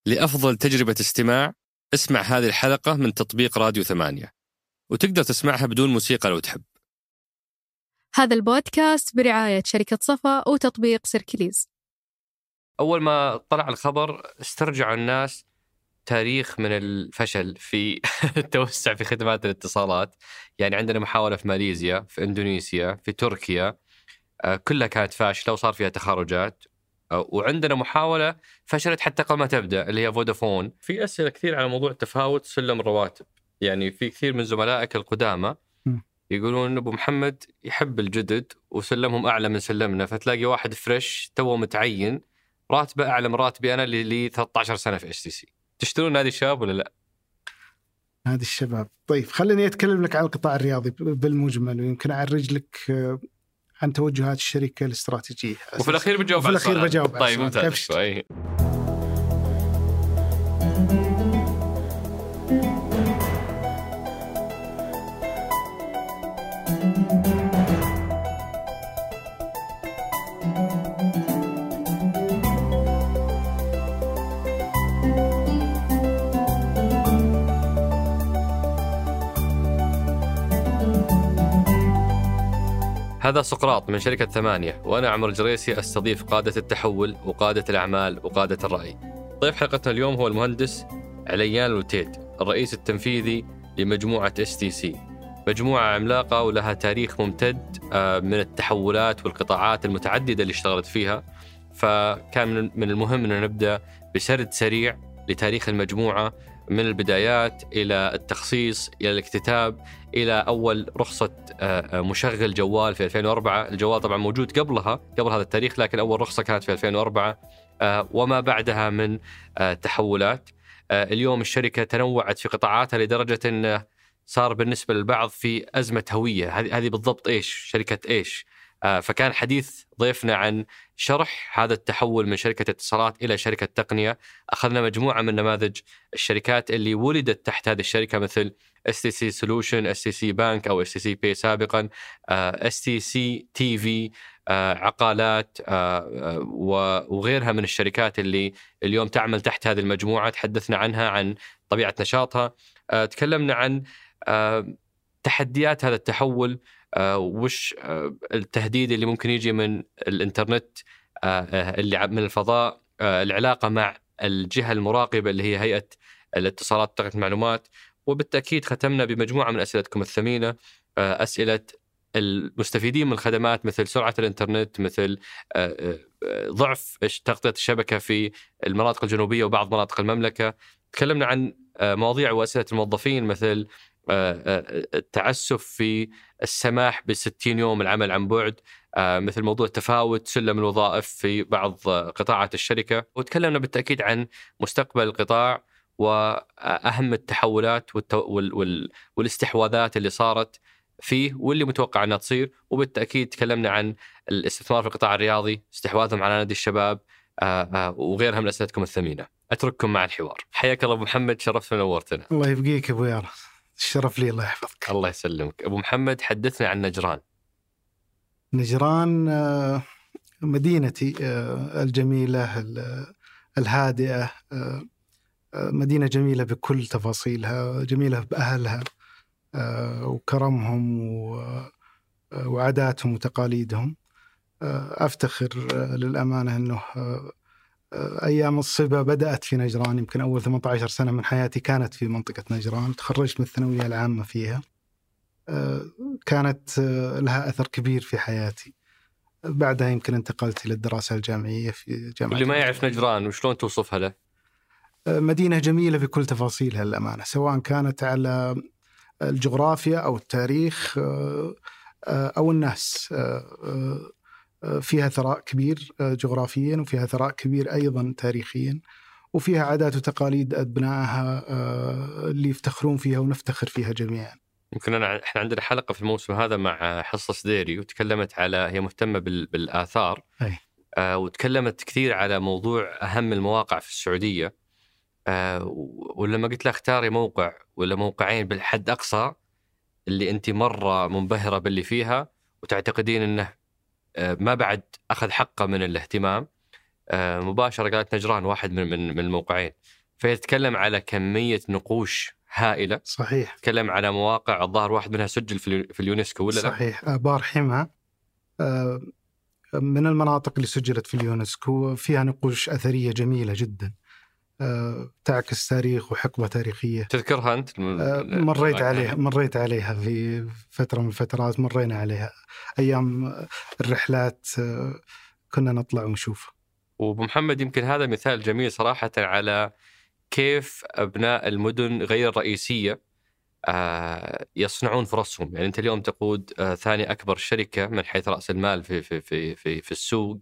لأفضل تجربة استماع اسمع هذه الحلقة من تطبيق راديو 8، وتقدر تسمعها بدون موسيقى لو تحب. هذا البودكاست برعاية شركة صفا وتطبيق سيركليز. أول ما طلع الخبر استرجع الناس تاريخ من الفشل في التوسع في خدمات الاتصالات. يعني عندنا محاولة في ماليزيا، في إندونيسيا، في تركيا، كلها كانت فاشلة وصار فيها تخارجات. وعندنا محاولة فشلت حتى قبل ما تبدأ اللي هي فودافون. في أسئلة كثير على موضوع تفاوت سلم الرواتب. يعني في كثير من زملائك القدامى يقولون أبو محمد يحب الجدد وسلمهم أعلى من سلمنا، فتلاقي واحد فريش تو متعين راتبه أعلى من راتبي أنا اللي 13 سنة في HTC. تشترون نادي الشباب ولا لا؟ نادي الشباب. طيب خليني أتكلم لك عن القطاع الرياضي بالمجمل، ويمكن أعرج لك عن توجهات الشركة الاستراتيجية، وفي الأخير بجاوب طيب ممتاز. هذا سقراط من شركة 8، وأنا عمر الجريسي أستضيف قادة التحول وقادة الأعمال وقادة الرأي. ضيف حلقتنا اليوم هو المهندس عليان الوتيد، الرئيس التنفيذي لمجموعة STC، مجموعة عملاقة ولها تاريخ ممتد من التحولات والقطاعات المتعددة اللي اشتغلت فيها. فكان من المهم أن نبدأ بسرد سريع لتاريخ المجموعة من البدايات إلى التخصيص إلى الاكتتاب إلى أول رخصة مشغل جوال في 2004. الجوال طبعا موجود قبل هذا التاريخ، لكن أول رخصة كانت في 2004 وما بعدها من تحولات. اليوم الشركة تنوعت في قطاعاتها لدرجة أنه صار بالنسبة للبعض في أزمة هوية. هذه بالضبط إيش؟ شركة إيش؟ فكان حديث ضيفنا عن شرح هذا التحول من شركة اتصالات إلى شركة تقنية. أخذنا مجموعة من نماذج الشركات اللي ولدت تحت هذه الشركة، مثل STC Solution، STC Bank أو STC Pay سابقا، STC TV، عقالات وغيرها من الشركات اللي اليوم تعمل تحت هذه المجموعة. تحدثنا عنها، عن طبيعة نشاطها، تكلمنا عن تحديات هذا التحول، وش التهديد اللي ممكن يجي من الإنترنت، اللي من الفضاء، العلاقة مع الجهة المراقبة اللي هي هيئة الاتصالات وتقنية المعلومات. وبالتأكيد ختمنا بمجموعة من أسئلتكم الثمينة، أسئلة المستفيدين من الخدمات، مثل سرعة الإنترنت، مثل ضعف تغطية الشبكة في المناطق الجنوبية وبعض مناطق المملكة. تكلمنا عن مواضيع وأسئلة الموظفين، مثل التعسف في السماح ب60 يوم العمل عن بعد، مثل موضوع تفاوت سلم الوظائف في بعض قطاعات الشركة. وتكلمنا بالتأكيد عن مستقبل القطاع وأهم التحولات والاستحواذات اللي صارت فيه واللي متوقع أنها تصير. وبالتأكيد تكلمنا عن الاستثمار في القطاع الرياضي، استحواذهم على نادي الشباب، وغيرها من أسئلتكم الثمينة. أترككم مع الحوار. حياك الله أبو محمد، شرفتنا ونورتنا. الله يبقيك أبو يارا، الشرف لي، الله يحفظك. الله يسلمك. أبو محمد، حدثنا عن نجران. نجران مدينتي الجميلة الهادئة، مدينة جميلة بكل تفاصيلها، جميلة بأهلها وكرمهم وعاداتهم وتقاليدهم. أفتخر للأمانة أنه أيام الصبا بدأت في نجران. يمكن أول 18 سنة من حياتي كانت في منطقة نجران. تخرجت من الثانوية العامة فيها، كانت لها أثر كبير في حياتي. بعدها يمكن انتقلت إلى الدراسة الجامعية في جامعة. واللي ما يعرف نجران وشلون توصفها له؟ مدينة جميلة بكل تفاصيلها للأمانة، سواء كانت على الجغرافيا أو التاريخ أو الناس. فيها ثراء كبير جغرافيا، وفيها ثراء كبير أيضا تاريخيا، وفيها عادات وتقاليد أبنائها اللي يفتخرون فيها ونفتخر فيها جميعا. يمكن احنا عندنا حلقة في الموسم هذا مع حصة سديري، وتكلمت على، هي مهتمة بالآثار، وتكلمت كثير على موضوع أهم المواقع في السعودية. ولما قلت لها اختاري موقع ولا موقعين بالحد أقصى اللي أنت مرة منبهرة باللي فيها وتعتقدين أنه ما بعد أخذ حقه من الاهتمام، مباشرة قالت نجران واحد من الموقعين. فيتكلم على كمية نقوش هائلة. صحيح. يتكلم على مواقع الظاهر واحد منها سجل في اليونسكو ولا لا؟ صحيح. آبار حمى من المناطق اللي سجلت في اليونسكو، فيها نقوش أثرية جميلة جدا تعكس تاريخ وحقبة تاريخية. تذكرها أنت؟ مريت عليها في فترة من الفترات، مرينا عليها أيام الرحلات، كنا نطلع ونشوف. ومحمد يمكن هذا مثال جميل صراحة على كيف أبناء المدن غير الرئيسية يصنعون فرصهم. يعني أنت اليوم تقود ثاني أكبر شركة من حيث رأس المال في السوق،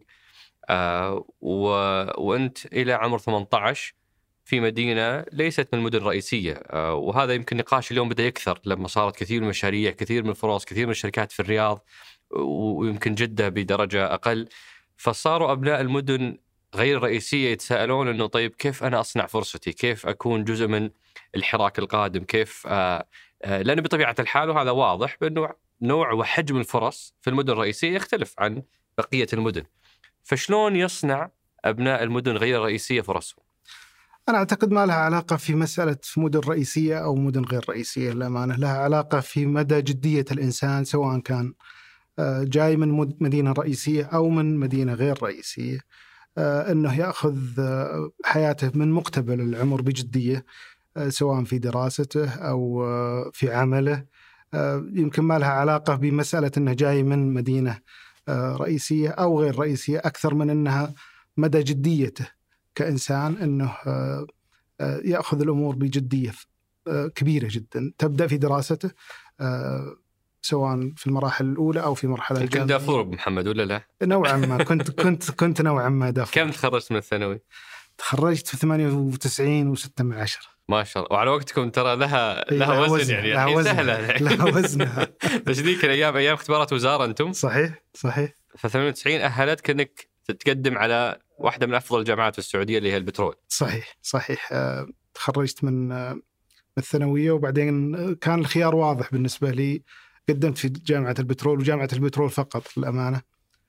وأنت إلى عمر 18 في مدينة ليست من المدن الرئيسية. وهذا يمكن نقاش اليوم بدأ يكثر لما صارت كثير من المشاريع، كثير من الفرص، كثير من الشركات في الرياض، ويمكن جدة بدرجة أقل. فصاروا أبناء المدن غير الرئيسية يتساءلون أنه طيب كيف أنا أصنع فرصتي؟ كيف أكون جزء من الحراك القادم؟ كيف لأنه بطبيعة الحال وهذا واضح بأنه نوع وحجم الفرص في المدن الرئيسية يختلف عن بقية المدن. فشلون يصنع أبناء المدن غير الرئيسية فرصهم؟ أنا أعتقد ما لها علاقة في مسألة مدن رئيسية أو مدن غير رئيسية، للأمانة لها علاقة في مدى جدية الإنسان، سواء كان جاي من مدينة رئيسية أو من مدينة غير رئيسية، أنه يأخذ حياته من مقتبل العمر بجدية، سواء في دراسته أو في عمله. يمكن ما لها علاقة بمسألة أنه جاي من مدينة رئيسية أو غير رئيسية، أكثر من أنها مدى جديته كإنسان، أنه يأخذ الأمور بجدية كبيرة جدا. تبدأ في دراسته سواء في المراحل الأولى أو في مرحلة الجامعية. كنت دافور محمد ولا لا؟ نوعا ما كنت نوعا ما دافور. كم تخرجت من الثانوي؟ تخرجت في 98 و6/10. ما شاء الله. وعلى وقتكم ترى لها وزن يعني سهلة. لها وزنها. بس ذيك الأيام اختبارات وزارة أنتم؟ صحيح. ف 98 أهلتك أنك تتقدم على واحدة من أفضل الجامعات في السعودية اللي هي البترول. صحيح. تخرجت من الثانوية، وبعدين كان الخيار واضح بالنسبة لي. قدمت في جامعة البترول وجامعة البترول فقط للأمانة،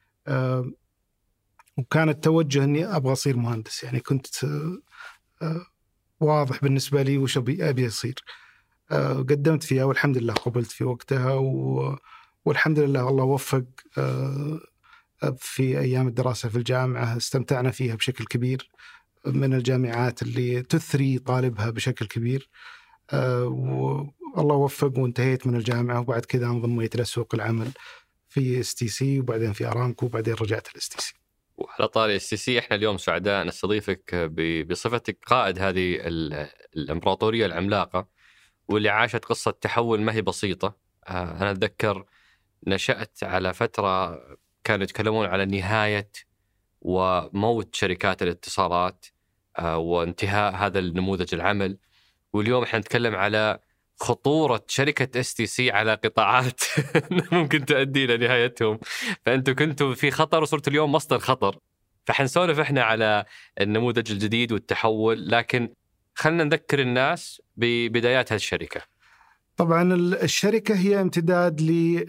وكان التوجه أني أبغى أصير مهندس. يعني كنت واضح بالنسبة لي وش أبي أصير. قدمت فيها والحمد لله قبلت في وقتها، والحمد لله الله وفق. في أيام الدراسة في الجامعة استمتعنا فيها بشكل كبير، من الجامعات اللي تثري طالبها بشكل كبير. والله وفق وانتهيت من الجامعة، وبعد كذا انضميت إلى سوق العمل في STC، وبعدين في أرامكو، وبعدين رجعت STC. وعلى طاري STC احنا اليوم سعداء نستضيفك بصفتك قائد هذه الإمبراطورية العملاقة، واللي عاشت قصة تحول ما هي بسيطة. أنا أتذكر نشأت على فترة كانوا يتكلمون على نهاية وموت شركات الاتصالات وانتهاء هذا النموذج العمل، واليوم احنا نتكلم على خطورة شركة STC على قطاعات ممكن تؤدي إلى نهايتهم. فأنتوا كنتوا في خطر وصرتوا اليوم مصدر خطر. فحنسولف احنا على النموذج الجديد والتحول، لكن خلنا نذكر الناس ببدايات هذه الشركة. طبعا الشركة هي امتداد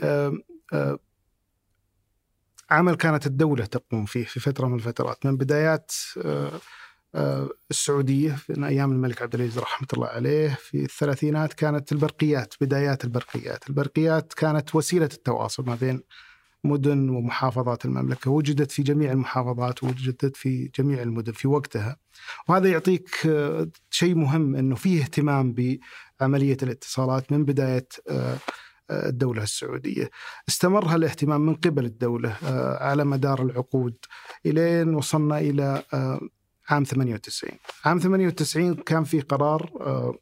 عمل كانت الدولة تقوم فيه في فترة من الفترات، من بدايات السعودية في أيام الملك عبد العزيز رحمة الله عليه. في الثلاثينات كانت البرقيات، بدايات البرقيات كانت وسيلة التواصل ما بين مدن ومحافظات المملكة. وجدت في جميع المحافظات، ووجدت في جميع المدن في وقتها. وهذا يعطيك شيء مهم، أنه فيه اهتمام بعملية الاتصالات من بداية الدولة السعودية. استمر هالاهتمام من قبل الدولة على مدار العقود إلين وصلنا إلى عام 98. عام 98 كان في قرار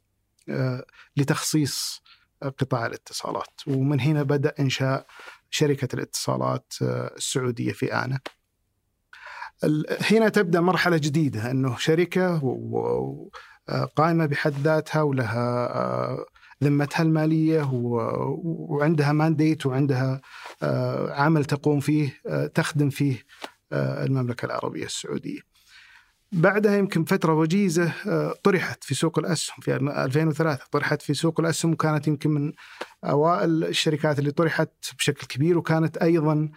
لتخصيص قطاع الاتصالات، ومن هنا بدأ إنشاء شركة الاتصالات السعودية في آنة. هنا تبدأ مرحلة جديدة، أنه شركة قائمة بحد ذاتها ولها ذمتها المالية وعندها مانديت وعندها عمل تقوم فيه تخدم فيه المملكة العربية السعودية. بعدها يمكن فترة وجيزة طرحت في سوق الأسهم في 2003. طرحت في سوق الأسهم، وكانت يمكن من أوائل الشركات اللي طرحت بشكل كبير، وكانت أيضا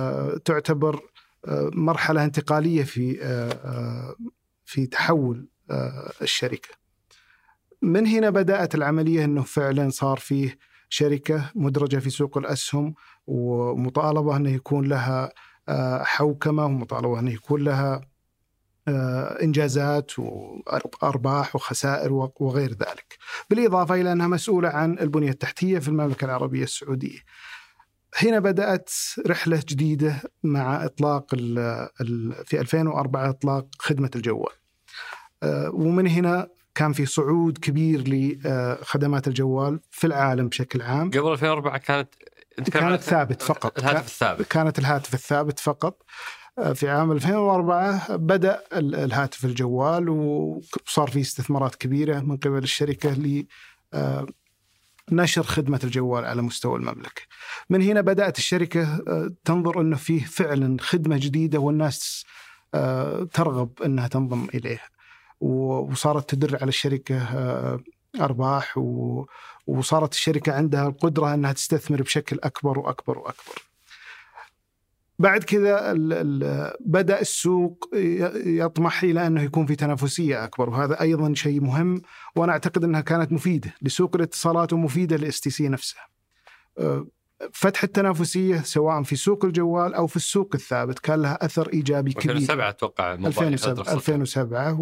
تعتبر مرحلة انتقالية في تحول الشركة. من هنا بدأت العملية أنه فعلا صار فيه شركة مدرجة في سوق الأسهم، ومطالبة أنه يكون لها حوكمة، ومطالبة أنه يكون لها إنجازات وأرباح وخسائر وغير ذلك، بالإضافة إلى أنها مسؤولة عن البنية التحتية في المملكة العربية السعودية. هنا بدأت رحلة جديدة مع إطلاق في 2004 إطلاق خدمة الجوال، ومن هنا كان في صعود كبير لخدمات الجوال في العالم بشكل عام. قبل 2004 كانت ثابت فقط، الهاتف الثابت، كانت الهاتف الثابت فقط. في عام 2004 بدأ الهاتف الجوال، وصار فيه استثمارات كبيرة من قبل الشركة لنشر خدمة الجوال على مستوى المملكة. من هنا بدأت الشركة تنظر أنه فيه فعلا خدمة جديدة والناس ترغب أنها تنضم إليها، وصارت تدر على الشركة أرباح، وصارت الشركة عندها القدرة أنها تستثمر بشكل أكبر وأكبر وأكبر. بعد كذا بدأ السوق يطمح إلى أنه يكون في تنافسية أكبر، وهذا أيضا شيء مهم، وأنا أعتقد أنها كانت مفيدة لسوق الاتصالات ومفيدة لSTC نفسها. فتح التنافسية سواء في سوق الجوال أو في السوق الثابت كان لها أثر إيجابي كبير. 2007 أتوقع 2007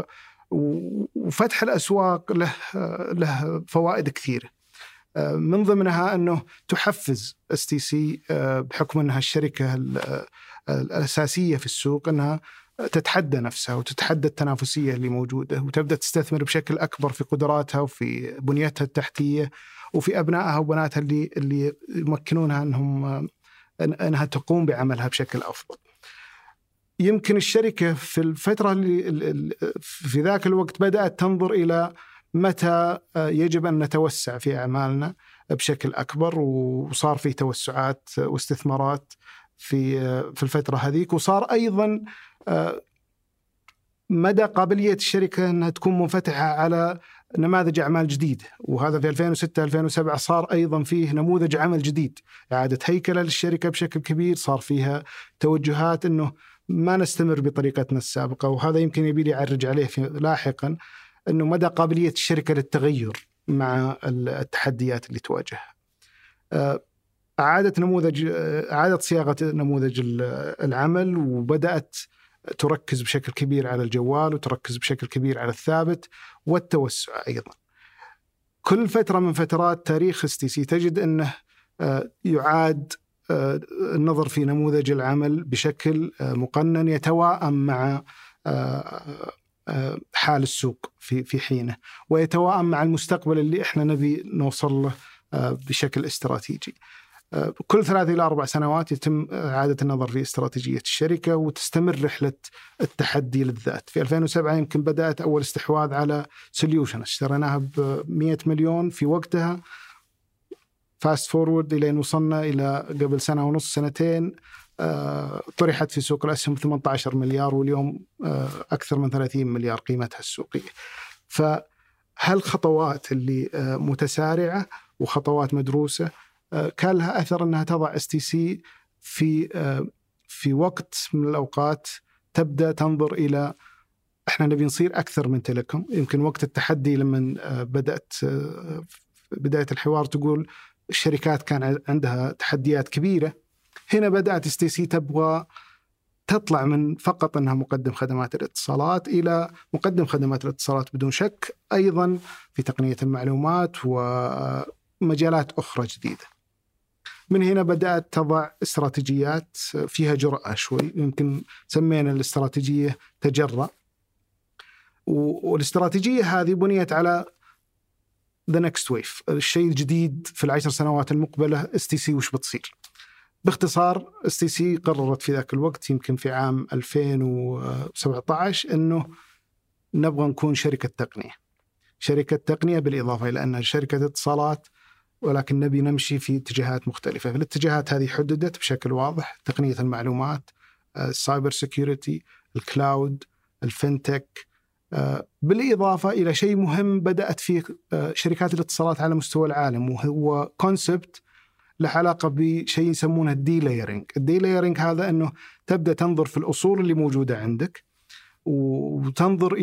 وفتح الأسواق له فوائد كثيرة، من ضمنها أنه تحفز STC بحكم أنها الشركة الأساسية في السوق، أنها تتحدى نفسها وتتحدى التنافسية اللي موجودة، وتبدأ تستثمر بشكل أكبر في قدراتها وفي بنيتها التحتية وفي أبنائها وبناتها اللي يمكنونها أنها تقوم بعملها بشكل أفضل. يمكن الشركة في الفترة اللي في ذاك الوقت بدأت تنظر إلى متى يجب أن نتوسع في أعمالنا بشكل أكبر، وصار فيه توسعات واستثمارات في الفترة هذيك، وصار أيضا مدى قابلية الشركة أنها تكون منفتحة على نماذج أعمال جديدة. وهذا في 2006-2007 صار أيضا فيه نموذج عمل جديد، إعادة هيكلة للشركة بشكل كبير، صار فيها توجهات أنه ما نستمر بطريقتنا السابقة، وهذا يمكن يبي لي أعرج عليه لاحقا، أنه مدى قابلية الشركة للتغير مع التحديات اللي تواجهها. أعادة صياغة نموذج العمل، وبدأت تركز بشكل كبير على الجوال، وتركز بشكل كبير على الثابت والتوسع أيضا. كل فترة من فترات تاريخ STC تجد أنه يعاد النظر في نموذج العمل بشكل مقنن يتواءم مع حال السوق في حينه، ويتواءم مع المستقبل اللي احنا نبي نوصل له بشكل استراتيجي. كل 3 إلى 4 سنوات يتم إعادة النظر في استراتيجية الشركة، وتستمر رحلة التحدي للذات. في 2007 يمكن بدأت أول استحواذ على سوليوشن، اشتريناها ب100 مليون في وقتها. فاست فورورد إلى أن وصلنا إلى قبل 1.5 سنة 2 طرحت في سوق الأسهم 18 مليار، واليوم أكثر من 30 مليار قيمتها السوقية. فهالخطوات اللي متسارعة وخطوات مدروسة كان لها أثر أنها تضع STC في وقت من الأوقات تبدأ تنظر إلى إحنا نبي نصير أكثر من تيليكوم. يمكن وقت التحدي لما بدأت بداية الحوار تقول الشركات كان عندها تحديات كبيرة، هنا بدأت STC تبغى تطلع من فقط أنها مقدم خدمات الاتصالات إلى مقدم خدمات الاتصالات بدون شك، أيضا في تقنية المعلومات ومجالات أخرى جديدة. من هنا بدأت تضع استراتيجيات فيها جرأة شوي، يمكن سمينا الاستراتيجية تجرأ، والاستراتيجية هذه بنيت على the next wave، الشيء الجديد في ال10 سنوات المقبلة STC وش بتصير. باختصار STC قررت في ذاك الوقت يمكن في عام 2017 أنه نبغى نكون شركة تقنية بالإضافة إلى أنها شركة اتصالات، ولكن نبي نمشي في اتجاهات مختلفة. الاتجاهات هذه حددت بشكل واضح: تقنية المعلومات، السايبر سيكيورتي، الكلاود، الفنتك، بالإضافة إلى شيء مهم بدأت فيه شركات الاتصالات على مستوى العالم، وهو كونسبت له علاقة بشيء يسمونه الديلايرنج. هذا أنه تبدأ تنظر في الأصول اللي موجودة عندك، وتنظر إلى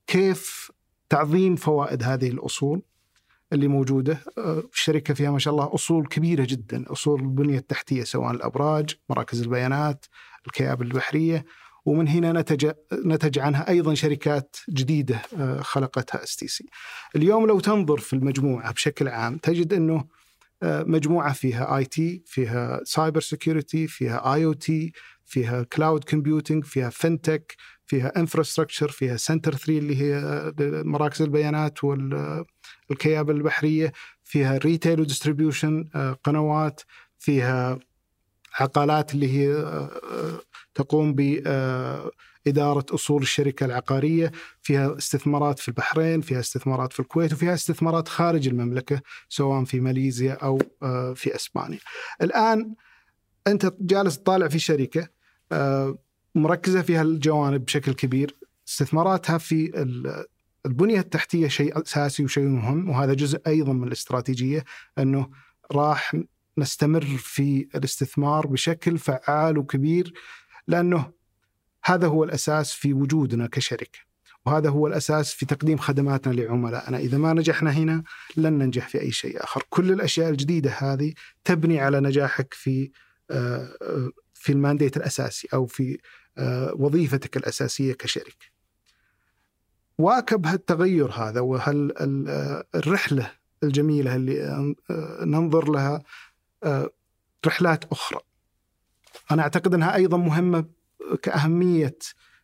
كيف تعظيم فوائد هذه الأصول اللي موجودة. الشركة فيها ما شاء الله أصول كبيرة جدا، أصول البنية التحتية سواء الأبراج، مراكز البيانات، الكيابل البحرية، ومن هنا نتج عنها أيضا شركات جديدة خلقتها STC. اليوم لو تنظر في المجموعة بشكل عام تجد أنه مجموعة فيها IT، فيها سايبر سيكيورتي، فيها IoT، فيها كلاود كومبيوتينج، فيها فينتك، فيها انفراستراكشر، فيها سنتر 3 اللي هي مراكز البيانات والكيابل البحرية، فيها ريتيل وديستريبيوشن قنوات، فيها عقالات اللي هي تقوم بإدارة أصول الشركة العقارية، فيها استثمارات في البحرين، فيها استثمارات في الكويت، وفيها استثمارات خارج المملكة سواء في ماليزيا أو في أسبانيا. الآن أنت جالس تطالع في شركة مركزة فيها الجوانب بشكل كبير، استثماراتها في البنية التحتية شيء أساسي وشيء مهم، وهذا جزء أيضا من الاستراتيجية، أنه راح نستمر في الاستثمار بشكل فعال وكبير، لأنه هذا هو الأساس في وجودنا كشركة، وهذا هو الأساس في تقديم خدماتنا لعملائنا. إذا ما نجحنا هنا لن ننجح في أي شيء آخر. كل الأشياء الجديدة هذه تبني على نجاحك في المانديت الأساسي أو في وظيفتك الأساسية كشركة. واكب هالتغير هذا وهالرحلة الجميلة اللي ننظر لها رحلات أخرى، أنا أعتقد أنها أيضا مهمة كأهمية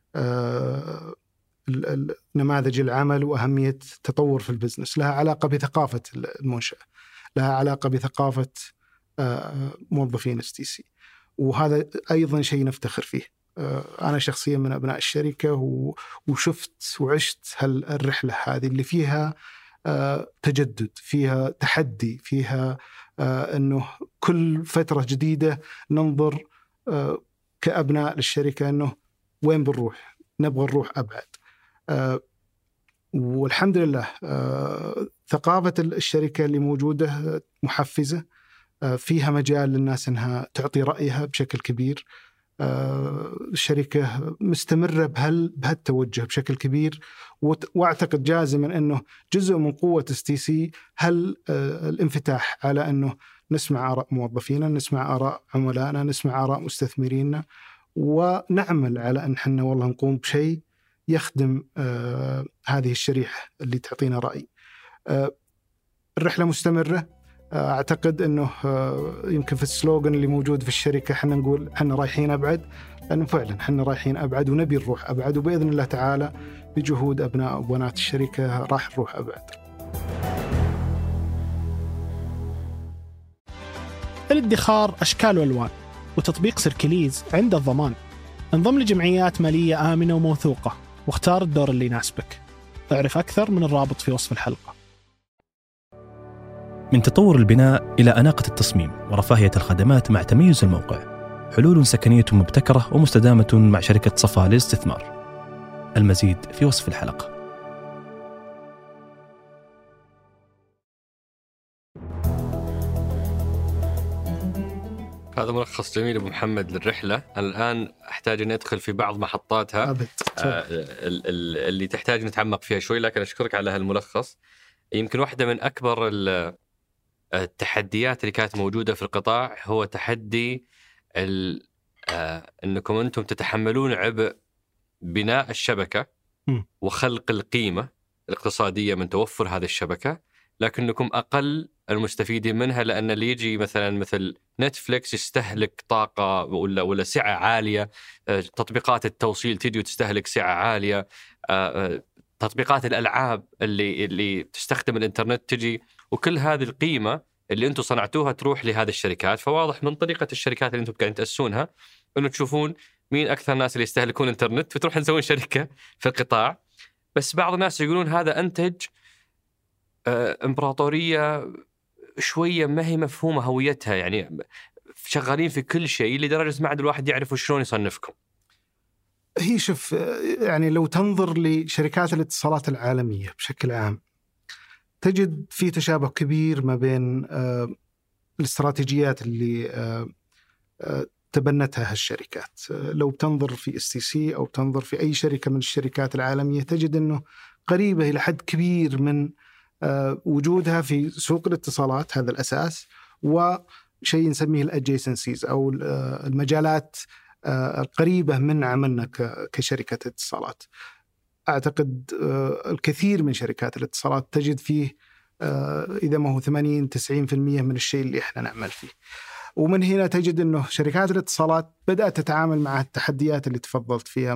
نماذج العمل وأهمية تطور في البزنس. لها علاقة بثقافة المنشأة، لها علاقة بثقافة موظفين STC، وهذا أيضا شيء نفتخر فيه. أنا شخصيا من أبناء الشركة وشفت وعشت هالرحلة هذه اللي فيها تجدد، فيها تحدي، فيها أنه كل فترة جديدة ننظر كأبناء للشركة أنه وين بنروح، نبغى نروح أبعد. والحمد لله ثقافة الشركة اللي موجودة محفزة، فيها مجال للناس أنها تعطي رأيها بشكل كبير. الشركة مستمرة بهالتوجه بشكل كبير، وأعتقد جازما أنه جزء من قوة STC الانفتاح على أنه نسمع آراء موظفينا، نسمع آراء عملائنا، نسمع آراء مستثمرينا، ونعمل على أن حنا والله نقوم بشيء يخدم هذه الشريحة اللي تعطينا رأي. الرحلة مستمرة. أعتقد أنه يمكن في السلوغن اللي موجود في الشركة حنا نقول حنا رايحين أبعد، لأنه فعلا حنا رايحين أبعد ونبي نروح أبعد، وبإذن الله تعالى بجهود أبناء وبنات الشركة راح نروح أبعد. الادخار أشكال وألوان، وتطبيق سيركليز عنده الضمان. انضم لجمعيات مالية آمنة وموثوقة، واختار الدور اللي يناسبك. اعرف أكثر من الرابط في وصف الحلقة. من تطور البناء إلى أناقة التصميم ورفاهية الخدمات مع تميز الموقع، حلول سكنية مبتكرة ومستدامة مع شركة صفا للاستثمار. المزيد في وصف الحلقة. هذا ملخص جميل أبو محمد للرحلة. أنا الآن أحتاج أن أدخل في بعض محطاتها اللي تحتاج نتعمق فيها شوي، لكن أشكرك على هالملخص. يمكن واحدة من أكبر التحديات اللي كانت موجودة في القطاع هو تحدي أنكم أنتم تتحملون عبء بناء الشبكة وخلق القيمة الاقتصادية من توفر هذه الشبكة، لكنكم أقل المستفيدين منها، لأن اللي يجي مثل نتفليكس يستهلك طاقة ولا سعة عالية، تطبيقات التوصيل تيجي وتستهلك سعة عالية، تطبيقات الألعاب اللي تستخدم الإنترنت تجي، وكل هذه القيمة اللي أنتم صنعتوها تروح لهذه الشركات. فواضح من طريقة الشركات اللي أنتم قاعدين تأسسونها أنه تشوفون مين أكثر الناس اللي يستهلكون إنترنت فتروح نسوي شركة في القطاع. بس بعض الناس يقولون هذا أنتج إمبراطورية شوية ما هي مفهومة هويتها، يعني شغالين في كل شيء لدرجة ما عاد الواحد يعرف شلون يصنفكم. هي شوف، يعني لو تنظر لشركات الاتصالات العالمية بشكل عام تجد في تشابه كبير ما بين الاستراتيجيات اللي تبنتها هالشركات. لو تنظر في STC أو تنظر في أي شركة من الشركات العالمية تجد أنه قريبة إلى حد كبير من وجودها في سوق الاتصالات، هذا الأساس، وشيء نسميه الادجيسنسيز أو المجالات القريبة من عملنا كشركة اتصالات. أعتقد الكثير من شركات الاتصالات تجد فيه إذا ما هو 80-90% من الشيء اللي إحنا نعمل فيه. ومن هنا تجد أنه شركات الاتصالات بدأت تتعامل مع التحديات اللي تفضلت فيها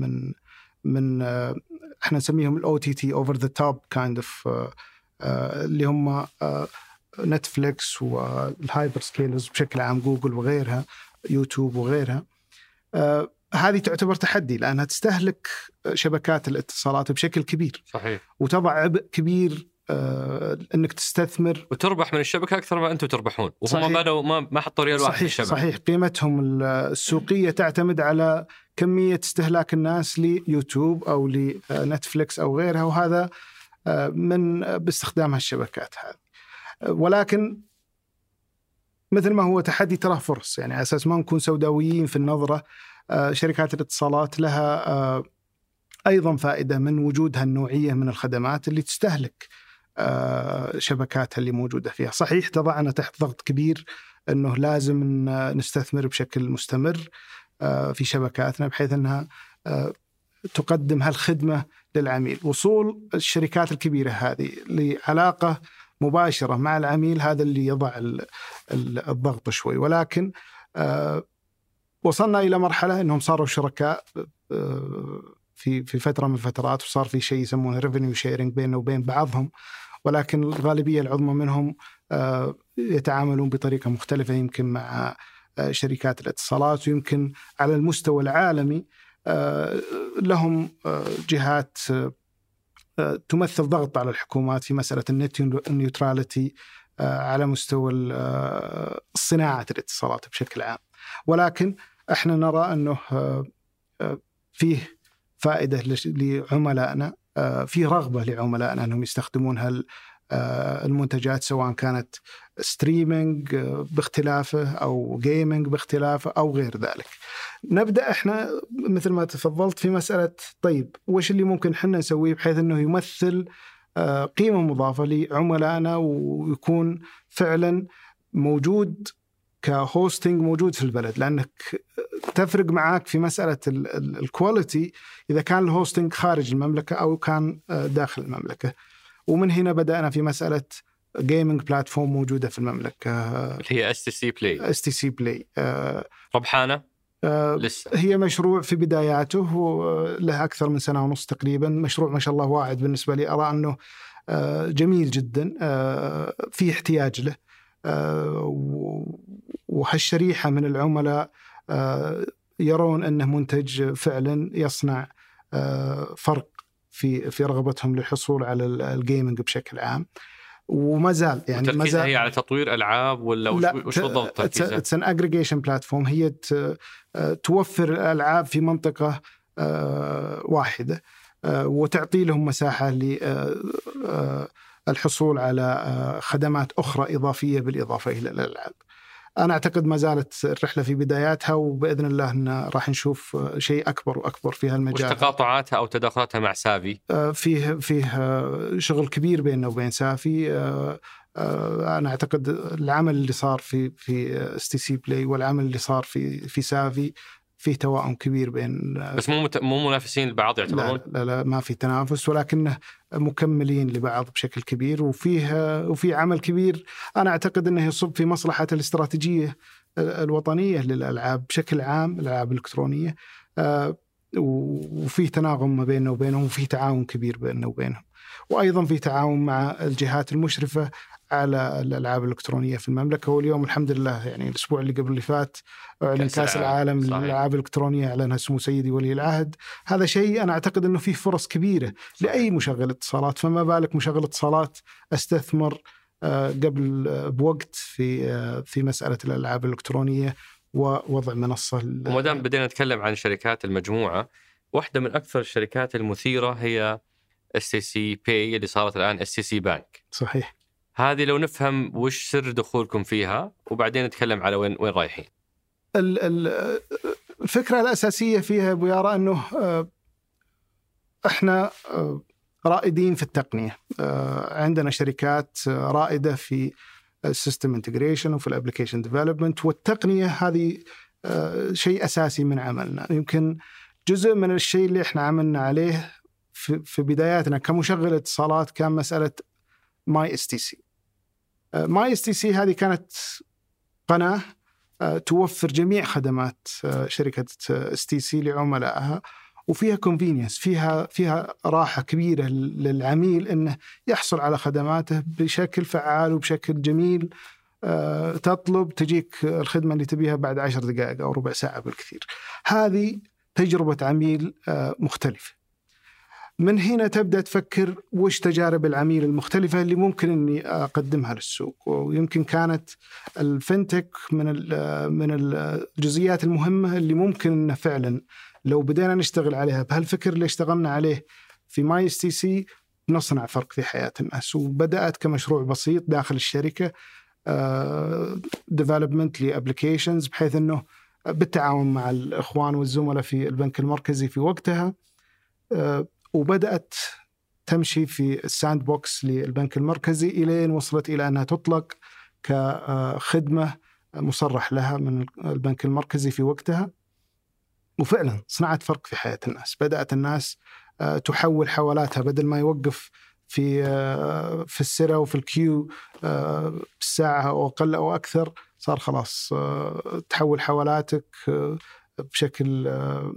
من إحنا نسميهم OTT over the top kind of اللي هم نتفليكس والهايبر سكيلرز بشكل عام، جوجل وغيرها، يوتيوب وغيرها. هذه تعتبر تحدي لأنها تستهلك شبكات الاتصالات بشكل كبير. صحيح. وتضع عبء كبير أنك تستثمر وتربح من الشبكة أكثر ما أنتم تربحون، وهم ما حطوا ريال واحد في الشبكة. صحيح. قيمتهم السوقية تعتمد على كمية استهلاك الناس ليوتيوب أو لنتفليكس أو غيرها، وهذا باستخدام هالشبكات هذه. ولكن مثل ما هو تحدي تراه فرص، يعني على أساس ما نكون سوداويين في النظرة. شركات الاتصالات لها أيضا فائدة من وجودها النوعية من الخدمات اللي تستهلك شبكاتها اللي موجودة فيها. صحيح تضعنا تحت ضغط كبير أنه لازم نستثمر بشكل مستمر في شبكاتنا بحيث أنها تقدم هالخدمة للعميل. وصول الشركات الكبيرة هذه لعلاقة مباشرة مع العميل هذا اللي يضع الضغط شوي. ولكن وصلنا إلى مرحلة أنهم صاروا شركاء في فترة من الفترات، وصار في شيء يسمونه revenue sharing بيننا وبين بعضهم، ولكن الغالبية العظمى منهم يتعاملون بطريقة مختلفة يمكن مع شركات الاتصالات. ويمكن على المستوى العالمي لهم جهات تمثل ضغط على الحكومات في مسألة النت نيوتراليتي على مستوى صناعة الاتصالات بشكل عام. ولكن احنا نرى أنه فيه فائدة لعملائنا، فيه رغبة لعملائنا أنهم يستخدمون المنتجات سواء كانت ستريمينج باختلافه أو جيمينج باختلافه أو غير ذلك. نبدأ إحنا مثل ما تفضلت في مسألة طيب وش اللي ممكن حنا نسويه بحيث أنه يمثل قيمة مضافة لعملائنا ويكون فعلا موجود كهوستنج موجود في البلد، لأنك تفرق معاك في مسألة الكواليتي إذا كان الهوستنج خارج المملكة أو كان داخل المملكة. ومن هنا بدأنا في مسألة جيمينج بلاتفورم موجودة في المملكة هي STC Play. ربحانة؟ لسه هي مشروع في بداياته له أكثر من 1.5 سنة تقريبا. مشروع ما شاء الله واعد بالنسبة لي، أرى أنه جميل جدا، في احتياج له، وهالشريحة من العملاء يرون أنه منتج فعلا يصنع فرق في رغبتهم للحصول على الجيمنج بشكل عام. وما زال يعني ما زال هي على تطوير ألعاب ولا وش بالضبط تركيزها؟ It's an aggregation platform. هي توفر الألعاب في منطقة واحدة وتعطي لهم مساحة للحصول على خدمات أخرى إضافية بالإضافة إلى الألعاب. أنا أعتقد ما زالت الرحلة في بداياتها، وبإذن الله إن راح نشوف شيء أكبر وأكبر في هالمجال. وش تقاطعاتها أو تداخلاتها مع سافي؟ فيه شغل كبير بيننا وبين سافي. أنا أعتقد العمل اللي صار في STC Play والعمل اللي صار في سافي فيه توائم كبير بين، بس مو منافسين لبعض يعتبرون؟ لا ما في تنافس، ولكنه مكملين لبعض بشكل كبير، وفي عمل كبير أنا أعتقد أنه يصب في مصلحة الاستراتيجية الوطنية للألعاب بشكل عام، الألعاب الإلكترونية، وفي تناغم ما بيننا وبينهم، وفي تعاون كبير بيننا وبينهم، وأيضا في تعاون مع الجهات المشرفة على الألعاب الإلكترونية في المملكة. واليوم الحمد لله يعني الأسبوع اللي قبل اللي فات أعلن كأس العالم للألعاب الإلكترونية، أعلنها سمو سيدي ولي العهد. هذا شيء أنا أعتقد أنه فيه فرص كبيرة لأي مشغل اتصالات، فما بالك مشغل اتصالات استثمر قبل بوقت في مسألة الألعاب الإلكترونية ووضع منصة. وما دام بدينا نتكلم عن شركات المجموعة، واحدة من أكثر الشركات المثيرة هي STC Pay اللي صارت الآن STC Bank. صحيح. هذه لو نفهم وش سر دخولكم فيها وبعدين نتكلم على وين رايحين. الفكرة الأساسية فيها أبو يارا أنه إحنا رائدين في التقنية. عندنا شركات رائدة في السيستم انتجريشن وفي الابليكيشن ديفلوبمنت، والتقنية هذه شيء أساسي من عملنا. يمكن جزء من الشيء اللي احنا عملنا عليه في بداياتنا كمشغل اتصالات كان مسألة ماي اس تي سي. ماي اس تي سي هذه كانت قناة توفر جميع خدمات شركة اس تي سي لعملائها، وفيها convenience، فيها راحة كبيرة للعميل إنه يحصل على خدماته بشكل فعال وبشكل جميل. تطلب تجيك الخدمة اللي تبيها بعد 10 دقائق أو ربع ساعة بالكثير. هذه تجربة عميل مختلفة. من هنا تبدأ تفكر وش تجارب العميل المختلفة اللي ممكن أني أقدمها للسوق. ويمكن كانت الفنتك من الجزئيات المهمة اللي ممكن أنه فعلا لو بدينا نشتغل عليها بهالفكر اللي اشتغلنا عليه في ماي اس تي سي نصنع فرق في حياة الناس. وبدأت كمشروع بسيط داخل الشركة development لابليكيشنز، بحيث أنه بالتعاون مع الإخوان والزملاء في البنك المركزي في وقتها، وبدأت تمشي في الساند بوكس للبنك المركزي إلين وصلت إلى أنها تطلق كخدمة مصرح لها من البنك المركزي في وقتها. وفعلا صنعت فرق في حياة الناس. بدأت الناس تحول حوالاتها، بدل ما يوقف في السرة وفي الكيو بالساعة أو أقل أو أكثر، صار خلاص تحول حوالاتك بشكل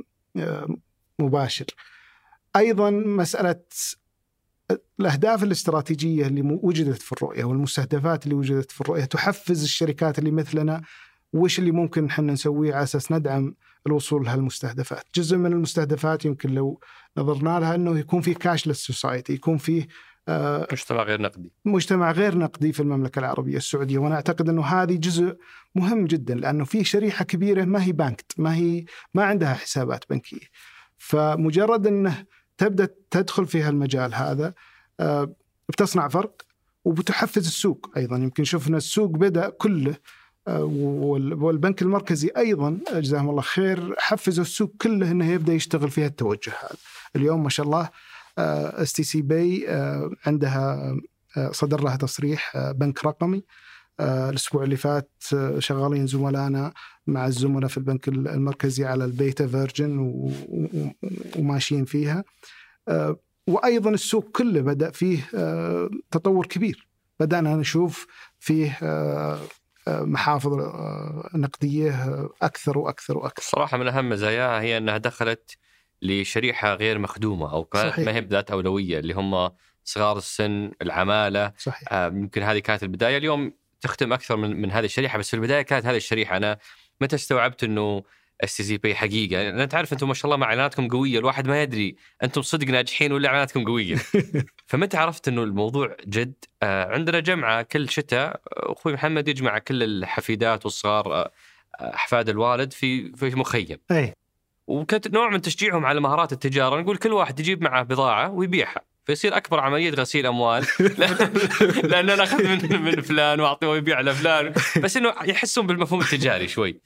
مباشر. أيضا مسألة الأهداف الاستراتيجية اللي وجدت في الرؤية والمستهدفات اللي وجدت في الرؤية تحفز الشركات اللي مثلنا وش اللي ممكن نحن نسويه على أساس ندعم الوصول لهالمستهدفات. جزء من المستهدفات يمكن لو نظرنا لها أنه يكون فيه كاشلس سوسايتي، يكون فيه مجتمع غير نقدي في المملكة العربية السعودية. وأنا أعتقد أنه هذه جزء مهم جدا، لأنه فيه شريحة كبيرة ما هي بانكت، ما عندها حسابات بنكية. فمجرد أنه تبدأ تدخل في هالمجال هذا بتصنع فرق وبتحفز السوق. أيضا يمكن شفنا السوق بدأ كله، والبنك المركزي أيضا جزاهم الله خير حفزوا السوق كله أنه يبدأ يشتغل فيها التوجه هذا. اليوم ما شاء الله STC Pay عندها صدر لها تصريح بنك رقمي. الأسبوع اللي فات شغالين زملائنا مع الزملاء في البنك المركزي على البيتا فيرجن وماشيين فيها. وأيضا السوق كله بدأ فيه تطور كبير. بدأنا نشوف فيه محافظ نقدية أكثر وأكثر وأكثر. صراحة من أهم مزاياها هي أنها دخلت لشريحة غير مخدومة أو كانت ما هي بذات أولوية، اللي هم صغار السن، العمالة. يمكن هذه كانت البداية. اليوم تختم أكثر من هذه الشريحة، بس في البداية كانت هذه الشريحة. أنا متى استوعبت أنه STC Pay حقيقة؟ لأن أنت عارف أنتم ما شاء الله مع إعلاناتكم قوية، الواحد ما يدري أنتم صدق ناجحين ولا إعلاناتكم قوية. فمتى عرفت أنه الموضوع جد؟ عندنا جمعة كل شتاء، أخوي محمد يجمع كل الحفيدات والصغار أحفاد الوالد في مخيم، وكانت نوع من تشجيعهم على مهارات التجارة. نقول كل واحد يجيب معه بضاعة ويبيعها، فيصير أكبر عملية غسيل أموال لأن أنا أخذ من فلان وأعطيه ويبيع لفلان، بس إنه يحسون بالمفهوم التجاري شوي.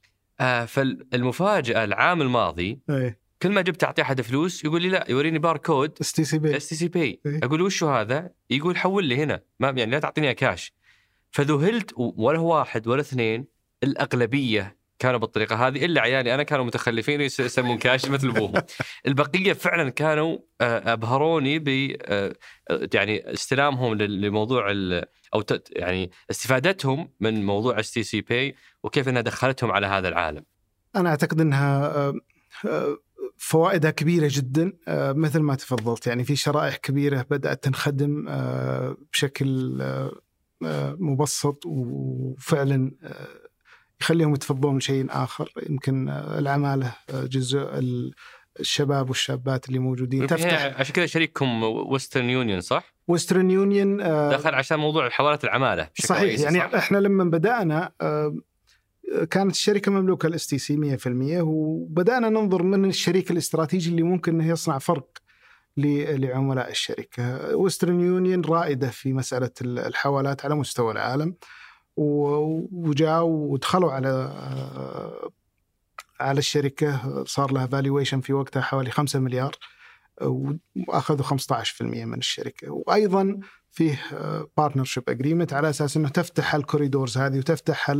فالمفاجأة العام الماضي كل ما جبت أعطي أحد فلوس يقول لي لا، يوريني باركود STC Pay. أقول وشو هذا؟ يقول حول لي هنا، ما يعني لا تعطيني كاش. فذهلت، ولا واحد ولا اثنين، الأغلبية كانوا بالطريقة هذه، إلا عيالي أنا كانوا متخلفين يسمون كاش مثل أبوهم. البقية فعلا كانوا أبهروني ب يعني استلامهم لموضوع أو يعني استفادتهم من موضوع STC Pay وكيف أنها دخلتهم على هذا العالم. أنا أعتقد أنها فوائدها كبيرة جدا، مثل ما تفضلت. يعني في شرائح كبيرة بدأت تنخدم بشكل مبسط، وفعلا يخليهم يتفضلون شيء آخر. يمكن العمالة جزء الشباب والشابات اللي موجودين تفتح. عشان كذا شريككم ويسترن يونيون، صح؟ ويسترن يونيون دخل عشان موضوع حوالات العمالة. صحيح. يعني صح. احنا لما بدأنا كانت الشركة مملوكة STC 100%، وبدأنا ننظر من الشريك الاستراتيجي اللي ممكن أنه يصنع فرق لعملاء الشركة. ويسترن يونيون رائدة في مسألة الحوالات على مستوى العالم، وجاءوا ودخلوا على الشركة. صار لها valuation في وقتها حوالي 5 مليار، وأخذوا 15% من الشركة. وأيضا فيه بارتنرشيب أجريمنت على أساس أنه تفتح الكوريدورز هذه وتفتح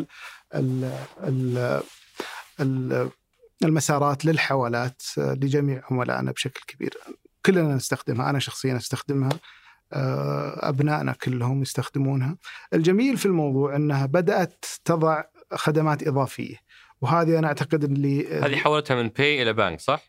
المسارات للحوالات لجميع عملائنا بشكل كبير. كلنا نستخدمها، أنا شخصيا استخدمها، أبنائنا كلهم يستخدمونها. الجميل في الموضوع أنها بدأت تضع خدمات إضافية، وهذه أنا أعتقد اللي هذه حولتها من باي إلى بانك صح؟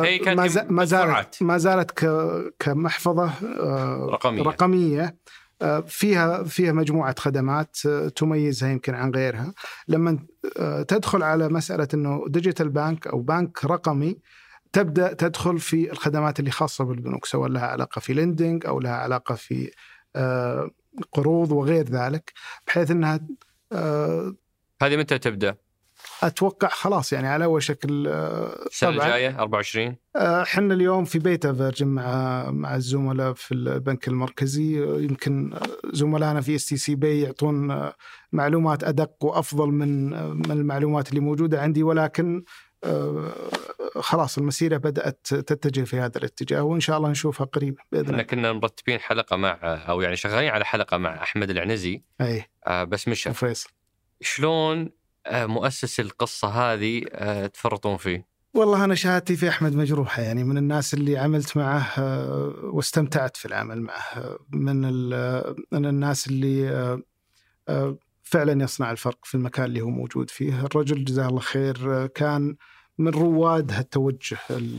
ما زالت كمحفظة رقمية فيها مجموعة خدمات تميزها يمكن عن غيرها. لما تدخل على مسألة أنه ديجيتال بانك أو بنك رقمي، تبدأ تدخل في الخدمات اللي خاصة بالبنوك، سواء لها علاقة في ليندينج أو لها علاقة في قروض وغير ذلك، بحيث أنها هذه متى تبدأ؟ أتوقع خلاص يعني على وشك السنة الجاية 24. حنا اليوم في بيتا فيرجن مع الزملاء في البنك المركزي. يمكن زملائنا في STC Pay يعطون معلومات أدق وأفضل من المعلومات اللي موجودة عندي، ولكن خلاص المسيرة بدأت تتجه في هذا الاتجاه، وإن شاء الله نشوفها قريبا بإذن الله. كنا مرتبين حلقة مع أو يعني شغالين على حلقة مع أحمد العنزي، بس مش وفيصل. شلون مؤسس القصة هذه تفرطون فيه؟ والله أنا شهادتي في أحمد مجروحة، يعني من الناس اللي عملت معه واستمتعت في العمل معه، من الناس اللي فعلا يصنع الفرق في المكان اللي هو موجود فيه. الرجل جزاه الله خير كان من رواد هالتوجه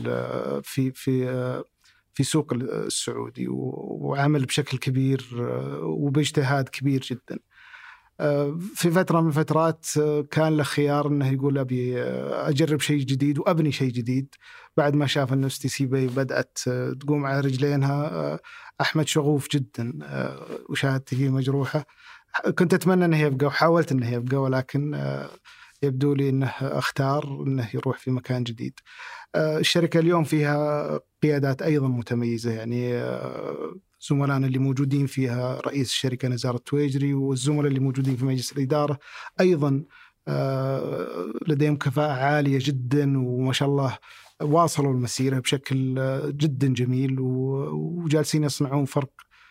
في سوق السعودي، وعمل بشكل كبير وباجتهاد كبير جدا. في فترة من الفترات كان له خيار أنه يقول أبي أجرب شيء جديد وأبني شيء جديد. بعد ما شاف أن STC Pay بدأت تقوم على رجلينها، أحمد شغوف جدا وشهادتي فيه مجروحة. كنت أتمنى أنه يبقى وحاولت أنه يبقى، ولكن يبدو لي أنه اختار أنه يروح في مكان جديد. الشركة اليوم فيها قيادات أيضا متميزة، يعني زملائنا اللي موجودين فيها رئيس الشركة نزار التويجري، والزملاء اللي موجودين في مجلس الإدارة أيضا لديهم كفاءة عالية جدا، وما شاء الله واصلوا المسيرة بشكل جدا جميل، وجالسين يصنعون فرق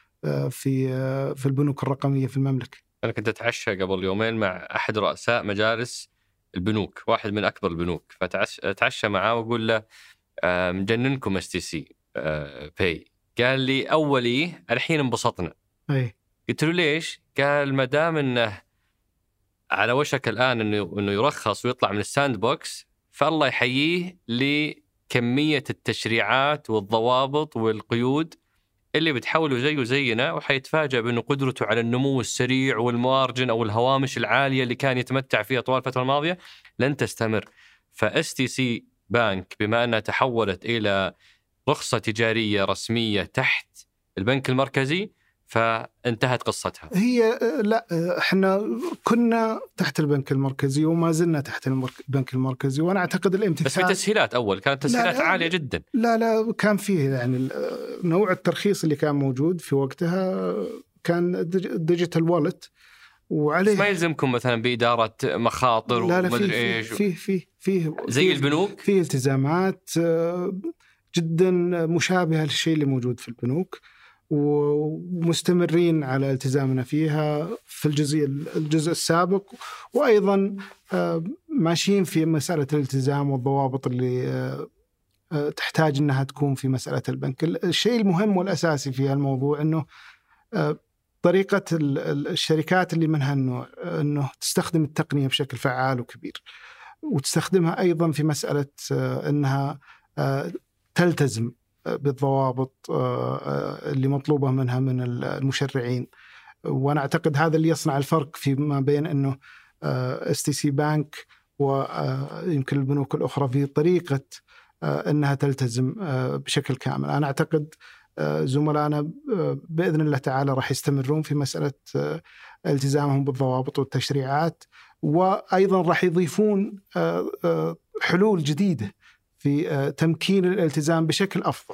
في البنوك الرقمية في المملكة. أنا كنت أتعشى قبل يومين مع أحد رؤساء مجالس البنوك، واحد من أكبر البنوك، فتعشى معاه وأقول له مجننكم STC Pay. قال لي أولي الحين انبسطنا. قلت له ليش؟ قال مدام إنه على وشك الآن إنه يرخص ويطلع من الساند بوكس، فالله يحييه لكمية التشريعات والضوابط والقيود اللي بتحوله زيه زينا، وحيتفاجأ بأنه قدرته على النمو السريع والمارجن أو الهوامش العالية اللي كان يتمتع فيها طوال الفترة الماضية لن تستمر. فSTC بانك بما أنها تحولت إلى رخصة تجارية رسمية تحت البنك المركزي فانتهت قصتها. هي لا، احنا كنا تحت البنك المركزي وما زلنا تحت البنك المركزي، وانا اعتقد الامتثال بس في تسهيلات اول كانت تسهيلات عالية جدا. لا كان فيه يعني نوع الترخيص اللي كان موجود في وقتها كان ديجيتال والت، وعليه ما يلزمكم مثلا بإدارة مخاطر ومدري ايش. فيه زي البنوك فيه التزامات جدا مشابهة للشيء اللي موجود في البنوك، ومستمرين على التزامنا فيها في الجزء السابق، وأيضا ماشيين في مسألة الالتزام والضوابط اللي تحتاج أنها تكون في مسألة البنك. الشيء المهم والأساسي في الموضوع أنه طريقة الشركات اللي منها النوع أنه تستخدم التقنية بشكل فعال وكبير، وتستخدمها أيضا في مسألة أنها تلتزم بالضوابط اللي مطلوبة منها من المشرعين. وأنا أعتقد هذا اللي يصنع الفرق فيما بين أنه STC بانك ويمكن البنوك الأخرى في طريقة أنها تلتزم بشكل كامل. أنا أعتقد زملائنا بإذن الله تعالى راح يستمرون في مسألة التزامهم بالضوابط والتشريعات، وأيضا راح يضيفون حلول جديدة في تمكين الالتزام بشكل أفضل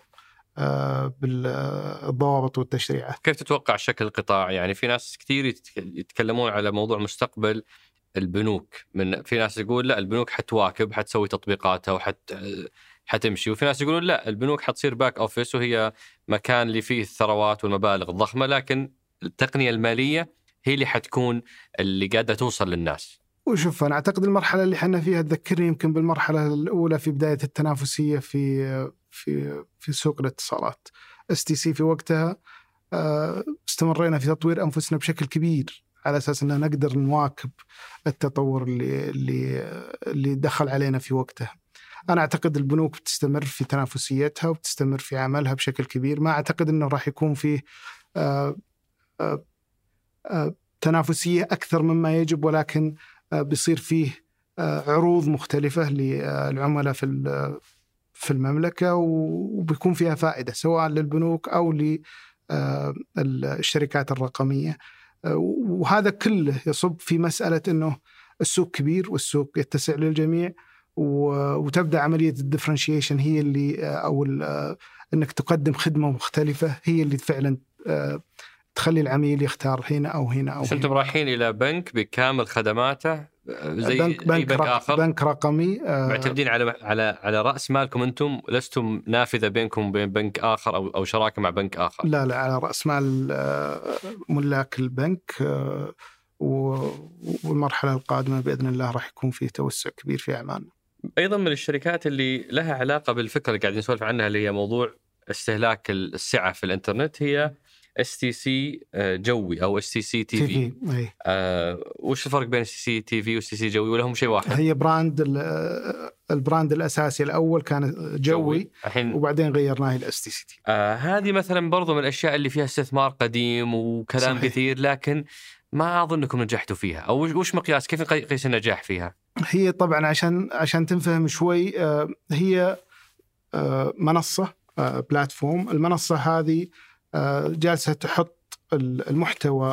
بالضوابط والتشريعات. كيف تتوقع شكل القطاع؟ يعني في ناس كثير يتكلمون على موضوع مستقبل البنوك، في ناس يقول لا البنوك حتواكب، حتسوي تطبيقاتها حتمشي، وفي ناس يقولون لا البنوك حتصير باك أوفيس وهي مكان اللي فيه الثروات والمبالغ الضخمة، لكن التقنية المالية هي اللي حتكون اللي قاعدة توصل للناس. وشوف أنا أعتقد المرحلة اللي حنا فيها تذكرني يمكن بالمرحلة الأولى في بداية التنافسية في سوق الاتصالات. STC في وقتها استمرينا في تطوير أنفسنا بشكل كبير على أساس أننا نقدر نواكب التطور اللي دخل علينا في وقتها. أنا أعتقد البنوك بتستمر في تنافسيتها وبتستمر في عملها بشكل كبير. ما أعتقد أنه راح يكون فيه تنافسية أكثر مما يجب، ولكن بيصير فيه عروض مختلفة للعملاء في المملكة، وبيكون فيها فائدة سواء للبنوك أو للشركات الرقمية. وهذا كله يصب في مسألة أنه السوق كبير والسوق يتسع للجميع، وتبدأ عملية الديفرنشيشن هي اللي أنك تقدم خدمة مختلفة هي اللي فعلا تخلي العميل يختار هنا أو هنا أو هنا. أنتم رايحين إلى بنك بكامل خدماته زي بنك آخر، بنك رقمي، معتمدين على رأس مالكم. أنتم لستم نافذة بينكم وبين بنك آخر أو شراكة مع بنك آخر. لا على رأس مال ملاك البنك. والمرحلة القادمة بإذن الله راح يكون فيه توسع كبير في أعمالنا. أيضا من الشركات اللي لها علاقة بالفكرة اللي قاعدين نسولف عنها اللي هي موضوع استهلاك السعة في الإنترنت هي STC جوي أو STC TV. وش الفرق بين STC TV و STC جوي ولا هم شيء واحد؟ هي البراند الأساسي الأول كان جوي وبعدين غيرناه إلى STC TV. هذه مثلا برضو من الأشياء اللي فيها استثمار قديم وكلام صحيح. كثير، لكن ما أظنكم نجحتوا فيها. أو وش مقياس كيف نقيس النجاح فيها؟ هي طبعا عشان تنفهم شوي، هي منصة بلاتفورم. المنصة هذه جالسة تحط المحتوى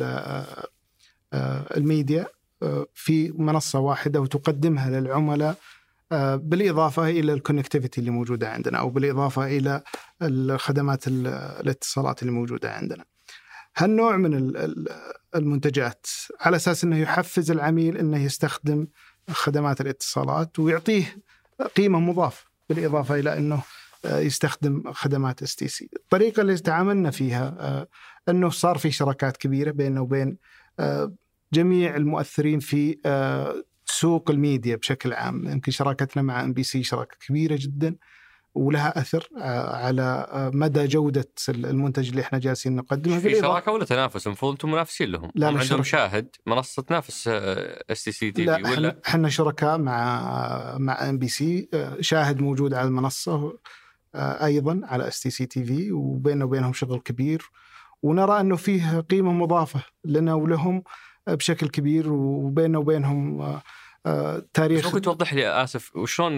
الميديا في منصة واحدة وتقدمها للعملاء، بالإضافة إلى الكونكتيفيتي اللي موجودة عندنا أو بالإضافة إلى الخدمات الاتصالات اللي موجودة عندنا. هالنوع من المنتجات على أساس أنه يحفز العميل أنه يستخدم خدمات الاتصالات ويعطيه قيمة مضافة، بالإضافة إلى أنه يستخدم خدمات STC. الطريقة اللي تعاملنا فيها أنه صار في شراكات كبيرة بيننا وبين جميع المؤثرين في سوق الميديا بشكل عام. يمكن شراكتنا مع MBC شراكة كبيرة جدا ولها أثر على مدى جودة المنتج اللي احنا جالسين نقدمه. في شراكة ولا تنافس؟ المفروض أنتم منافسين لهم. لا عندهم شاهد منصة تنافس STC TV ولا احنا شركاء مع MBC. شاهد موجود على المنصة أيضا على STC TV، وبيننا وبينهم شغل كبير، ونرى أنه فيه قيمة مضافة لنا ولهم بشكل كبير، وبيننا وبينهم تاريخ. ممكن توضح لي آسف وشون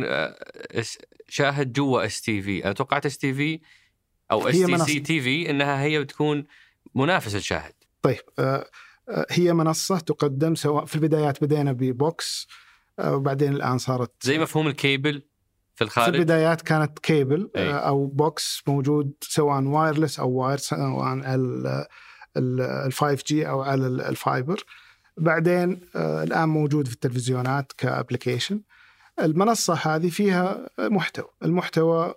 شاهد جوا STV؟ أنا توقعت STV أو STC TV إنها هي بتكون منافسة شاهد. طيب هي منصة تقدم سواء في البدايات بدينا ببوكس، وبعدين الآن صارت زي مفهوم الكيبل في الخارج. في البدايات كانت كيبل أو بوكس موجود سواء وايرلس أو واير، سواء على ال 5G أو على الفايبر. بعدين الآن موجود في التلفزيونات كأبليكيشن. المنصة هذه فيها المحتوى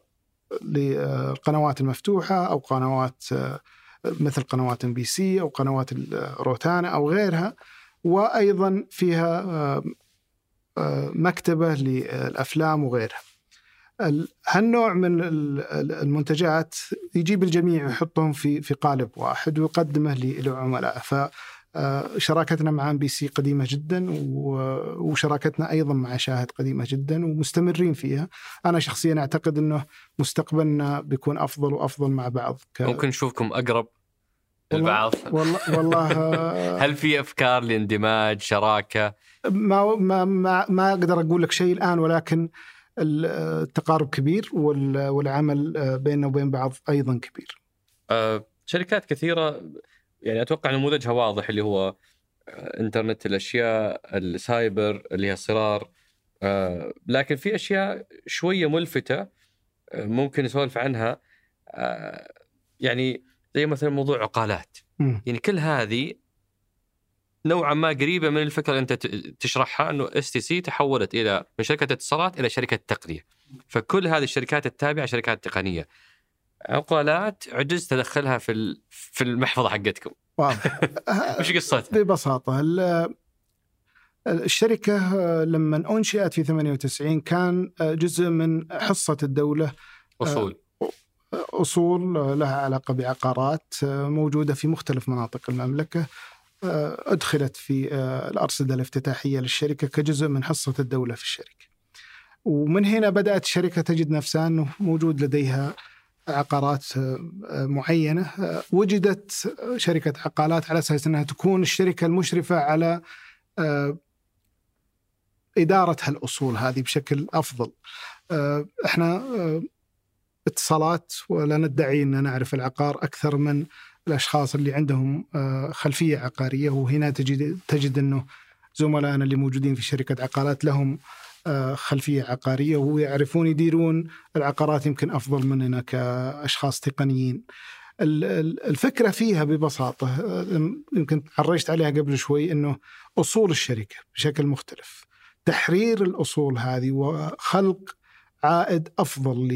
للقنوات المفتوحة أو قنوات مثل قنوات MBC أو قنوات روتانا أو غيرها، وأيضا فيها مكتبة للأفلام وغيرها. هالنوع من المنتجات يجيب الجميع ويحطهم في قالب واحد ويقدمه للعملاء. فشراكتنا مع MBC قديمة جدا، وشراكتنا أيضا مع شاهد قديمة جدا ومستمرين فيها. أنا شخصيا أعتقد أنه مستقبلنا بيكون أفضل وأفضل مع بعض. ممكن نشوفكم أقرب البعض. والله هل في أفكار لاندماج شراكة؟ ما أقدر أقول لك شيء الآن، ولكن التقارب كبير والعمل بيننا وبين بعض أيضا كبير. شركات كثيرة يعني أتوقع نموذجها واضح، اللي هو إنترنت الأشياء، السايبر اللي هي الصرار. لكن في أشياء شوية ملفتة ممكن نسولف عنها، يعني زي مثلا موضوع عقالات. يعني كل هذه نوعا ما قريبة من الفكرة اللي أنت تشرحها، أنه STC تحولت من شركة اتصالات إلى شركة تقنية. فكل هذه الشركات التابعة شركات تقنية. عقالات عجزت تدخلها في المحفظة حقتكم. وش قصتها؟ ببساطة الشركة لما أنشئت في 98 كان جزء من حصة الدولة أصول لها علاقة بعقارات موجودة في مختلف مناطق المملكة، أدخلت في الأرصدة الافتتاحية للشركة كجزء من حصة الدولة في الشركة. ومن هنا بدأت الشركة تجد نفسها أنه موجود لديها عقارات معينة. وجدت شركة عقارات على أساس أنها تكون الشركة المشرفة على إدارة هالأصول هذه بشكل أفضل. إحنا اتصالات ولا ندعي أن نعرف العقار أكثر من الأشخاص اللي عندهم خلفية عقارية، وهنا تجد أنه زملائنا اللي موجودين في شركة عقارات لهم خلفية عقارية ويعرفون يديرون العقارات يمكن أفضل مننا كأشخاص تقنيين. الفكرة فيها ببساطة يمكن عرجت عليها قبل شوي، أنه أصول الشركة بشكل مختلف، تحرير الأصول هذه وخلق عائد أفضل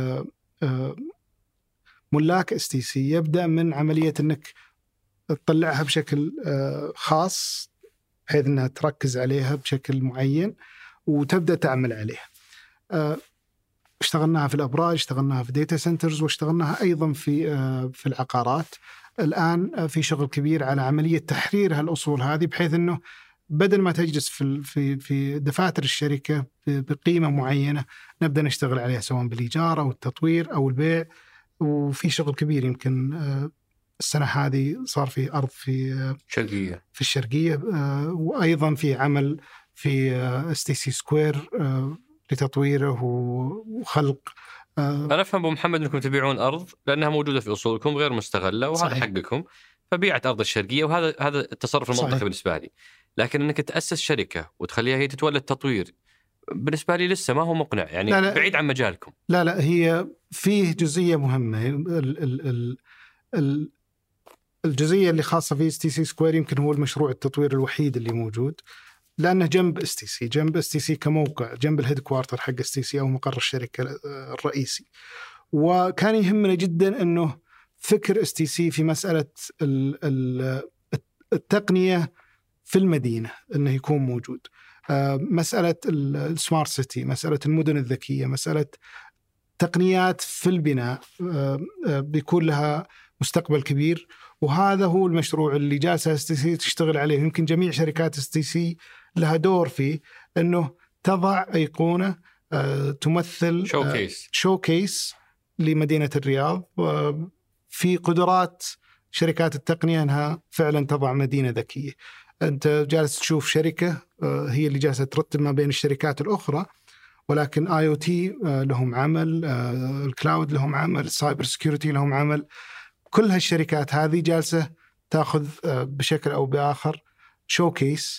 لملاك STC يبدأ من عملية أنك تطلعها بشكل خاص بحيث أنها تركز عليها بشكل معين وتبدأ تعمل عليها. اشتغلناها في الأبراج، اشتغلناها في ديتا سنترز، واشتغلناها أيضا في العقارات. الآن في شغل كبير على عملية تحرير هالأصول هذه بحيث أنه بدل ما تجلس في دفاتر الشركة بقيمة معينة نبدأ نشتغل عليها سواء بالإيجار أو التطوير أو البيع. وفي شغل كبير يمكن السنة هذه صار في أرض في الشرقية، وأيضا في عمل في STC سكوير لتطويره وخلق. أنا أفهم أبو محمد أنكم تبيعون أرض لأنها موجودة في أصولكم غير مستغلة، وهذا صحيح. حقكم، فبيعت أرض الشرقية، وهذا التصرف المنطقي بالنسبة لي. لكن أنك تأسس شركة وتخليها هي تتولى التطوير بالنسبة لي لسه ما هو مقنع، يعني لا بعيد عن مجالكم. لا هي فيه جزئية مهمة. الجزئية اللي خاصة في STC سكوير يمكن هو المشروع التطوير الوحيد اللي موجود، لأنه جنب STC كموقع، جنب الهيد كوارتر حق STC أو مقر الشركة الرئيسي. وكان يهمنا جدا أنه فكر STC في مسألة التقنية في المدينة أنه يكون موجود، مسألة السمارت سيتي، مسألة المدن الذكية، مسألة تقنيات في البناء بيكون لها مستقبل كبير. وهذا هو المشروع اللي جالسة STC تشتغل عليه. يمكن جميع شركات STC لها دور فيه، أنه تضع أيقونة تمثل شوكيس لمدينة الرياض في قدرات شركات التقنية أنها فعلا تضع مدينة ذكية. أنت جالس تشوف شركة هي اللي جالسة ترتب ما بين الشركات الأخرى، ولكن IoT لهم عمل، الكلاود لهم عمل، السايبر سيكيورتي لهم عمل. كل هالشركات هذه جالسة تأخذ بشكل أو بآخر شوكيس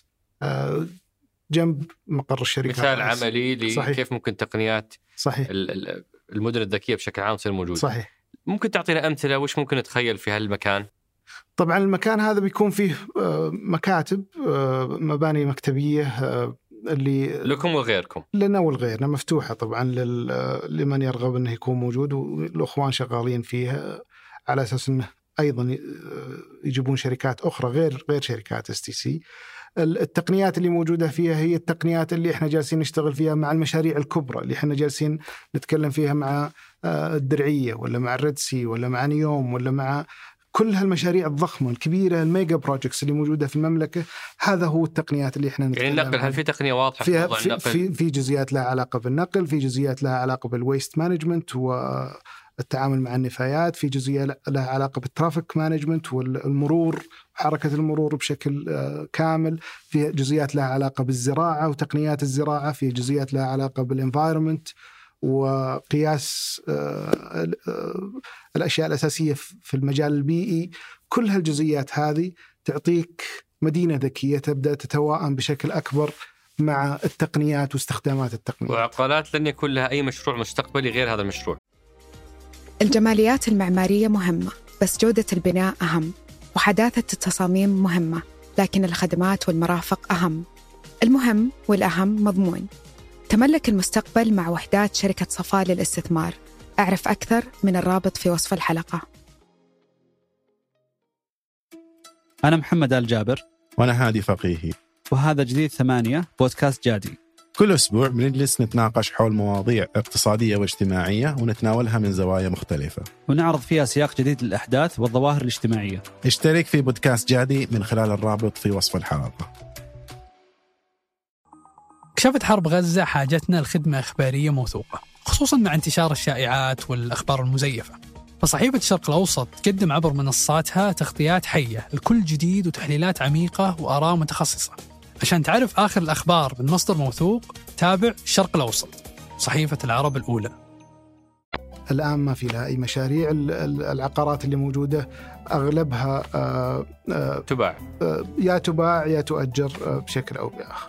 جنب مقر الشركة. مثال عملي لكيف ممكن تقنيات صحيح المدن الذكية بشكل عام تصير موجودة. صحيح. ممكن تعطينا أمثلة وش ممكن نتخيل في هالمكان؟ طبعا المكان هذا بيكون فيه مكاتب، مباني مكتبية اللي لكم وغيركم، لنا والغيرنا، مفتوحة طبعا لمن يرغب أنه يكون موجود، والأخوان شغالين فيها على أساس أنه أيضا يجيبون شركات أخرى غير شركات STC. التقنيات اللي موجودة فيها هي التقنيات اللي احنا جالسين نشتغل فيها مع المشاريع الكبرى اللي احنا جالسين نتكلم فيها مع الدرعية ولا مع الريدسي ولا مع نيوم ولا مع كل هالمشاريع الضخمة الكبيرة، الميجا بروجكتس اللي موجودة في المملكة. هذا هو التقنيات اللي احنا نتكلم يعني النقل، هل في تقنية واضحة في جزئيات لها علاقة بالنقل، في جزئيات لها علاقة بالويست مانجمنت والتعامل مع النفايات، في جزئية لها علاقة بالترافيك مانجمنت والمرور، حركة المرور بشكل كامل، في جزئيات لها علاقة بالزراعة وتقنيات الزراعة، في جزئيات لها علاقة بالانفايرمنت وقياس الأشياء الأساسية في المجال البيئي. كل هالجزئيات هذه تعطيك مدينة ذكية تبدأ تتواءم بشكل أكبر مع التقنيات واستخدامات التقنيات. وعقارات لن يكون لها أي مشروع مستقبلي غير هذا المشروع. الجماليات المعمارية مهمة، بس جودة البناء أهم، وحداثة التصاميم مهمة، لكن الخدمات والمرافق أهم. المهم والأهم مضمون. تملك المستقبل مع وحدات شركة صفاء للاستثمار. أعرف أكثر من الرابط في وصف الحلقة. أنا محمد آل جابر. وأنا هادي فقيهي. وهذا جديد 8 بودكاست جادي. كل أسبوع بنجلس نتناقش حول مواضيع اقتصادية واجتماعية ونتناولها من زوايا مختلفة، ونعرض فيها سياق جديد للأحداث والظواهر الاجتماعية. اشترك في بودكاست جادي من خلال الرابط في وصف الحلقة. كشفت حرب غزة حاجتنا لخدمة إخبارية موثوقة، خصوصاً مع انتشار الشائعات والأخبار المزيفة. فصحيفة الشرق الأوسط تقدم عبر منصاتها تغطيات حية لكل جديد وتحليلات عميقة وآراء متخصصة. عشان تعرف آخر الأخبار من مصدر موثوق، تابع الشرق الأوسط، صحيفة العرب الأولى. الآن ما في لها أي مشاريع. العقارات اللي موجودة أغلبها تباع، يا تباع يا تؤجر بشكل أو بآخر.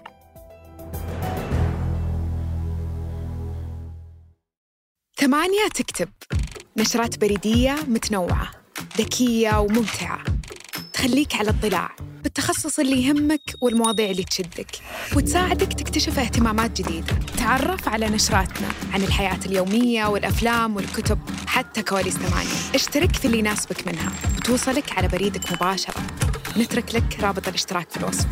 ثمانية تكتب نشرات بريدية متنوعة، ذكية وممتعة، تخليك على اطلاع بالتخصص اللي يهمك والمواضيع اللي تشدك، وتساعدك تكتشف اهتمامات جديدة. تعرف على نشراتنا عن الحياة اليومية والأفلام والكتب، حتى كواليس 8. اشترك في اللي يناسبك منها وتوصلك على بريدك مباشرة. نترك لك رابط الاشتراك في الوصف.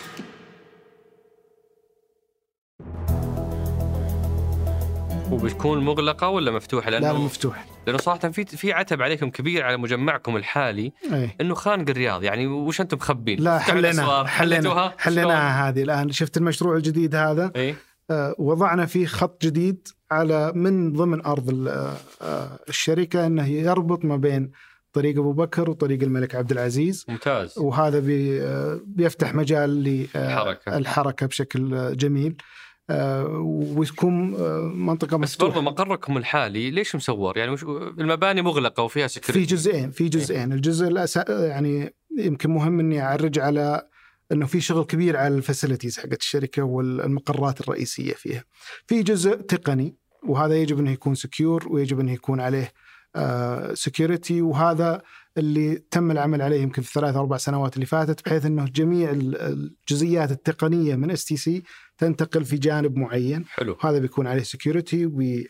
وبتكون مغلقة ولا مفتوحة؟ لا مفتوح، لأنه صراحة في عتب عليكم كبير على مجمعكم الحالي. إنه خانق الرياض، يعني وش أنتم مخبين؟ لا حليناها هذه. الآن شفت المشروع الجديد هذا. وضعنا فيه خط جديد على من ضمن أرض الشركة أنه يربط ما بين طريق أبو بكر وطريق الملك عبد العزيز. ممتاز. وهذا بيفتح مجال للحركة بشكل جميل، وتكون منطقة مفتوحة. بس برضو مقركم الحالي ليش مصور؟ يعني المباني مغلقة وفيها سكيورتي. في جزئين. الجزء يعني يمكن مهم إني أعرج على إنه في شغل كبير على الفاسيلتيز حقت الشركة والمقرات الرئيسية فيها. في جزء تقني، وهذا يجب أنه يكون سكيور ويجب أنه يكون عليه سكيورتي، وهذا اللي تم العمل عليه يمكن في 3 أو 4 سنوات اللي فاتت، بحيث أنه جميع الجزئيات التقنية من STC تنتقل في جانب معين. حلو. هذا بيكون عليه سكيورتي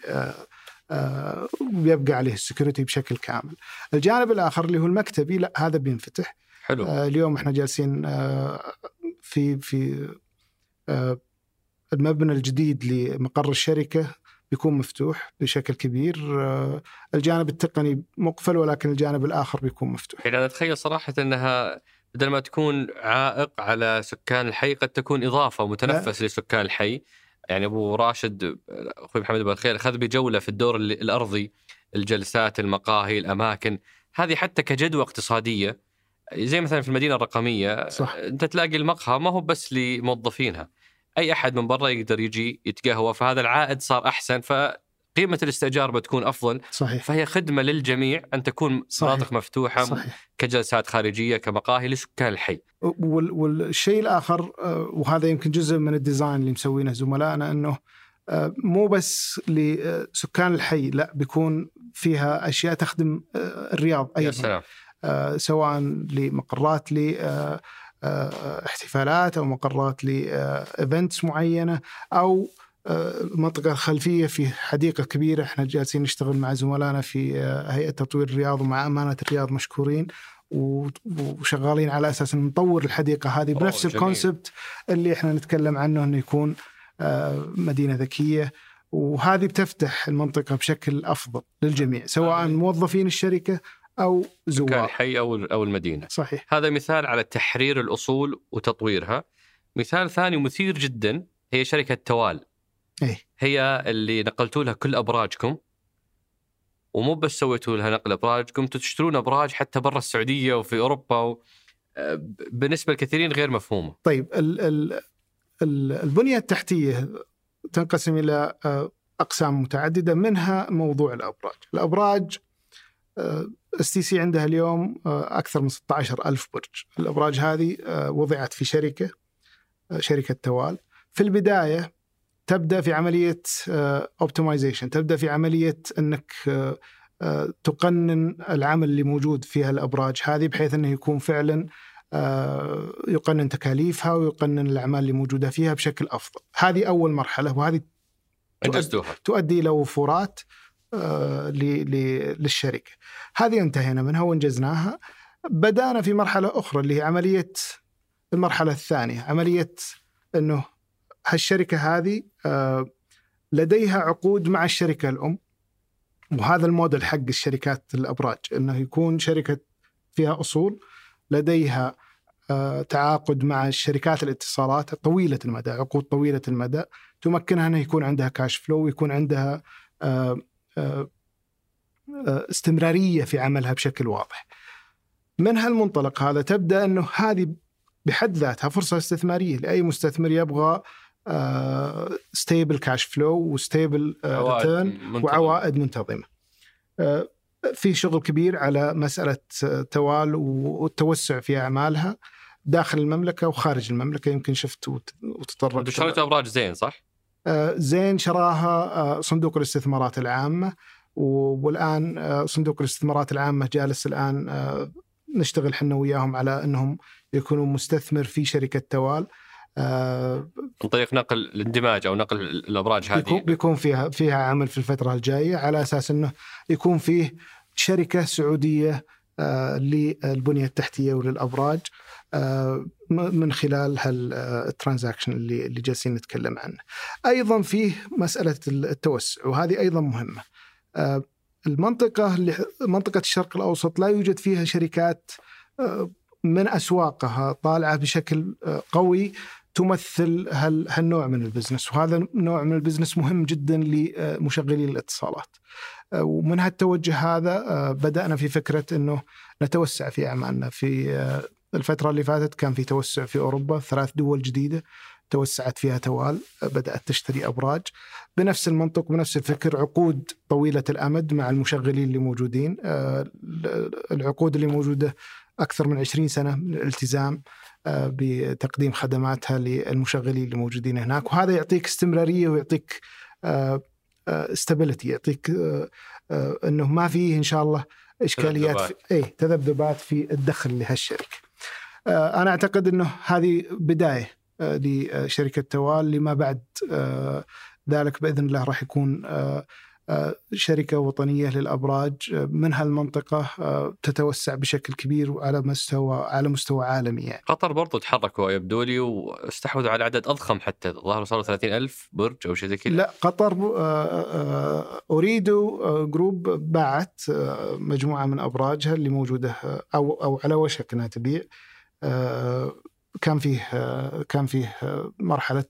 وبيبقى عليه السكيورتي بشكل كامل. الجانب الآخر اللي هو المكتبي، لا هذا بينفتح. حلو. اليوم احنا جالسين في المبنى الجديد لمقر الشركة بيكون مفتوح بشكل كبير. الجانب التقني مقفل، ولكن الجانب الآخر بيكون مفتوح. يعني أنا أتخيل صراحة أنها بدل ما تكون عائق على سكان الحي قد تكون إضافة ومتنفس لسكان الحي. يعني أبو راشد أخوي محمد أبو الخير أخذ بجولة في الدور الأرضي، الجلسات، المقاهي، الأماكن هذه حتى كجدوى اقتصادية، زي مثلا في المدينة الرقمية. صح. أنت تلاقي المقهى ما هو بس لموظفينها، أي أحد من برا يقدر يجي يتقهوى، فهذا العائد صار أحسن، فقيمة الاستئجار بتكون أفضل. صحيح. فهي خدمة للجميع أن تكون مناطق مفتوحة. صحيح. كجلسات خارجية، كمقاهي لسكان الحي. والشيء الآخر، وهذا يمكن جزء من الديزاين اللي مسوينه زملائنا، أنه مو بس لسكان الحي، لا بيكون فيها أشياء تخدم الرياض أيضا. يا سلام. سواء لمقرات احتفالات أو مقرات لإيفنتس معينة، أو منطقة خلفية في حديقة كبيرة. احنا جالسين نشتغل مع زملائنا في هيئة تطوير الرياض ومع أمانة الرياض مشكورين، وشغالين على أساس أن نطور الحديقة هذه بنفس الكونسبت اللي احنا نتكلم عنه، أنه يكون مدينة ذكية، وهذه بتفتح المنطقة بشكل أفضل للجميع، سواء موظفين الشركة أو زوار الحي أو المدينة. صحيح. هذا مثال على تحرير الأصول وتطويرها. مثال ثاني مثير جدا هي شركة توال. هي اللي نقلتوا لها كل أبراجكم، ومو بس سويتوا لها نقل أبراجكم، تشترون أبراج حتى برا السعودية وفي أوروبا، بالنسبة لكثيرين غير مفهومة. طيب البنية التحتية تنقسم إلى أقسام متعددة، منها موضوع الأبراج. STC عندها اليوم أكثر من 16,000 برج. الأبراج هذه وضعت في شركة توال. في البداية تبدأ في عملية optimization، تبدأ في عملية أنك تقنن العمل اللي موجود فيها الأبراج هذه، بحيث أنه يكون فعلا يقنن تكاليفها ويقنن الأعمال اللي موجودة فيها بشكل أفضل. هذه أول مرحلة، وهذه تؤدي إلى وفورات للشركة. هذه انتهينا منها وانجزناها. بدأنا في مرحلة أخرى اللي هي عملية المرحلة الثانية، عملية أنه هالشركة هذه لديها عقود مع الشركة الأم، وهذا الموديل حق الشركات الأبراج، أنه يكون شركة فيها أصول لديها تعاقد مع الشركات الاتصالات طويلة المدى، عقود طويلة المدى تمكنها أن يكون عندها كاش فلو ويكون عندها استمرارية في عملها بشكل واضح. من هالمنطلق هذا تبدأ أنه هذه بحد ذاتها فرصة استثمارية لأي مستثمر يبغى ستيبل كاش فلو وستيبل ريتيرن وعوائد منتظمة. في شغل كبير على مسألة توال والتوسع في أعمالها داخل المملكة وخارج المملكة. يمكن شفت وتطرق. شريت أبراج زين صح؟ زين شراها صندوق الاستثمارات العامة، والآن صندوق الاستثمارات العامة جالس الآن نشتغل حنا وياهم على أنهم يكونوا مستثمر في شركة توال عن طريق نقل الاندماج أو نقل الأبراج هذه. بيكون فيها عمل في الفترة الجاية على أساس أنه يكون فيه شركة سعودية للبنية التحتية وللأبراج من خلال هالترانزاكشن اللي جالسين نتكلم عنه. أيضا فيه مسألة التوسع، وهذه أيضا مهمة. منطقة الشرق الأوسط لا يوجد فيها شركات من أسواقها طالعة بشكل قوي تمثل هالنوع من البزنس، وهذا النوع من البزنس مهم جدا لمشغلي الاتصالات. ومن هالتوجه هذا بدأنا في فكرة أنه نتوسع في أعمالنا. في الفترة اللي فاتت كان في توسع في أوروبا، 3 دول جديدة توسعت فيها توال، بدأت تشتري أبراج بنفس المنطق بنفس الفكر، عقود طويلة الأمد مع المشغلين اللي موجودين. العقود اللي موجودة أكثر من 20 سنة من الالتزام بتقديم خدماتها للمشغلين اللي موجودين هناك، وهذا يعطيك استمرارية ويعطيك استابيليتي، يعطيك أنه ما فيه إن شاء الله إشكاليات تذبذبات في الدخل لهالشركة. أنا أعتقد أنه هذه بداية لشركة توال، لما بعد ذلك بإذن الله راح يكون شركة وطنية للأبراج من هالمنطقة تتوسع بشكل كبير وعلى مستوى عالمي. يعني قطر برضو تحركوا يبدو لي واستحوذوا على عدد أضخم، حتى ظهروا صاروا 30,000 برج أو شيء زي كذا. لا، قطر أوريدو جروب باعت مجموعة من أبراجها اللي موجودة أو على وشك أنها تبيع. كان فيه مرحلة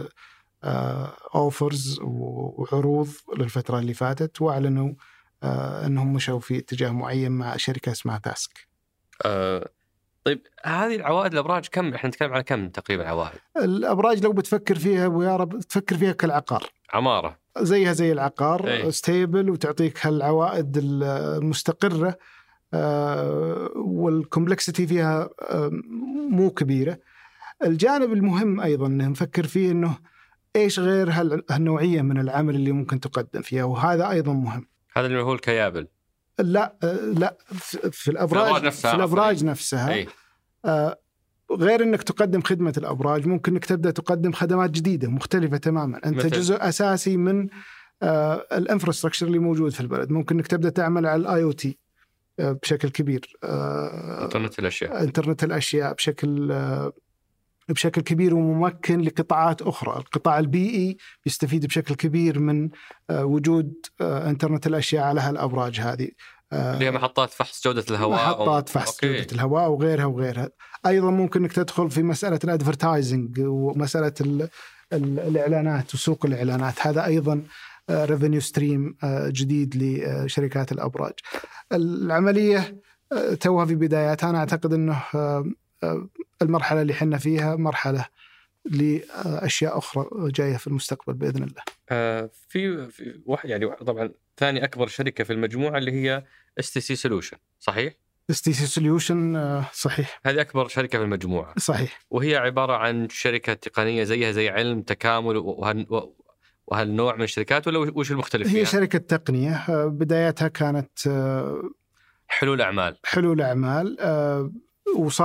أوفرز وعروض للفترة اللي فاتت، وأعلنوا أنهم مشوا في اتجاه معين مع شركة اسمها تاسك. طيب هذه العوائد الأبراج كم؟ إحنا نتكلم على كم تقريبا عوائد الأبراج؟ لو بتفكر فيها ويا رب تفكر فيها كالعقار، عمارة زيها زي العقار، ستيبل وتعطيك هالعوائد المستقرة، والكومبلكسيتي فيها مو كبيرة. الجانب المهم أيضا نفكر فيه أنه إيش غير هالنوعية من العمل اللي ممكن تقدم فيها، وهذا أيضا مهم. هذا اللي هو الكيابل؟ لا في الأبراج نفسها غير أنك تقدم خدمة الأبراج، ممكن أنك تبدأ تقدم خدمات جديدة مختلفة تماما. أنت جزء أساسي من الانفراستراكشر اللي موجود في البلد. ممكن أنك تبدأ تعمل على الIoT بشكل كبير، إنترنت الأشياء بشكل كبير وممكن لقطاعات أخرى. القطاع البيئي يستفيد بشكل كبير من وجود إنترنت الأشياء على هالأبراج هذه، اللي هي محطات فحص جودة الهواء، جودة الهواء وغيرها. أيضا ممكن أنك تدخل في مسألة الادفرتايزنج ومسألة الإعلانات وسوق الإعلانات. هذا أيضا ريفينيو ستريم جديد لشركات الأبراج. العملية توها في بداياتها. أنا أعتقد أنه المرحلة اللي حنا فيها مرحلة لأشياء أخرى جاية في المستقبل بإذن الله. في واحد يعني طبعا ثاني أكبر شركة في المجموعة اللي هي STC Solution، صحيح؟ STC Solution صحيح، هذه أكبر شركة في المجموعة صحيح. وهي عبارة عن شركة تقنية زيها زي علم تكامل وهالنوع من الشركات، ولا وش المختلف فيها؟ هي شركة تقنية بدايتها كانت حلول أعمال، وصار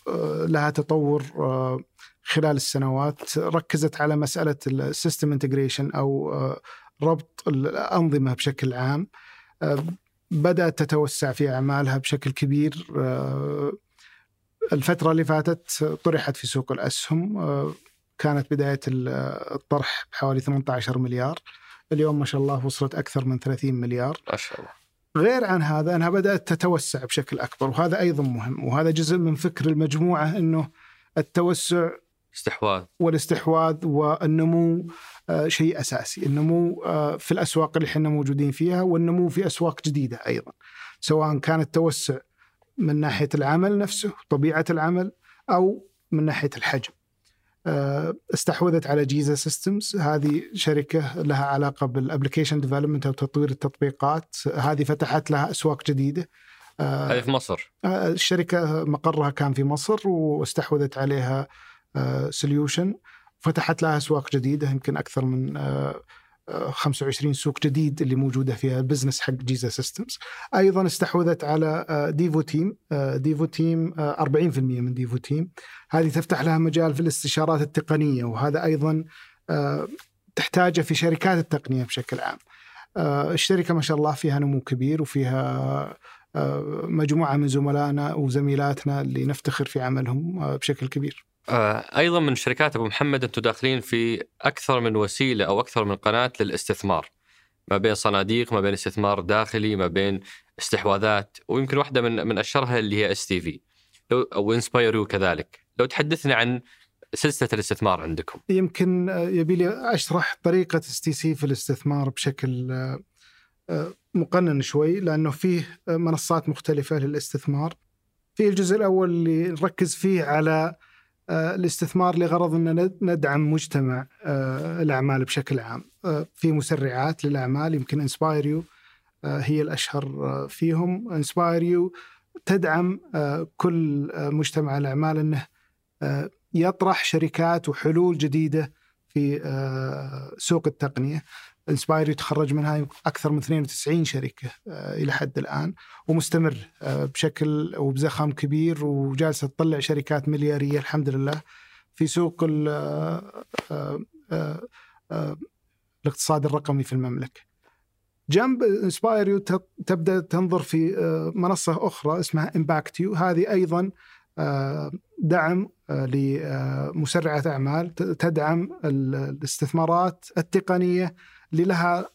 لها تطور خلال السنوات، ركزت على مسألة السيستم انتجريشن أو ربط الأنظمة بشكل عام. بدأت تتوسع في أعمالها بشكل كبير. الفترة اللي فاتت طرحت في سوق الأسهم، كانت بداية الطرح حوالي 18 مليار، اليوم ما شاء الله وصلت أكثر من 30 مليار ما شاء الله. غير عن هذا أنها بدأت تتوسع بشكل أكبر، وهذا أيضا مهم، وهذا جزء من فكر المجموعة أنه التوسع والاستحواذ والنمو شيء أساسي. النمو في الأسواق اللي احنا موجودين فيها، والنمو في أسواق جديدة أيضا، سواء كان التوسع من ناحية العمل نفسه، طبيعة العمل، أو من ناحية الحجم. استحوذت على جيزا سيستمز، هذه شركة لها علاقة بالابليكيشن ديفلوبمنت أو تطوير التطبيقات. هذه فتحت لها أسواق جديدة. هذه في مصر. الشركة مقرها كان في مصر، واستحوذت عليها سوليوشن، فتحت لها أسواق جديدة، يمكن أكثر من 25 سوق جديد اللي موجودة فيها البزنس حق جيزا سيستمز. أيضا استحوذت على ديفو تيم. ديفو تيم 40% من ديفو تيم، هذه تفتح لها مجال في الاستشارات التقنية، وهذا أيضا تحتاجه في شركات التقنية بشكل عام. الشركة ما شاء الله فيها نمو كبير، وفيها مجموعة من زملائنا وزميلاتنا اللي نفتخر في عملهم بشكل كبير. أيضا من شركات أبو محمد أنتم داخلين في أكثر من وسيلة أو أكثر من قناة للاستثمار، ما بين صناديق، ما بين استثمار داخلي، ما بين استحواذات، ويمكن واحدة من أشهرها اللي هي STV أو إنسبايريو كذلك. لو تحدثنا عن سلسلة الاستثمار عندكم. يمكن يبي لي أشرح طريقة STC في الاستثمار بشكل مقنن شوي، لأنه فيه منصات مختلفة للاستثمار. في الجزء الأول اللي نركز فيه على الاستثمار لغرض أن ندعم مجتمع الأعمال بشكل عام. في مسرعات للأعمال، يمكن إنسبايريو هي الأشهر فيهم. إنسبايريو تدعم كل مجتمع الأعمال أنه يطرح شركات وحلول جديدة في سوق التقنية. إنسبايريو تخرج منها أكثر من 92 شركة إلى حد الآن، ومستمر بشكل وبزخم كبير، وجالسة تطلع شركات مليارية الحمد لله في سوق الاقتصاد الرقمي في المملكة. جنب إنسبايريو تبدأ تنظر في منصة أخرى اسمها إمباكتيو، هذه أيضا دعم لمسرعة أعمال، تدعم الاستثمارات التقنية اللي لها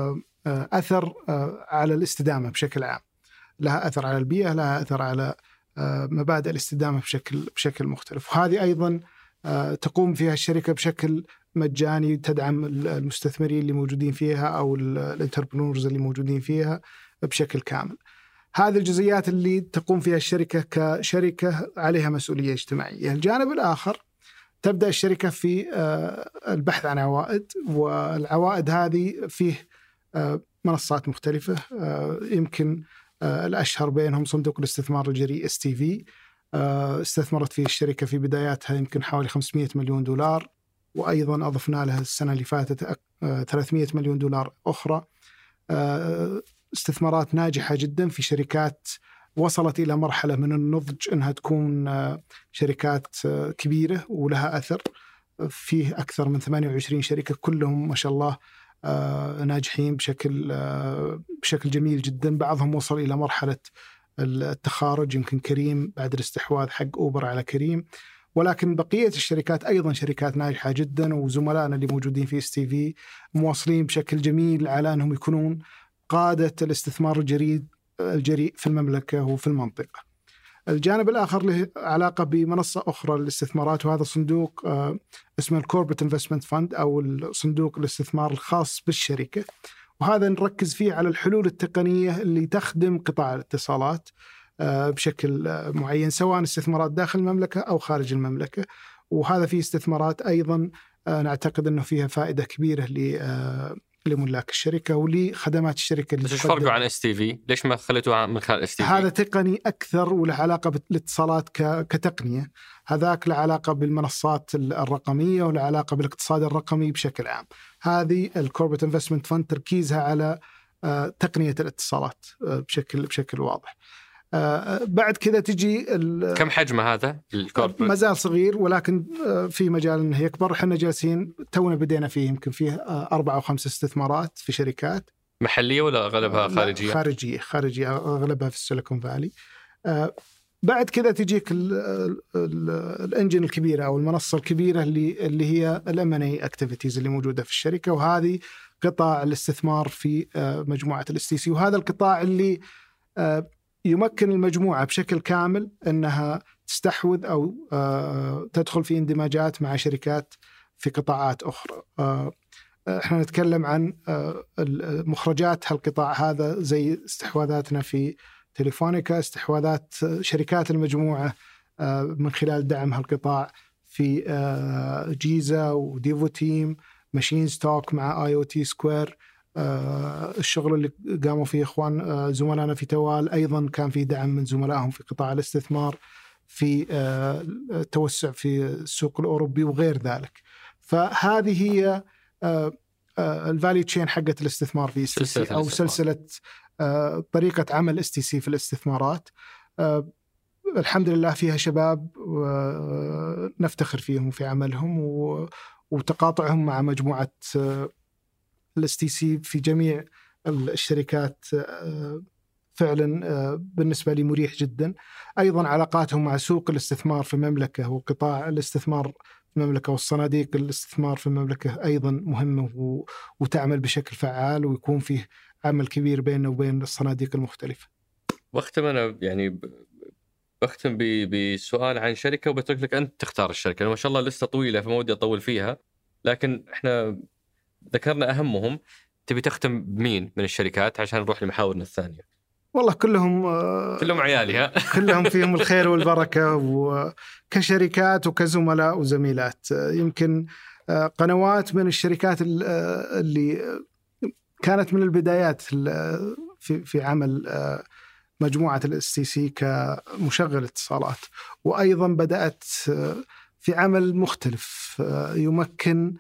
أثر على الاستدامة بشكل عام، لها أثر على البيئة، لها أثر على مبادئ الاستدامة بشكل مختلف. وهذه أيضا تقوم فيها الشركة بشكل مجاني، تدعم المستثمرين اللي موجودين فيها أو الانتربرونورز اللي موجودين فيها بشكل كامل. هذه الجزئيات اللي تقوم فيها الشركة كشركة عليها مسؤولية اجتماعية. الجانب الآخر تبدأ الشركة في البحث عن عوائد، والعوائد هذه فيه منصات مختلفة، يمكن الأشهر بينهم صندوق الاستثمار الجريء STV. استثمرت فيه الشركة في بداياتها يمكن حوالي 500 مليون دولار، وأيضا أضفنا لها السنة اللي فاتت 300 مليون دولار أخرى. استثمارات ناجحة جدا في شركات وصلت إلى مرحلة من النضج أنها تكون شركات كبيرة ولها أثر. فيه أكثر من 28 شركة كلهم ما شاء الله ناجحين بشكل جميل جدا. بعضهم وصل إلى مرحلة التخارج، يمكن كريم بعد الاستحواذ حق أوبر على كريم، ولكن بقية الشركات أيضا شركات ناجحة جدا، وزملائنا اللي موجودين في STV مواصلين بشكل جميل على أنهم يكونون قادة الاستثمار الجريء في المملكة وفي المنطقة. الجانب الآخر له علاقة بمنصة أخرى للاستثمارات، وهذا صندوق اسمه الكوربريت انفستمنت فند أو صندوق الاستثمار الخاص بالشركة، وهذا نركز فيه على الحلول التقنية اللي تخدم قطاع الاتصالات بشكل معين، سواء استثمارات داخل المملكة أو خارج المملكة. وهذا فيه استثمارات أيضا نعتقد أنه فيها فائدة كبيرة لملاك الشركة ولخدمات الشركة. بس ايش فرقه عن STV؟ ليش ما خليتوها من خلال STV؟ هذا تقني أكثر وله علاقة بالاتصالات كتقنية، هذاك له علاقة بالمنصات الرقمية وله علاقة بالاقتصاد الرقمي بشكل عام. هذه الكوربريت انفستمنت فند تركيزها على تقنية الاتصالات بشكل واضح. بعد كذا تجي كم حجم هذا الكوربريت؟ ما زال صغير، ولكن في مجال انه يكبر. احنا جالسين تونا بدينا فيه، يمكن فيه 4 أو 5 استثمارات في شركات محليه ولا اغلبها خارجيه؟ خارجيه اغلبها في السيليكون فالي. بعد كذا تجيك الانجن الكبيره او المنصه الكبيره اللي هي الام&اي اكتيفيتيز اللي موجوده في الشركه، وهذه قطاع الاستثمار في مجموعه الاس تي سي. وهذا القطاع اللي يمكن المجموعه بشكل كامل انها تستحوذ او تدخل في اندماجات مع شركات في قطاعات اخرى. احنا نتكلم عن مخرجات هالقطاع هذا زي استحواذاتنا في تليفونيكا، استحواذات شركات المجموعة من خلال دعم هالقطاع في جيزة وديفو تيم، ماشين ستوك مع IoT سكوير. الشغل اللي قاموا فيه إخوان زملائنا في توال أيضا كان في دعم من زملائهم في قطاع الاستثمار في التوسع في السوق الأوروبي وغير ذلك. فهذه هي الفاليو تشين حقة الاستثمار في STC أو سلسلة طريقة عمل STC في الاستثمارات. الحمد لله فيها شباب نفتخر فيهم في عملهم وتقاطعهم مع مجموعة STC في جميع الشركات فعلا بالنسبة لي مريح جدا. أيضا علاقاتهم مع سوق الاستثمار في المملكة وقطاع الاستثمار في المملكة والصناديق الاستثمار في المملكة أيضا مهمة وتعمل بشكل فعال، ويكون فيه عمل كبير بيننا وبين الصناديق المختلفة. واختم أنا يعني بختم بسؤال عن شركة وبترك لك أنت تختار الشركة. ما شاء الله لسه طويلة فما ودي أطول فيها، لكن إحنا ذكرنا أهمهم. تبي تختم بمين من الشركات عشان نروح لمحاورنا الثانية؟ والله كلهم عيالي ها كلهم فيهم الخير والبركة، وكشركات وكزملاء وزميلات. يمكن قنوات من الشركات اللي كانت من البدايات في عمل مجموعة الSTC كمشغل اتصالات، وأيضا بدأت في عمل مختلف يمكن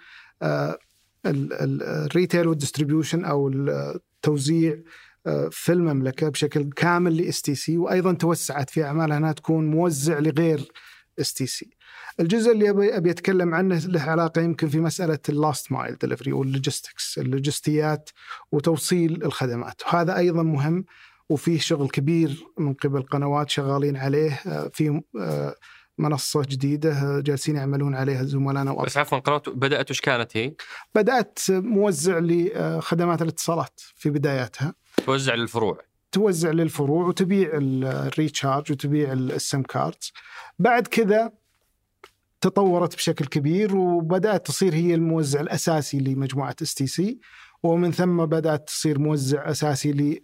الريتيل والديستريبيوشن أو التوزيع في المملكة بشكل كامل لSTC، وأيضا توسعت في أعمالها أنها تكون موزع لغير STC. الجزء اللي أبي أتكلم عنه له علاقة يمكن في مسألة اللاست مايل ديليفري واللوجستكس، اللوجستيات وتوصيل الخدمات، وهذا أيضا مهم وفيه شغل كبير من قبل قنوات شغالين عليه. في منصة جديدة جالسين يعملون عليها زملائنا. بس عفوا، قناة بدأت وش كانت هي؟ بدأت موزع لخدمات الاتصالات في بداياتها، توزع للفروع وتبيع الريتشارج وتبيع السم كاردز. بعد كذا تطورت بشكل كبير وبدأت تصير هي الموزع الأساسي لمجموعة STC، ومن ثم بدأت تصير موزع أساسي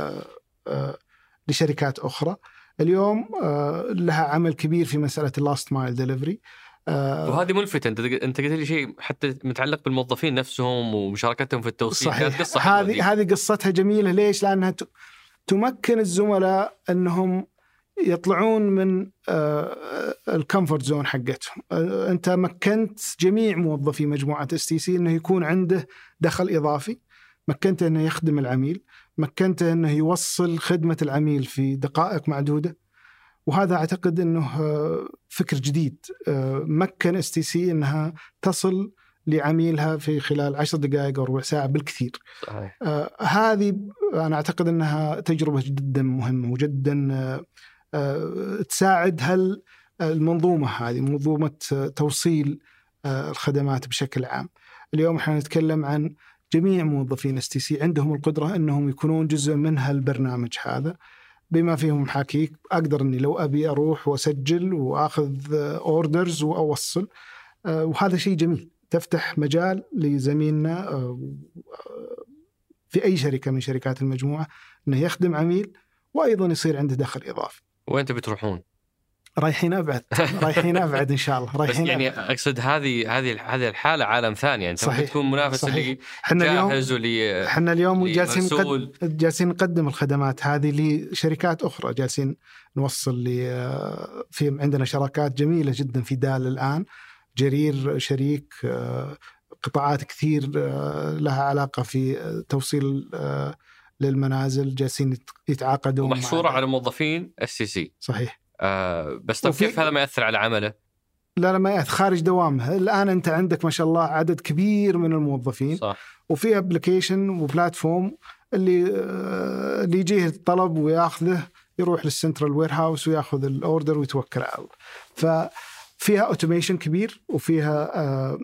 لشركات أخرى. اليوم لها عمل كبير في مسألة اللاست مايل ديليفري. وهذه ملفتة. أنت قلت لي شيء حتى متعلق بالموظفين نفسهم ومشاركتهم في التوصيل. صحيح. هذه قصتها جميلة. ليش؟ لأنها تمكن الزملاء أنهم يطلعون من الكمفورت زون حقتهم. أنت مكنت جميع موظفي مجموعة STC أنه يكون عنده دخل إضافي، مكنته أنه يخدم العميل، مكنته أنه يوصل خدمة العميل في دقائق معدودة. وهذا أعتقد أنه فكر جديد مكن STC أنها تصل لعميلها في خلال 10 دقائق أو ربع ساعة بالكثير. صحيح. هذه أنا أعتقد أنها تجربة جدا مهمة وجدا تساعد المنظومة هذه، منظومة توصيل الخدمات بشكل عام. اليوم احنا نتكلم عن جميع موظفين STC عندهم القدرة أنهم يكونون جزء من هالبرنامج هذا، بما فيهم محاكيك. أقدر أني لو أبي أروح وأسجل وأخذ أوردرز وأوصل، وهذا شيء جميل. تفتح مجال لزميلنا في أي شركة من شركات المجموعة أنه يخدم عميل وأيضا يصير عنده دخل إضافي. وين تبي رايحين أبعد إن شاء الله. بس يعني أقصد هذه الحالة عالم ثاني. أنت تكون منافس اللي جاهز إحنا اليوم جالسين نقدم الخدمات هذه لشركات أخرى، جالسين نوصل في عندنا شراكات جميلة جدا في دال الآن، جرير شريك، قطاعات كثير لها علاقة في توصيل للمنازل جالسين يتعاقدوا ومحصورة على موظفين SCC. صحيح. بس طب كيف هذا ما يأثر على عمله؟ لا ما يأثر خارج دوامه. الآن أنت عندك ما شاء الله عدد كبير من الموظفين، صح. وفي أبليكيشن وبلاتفورم اللي يجيه الطلب ويأخذه يروح للسنترال وير هاوس ويأخذ الأوردر ويتوكل على الله. ففيها أوتوميشن كبير وفيها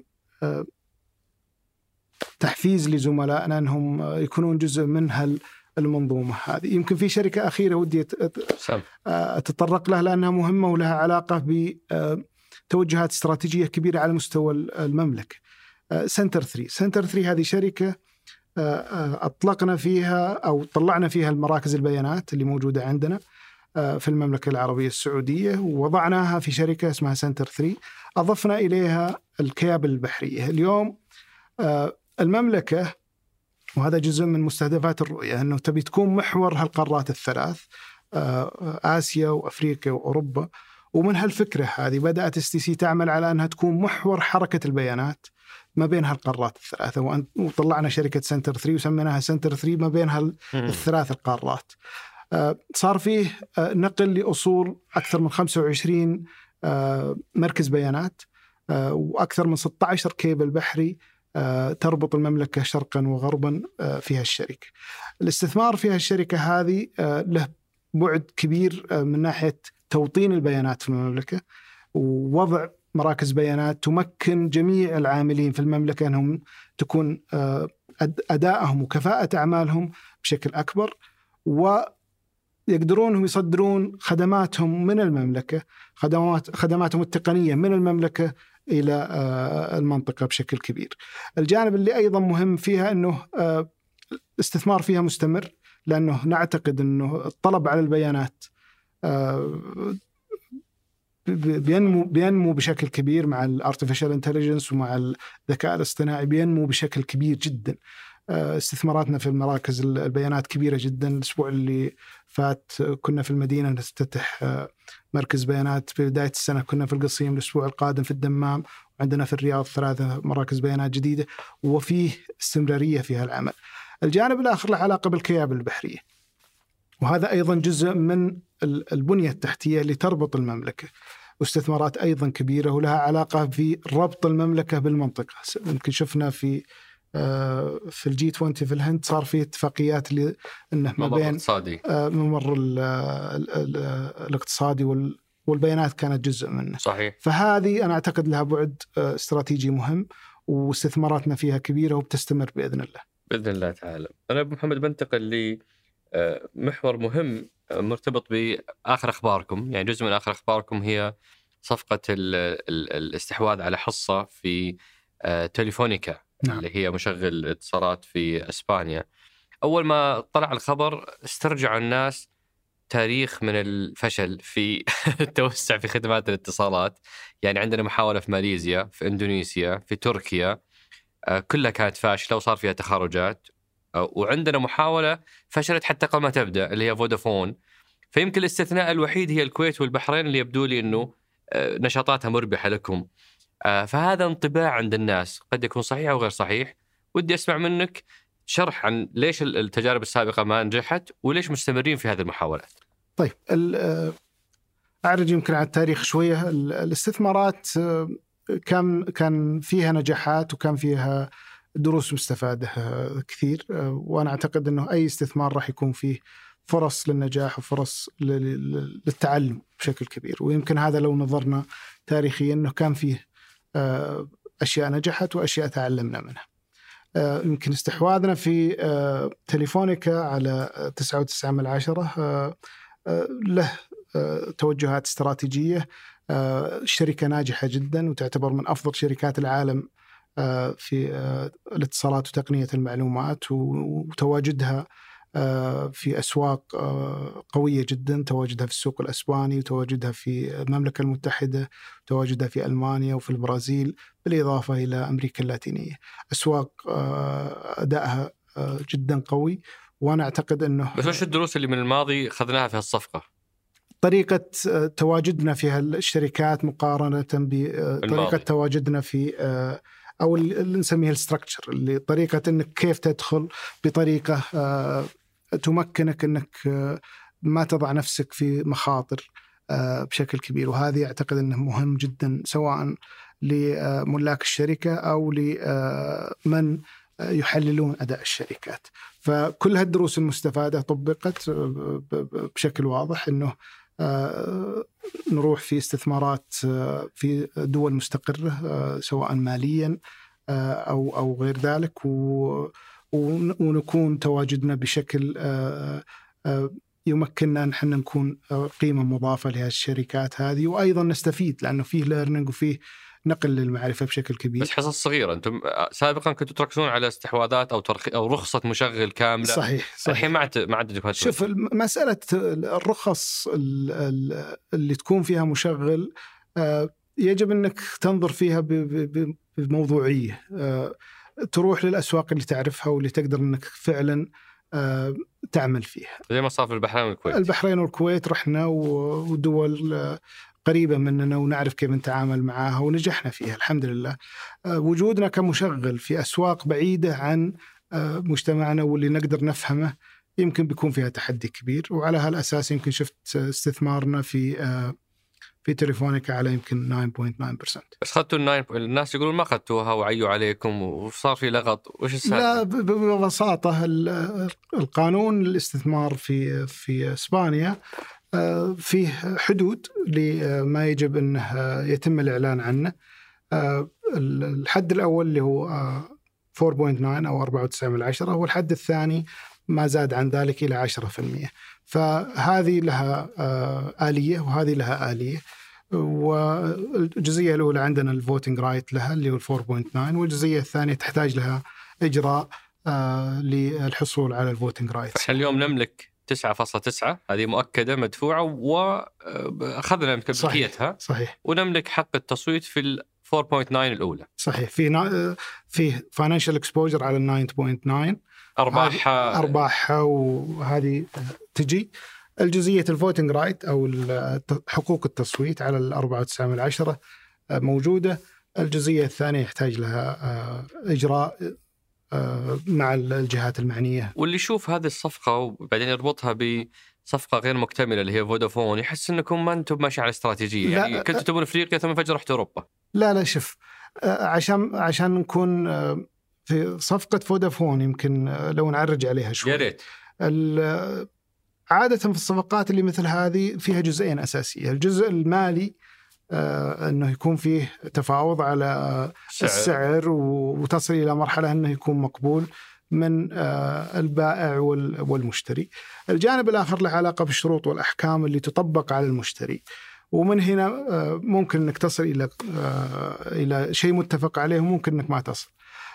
تحفيز لزملائنا أنهم يكونون جزء من المنظومة هذه. يمكن في شركة أخيرة ودي أتطرق لها لأنها مهمة ولها علاقة بتوجهات استراتيجية كبيرة على مستوى المملكة. سنتر 3 هذه شركة أطلقنا فيها أو طلعنا فيها المراكز البيانات اللي موجودة عندنا في المملكة العربية السعودية ووضعناها في شركة اسمها سنتر 3. أضفنا إليها الكيابل البحرية. اليوم المملكة، وهذا جزء من مستهدفات الرؤية، أنه تبي تكون محور هالقارات الثلاث، آسيا وأفريقيا وأوروبا. ومن هالفكرة هذه بدأت STC تعمل على أنها تكون محور حركة البيانات ما بين هالقارات الثلاثة. وطلعنا شركة سنتر 3 وسميناها سنتر 3 ما بين الثلاث القارات. صار فيه نقل لأصول أكثر من 25 مركز بيانات وأكثر من 16 كيبل بحري تربط المملكة شرقا وغربا فيها الشركة. الاستثمار فيها الشركة هذه له بعد كبير من ناحية توطين البيانات في المملكة ووضع مراكز بيانات تمكن جميع العاملين في المملكة أنهم تكون أدائهم وكفاءة أعمالهم بشكل أكبر، ويقدرون يصدرون خدماتهم من المملكة، خدماتهم التقنية من المملكة إلى المنطقة بشكل كبير. الجانب اللي أيضا مهم فيها أنه الاستثمار فيها مستمر، لأنه نعتقد أنه الطلب على البيانات بينمو بشكل كبير مع الارتفيشال انتليجنس ومع الذكاء الاصطناعي، بينمو بشكل كبير جدا. استثماراتنا في المراكز البيانات كبيرة جدا. الأسبوع اللي فات كنا في المدينة نفتتح مركز بيانات، في بداية السنة كنا في القصيم، الأسبوع القادم في الدمام، وعندنا في الرياض 3 مراكز بيانات جديدة، وفيه استمرارية في هالعمل. الجانب الآخر له علاقة بالكيابل البحرية، وهذا أيضا جزء من البنية التحتية اللي تربط المملكة، واستثمارات أيضا كبيرة ولها علاقة بربط المملكة بالمنطقة. يمكن شفنا في الجي 20 في الهند صار في اتفاقيات اللي انه ما بين ممر الاقتصادي والبيانات كانت جزء منه. صحيح. فهذه أنا أعتقد لها بعد استراتيجي مهم، واستثماراتنا فيها كبيرة وبتستمر بإذن الله. بإذن الله تعالى. أنا أبو محمد بنتقل لمحور مهم مرتبط بآخر أخباركم، يعني جزء من آخر أخباركم هي صفقة الاستحواذ على حصة في تليفونيكا. نعم. اللي هي مشغل اتصالات في أسبانيا. أول ما طلع الخبر استرجع الناس تاريخ من الفشل في التوسع في خدمات الاتصالات. يعني عندنا محاولة في ماليزيا، في إندونيسيا، في تركيا، كلها كانت فاشلة وصار فيها تخارجات. وعندنا محاولة فشلت حتى قبل ما تبدأ اللي هي فودافون. فيمكن الاستثناء الوحيد هي الكويت والبحرين اللي يبدو لي أنه نشاطاتها مربحة لكم. فهذا انطباع عند الناس، قد يكون صحيح أو غير صحيح. ودي أسمع منك شرح عن ليش التجارب السابقة ما نجحت وليش مستمرين في هذه المحاولات. طيب، أعرج يمكن على التاريخ شوية. الاستثمارات كان فيها نجاحات وكان فيها دروس مستفادة كثير، وأنا أعتقد أنه أي استثمار راح يكون فيه فرص للنجاح وفرص للتعلم بشكل كبير. ويمكن هذا لو نظرنا تاريخيا أنه كان فيه أشياء نجحت وأشياء تعلمنا منها. يمكن استحواذنا في تليفونيكا على 9.9 له توجهات استراتيجية. شركة ناجحة جدا وتعتبر من أفضل شركات العالم في الاتصالات وتقنية المعلومات، وتواجدها في أسواق قوية جدا، تواجدها في السوق الأسباني وتواجدها في المملكة المتحدة وتواجدها في ألمانيا وفي البرازيل، بالإضافة إلى أمريكا اللاتينية. أسواق أدائها جدا قوي، وأنا أعتقد أنه بس وش الدروس اللي من الماضي خذناها في الصفقة؟ طريقة تواجدنا في الشركات مقارنة بطريقة تواجدنا في أو اللي نسميها الستركتشر، اللي طريقة أنك كيف تدخل بطريقة تمكنك أنك ما تضع نفسك في مخاطر بشكل كبير. وهذه أعتقد أنه مهم جدا سواء لملاك الشركة أو لمن يحللون أداء الشركات. فكل هالدروس المستفادة طبقت بشكل واضح أنه نروح في استثمارات في دول مستقرة سواء ماليا أو غير ذلك، ونكون تواجدنا بشكل يمكننا أن احنا نكون قيمة مضافة لهذه الشركات هذه، وأيضا نستفيد لأنه فيه ليرنينج وفيه نقل للمعرفة بشكل كبير. بس حصص صغيرة. أنتم سابقا كنتوا تركزون على استحواذات أو رخصة مشغل كاملة. صحيح. الحين ما عندكم. شوف، مسألة الرخص اللي تكون فيها مشغل يجب أنك تنظر فيها بموضوعية، تروح للأسواق اللي تعرفها واللي تقدر أنك فعلا تعمل فيها، زي ما صار في البحرين والكويت رحنا، ودول قريبة مننا ونعرف كيف نتعامل معها ونجحنا فيها الحمد لله. وجودنا كمشغل في أسواق بعيدة عن مجتمعنا واللي نقدر نفهمه يمكن بيكون فيها تحدي كبير، وعلى هالأساس يمكن شفت استثمارنا في تليفونيكا على يمكن 9.9%. بس خدتوا الناس يقولون ما خدتوها وعيوا عليكم وصار في لغط، وش السبب؟ لا، ببساطة القانون الاستثمار في إسبانيا فيه حدود لما يجب أنه يتم الإعلان عنه. الحد الأول اللي هو 4.9 أو 4.9، والحد الثاني ما زاد عن ذلك إلى 10%. فهذه لها آلية وهذه لها آلية. والجزئية الأولى عندنا الفوتنج رايت لها اللي هو 4.9، والجزئية الثانية تحتاج لها إجراء للحصول على الفوتنج رايت. احنا اليوم نملك 9.9، هذه مؤكدة مدفوعة وأخذنا ملكيتها. صحيح. ونملك حق التصويت في 4.9 الأولى. صحيح. في financial exposure على 9.9 أرباحها، وهذه تجي الجزئية الفوتنج رايت أو حقوق التصويت على 4.9 موجودة. الجزئية الثانية يحتاج لها إجراء مع الجهات المعنية. واللي يشوف هذه الصفقة وبعدين يربطها بصفقة غير مكتملة اللي هي فودافون يحس أنكم ما أنتم ماشي على استراتيجية، يعني كنتوا تبون أفريقيا ثم فجأة رحت أوروبا. لا شوف، عشان نكون في صفقة فودافون يمكن لو نعرج عليها شوي. يا ريت. عادة في الصفقات اللي مثل هذه فيها جزئين أساسية. الجزء المالي أنه يكون فيه تفاوض على السعر وتصل إلى مرحلة أنه يكون مقبول من البائع والمشتري. الجانب الآخر له علاقة بالشروط والأحكام اللي تطبق على المشتري، ومن هنا ممكن أنك تصل إلى شيء متفق عليه وممكن أنك ما تصل.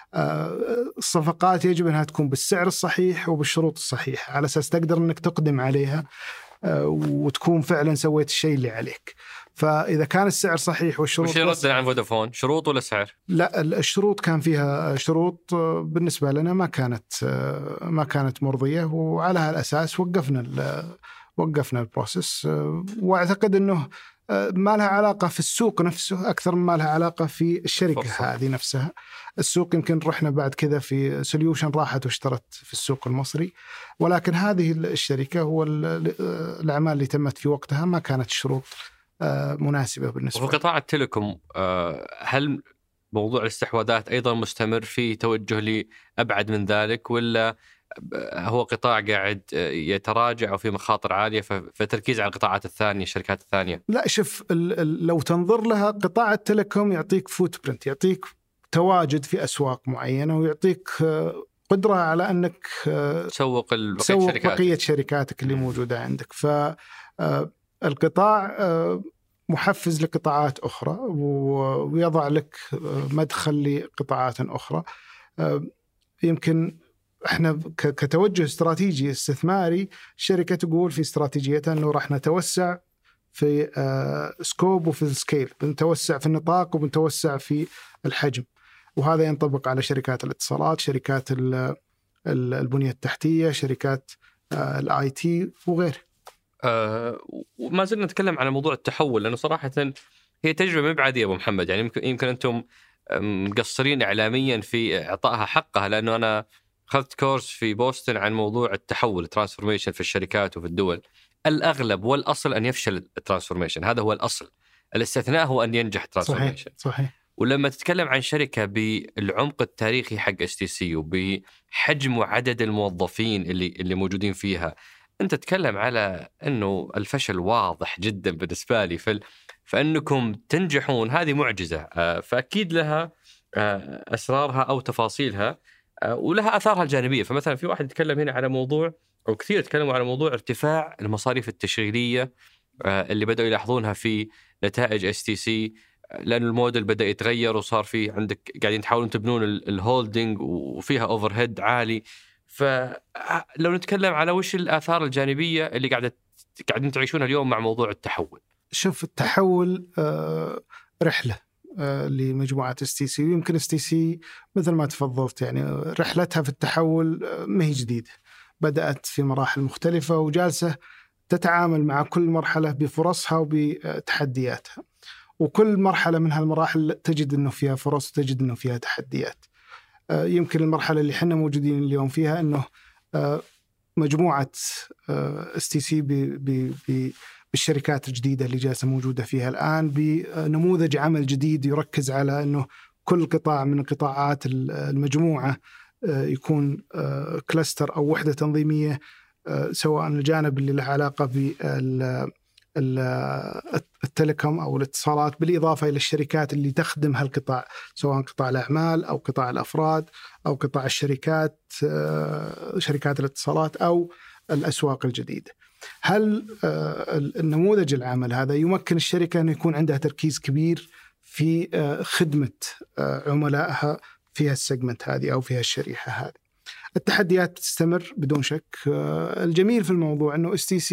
الصفقات يجب أنها تكون بالسعر الصحيح وبالشروط الصحيحة على أساس تقدر أنك تقدم عليها وتكون فعلا سويت الشيء اللي عليك. فإذا كان السعر صحيح والشروط. وش رد عن فودافون، شروط ولا سعر؟ لا، الشروط كان فيها شروط بالنسبة لنا ما كانت مرضية، وعلى هالأساس وقفنا البروسيس. وأعتقد أنه ما لها علاقة في السوق نفسه أكثر مما لها علاقة في الشركة فرصة. هذه نفسها. السوق يمكن رحنا بعد كذا في سوليوشن راحت واشترت في السوق المصري، ولكن هذه الشركة هو الأعمال اللي تمت في وقتها ما كانت الشروط مناسبة بالنسبة. وفي قطاع التليكوم هل موضوع الاستحواذات أيضا مستمر في توجه لأبعد من ذلك، ولا هو قطاع قاعد يتراجع وفي مخاطر عالية فتركيز على القطاعات الثانية الشركات الثانية؟ لا شوف، لو تنظر لها قطاع التليكوم يعطيك فوت برنت، يعطيك تواجد في أسواق معينة، ويعطيك قدرة على أنك تسوق بقية شركاتك اللي موجودة عندك. فالقطاع محفز لقطاعات أخرى ويضع لك مدخل لقطاعات أخرى. يمكن احنا كتوجه استراتيجي استثماري الشركة تقول في استراتيجيتها انه راح نتوسع في سكوب وفي السكيل، بنتوسع في النطاق وبنتوسع في الحجم، وهذا ينطبق على شركات الاتصالات، شركات البنية التحتية، شركات الاي تي وغيره. وما زلنا نتكلم عن موضوع التحول، لأنه صراحة هي تجربة مبعدية أبو محمد، يعني يمكن أنتم مقصرين إعلاميا في إعطائها حقها، لأنه أنا أخذت كورس في بوسطن عن موضوع التحول ترانسفورميشن في الشركات وفي الدول. الأغلب والأصل أن يفشل الترانسفورميشن، هذا هو الأصل. الاستثناء هو أن ينجح الترانسفورميشن. صحيح. ولما تتكلم عن شركة بالعمق التاريخي حق STC وبحجم وعدد الموظفين اللي موجودين فيها، أنت تتكلم على أنه الفشل واضح جدا بالنسبة لي. فأنكم تنجحون هذه معجزة، فأكيد لها أسرارها أو تفاصيلها، ولها أثارها الجانبية. فمثلا في واحد يتكلم هنا على موضوع، أو كثير يتكلموا على موضوع ارتفاع المصاريف التشغيلية اللي بدأوا يلاحظونها في نتائج STC، لأن الموديل بدأ يتغير وصار في عندك قاعدين تحاولون تبنون الهولدنج وفيها أوفرهيد عالي. فلو نتكلم على وش الآثار الجانبية اللي قاعدين تعيشونها اليوم مع موضوع التحول. شوف، التحول رحلة لمجموعة STC، ويمكن STC مثل ما تفضلت يعني رحلتها في التحول ما هي جديدة، بدأت في مراحل مختلفة وجالسة تتعامل مع كل مرحلة بفرصها وبتحدياتها، وكل مرحلة من هالمراحل تجد أنه فيها فرص وتجد أنه فيها تحديات. يمكن المرحلة اللي حنا موجودين اليوم فيها أنه مجموعة STC بالشركات الجديدة اللي جالسة موجودة فيها الآن بنموذج عمل جديد يركز على أنه كل قطاع من قطاعات المجموعة يكون كلاستر أو وحدة تنظيمية، سواء الجانب اللي له علاقة بالتليكوم أو الاتصالات، بالإضافة إلى الشركات اللي تخدم هالقطاع، سواء قطاع الأعمال أو قطاع الأفراد أو قطاع الشركات، شركات الاتصالات أو الأسواق الجديدة. هل النموذج العمل هذا يمكن الشركة أن يكون عندها تركيز كبير في خدمة عملائها في هالسيجمنت هذه أو في هالشريحة هذه؟ التحديات تستمر بدون شك. الجميل في الموضوع أنه STC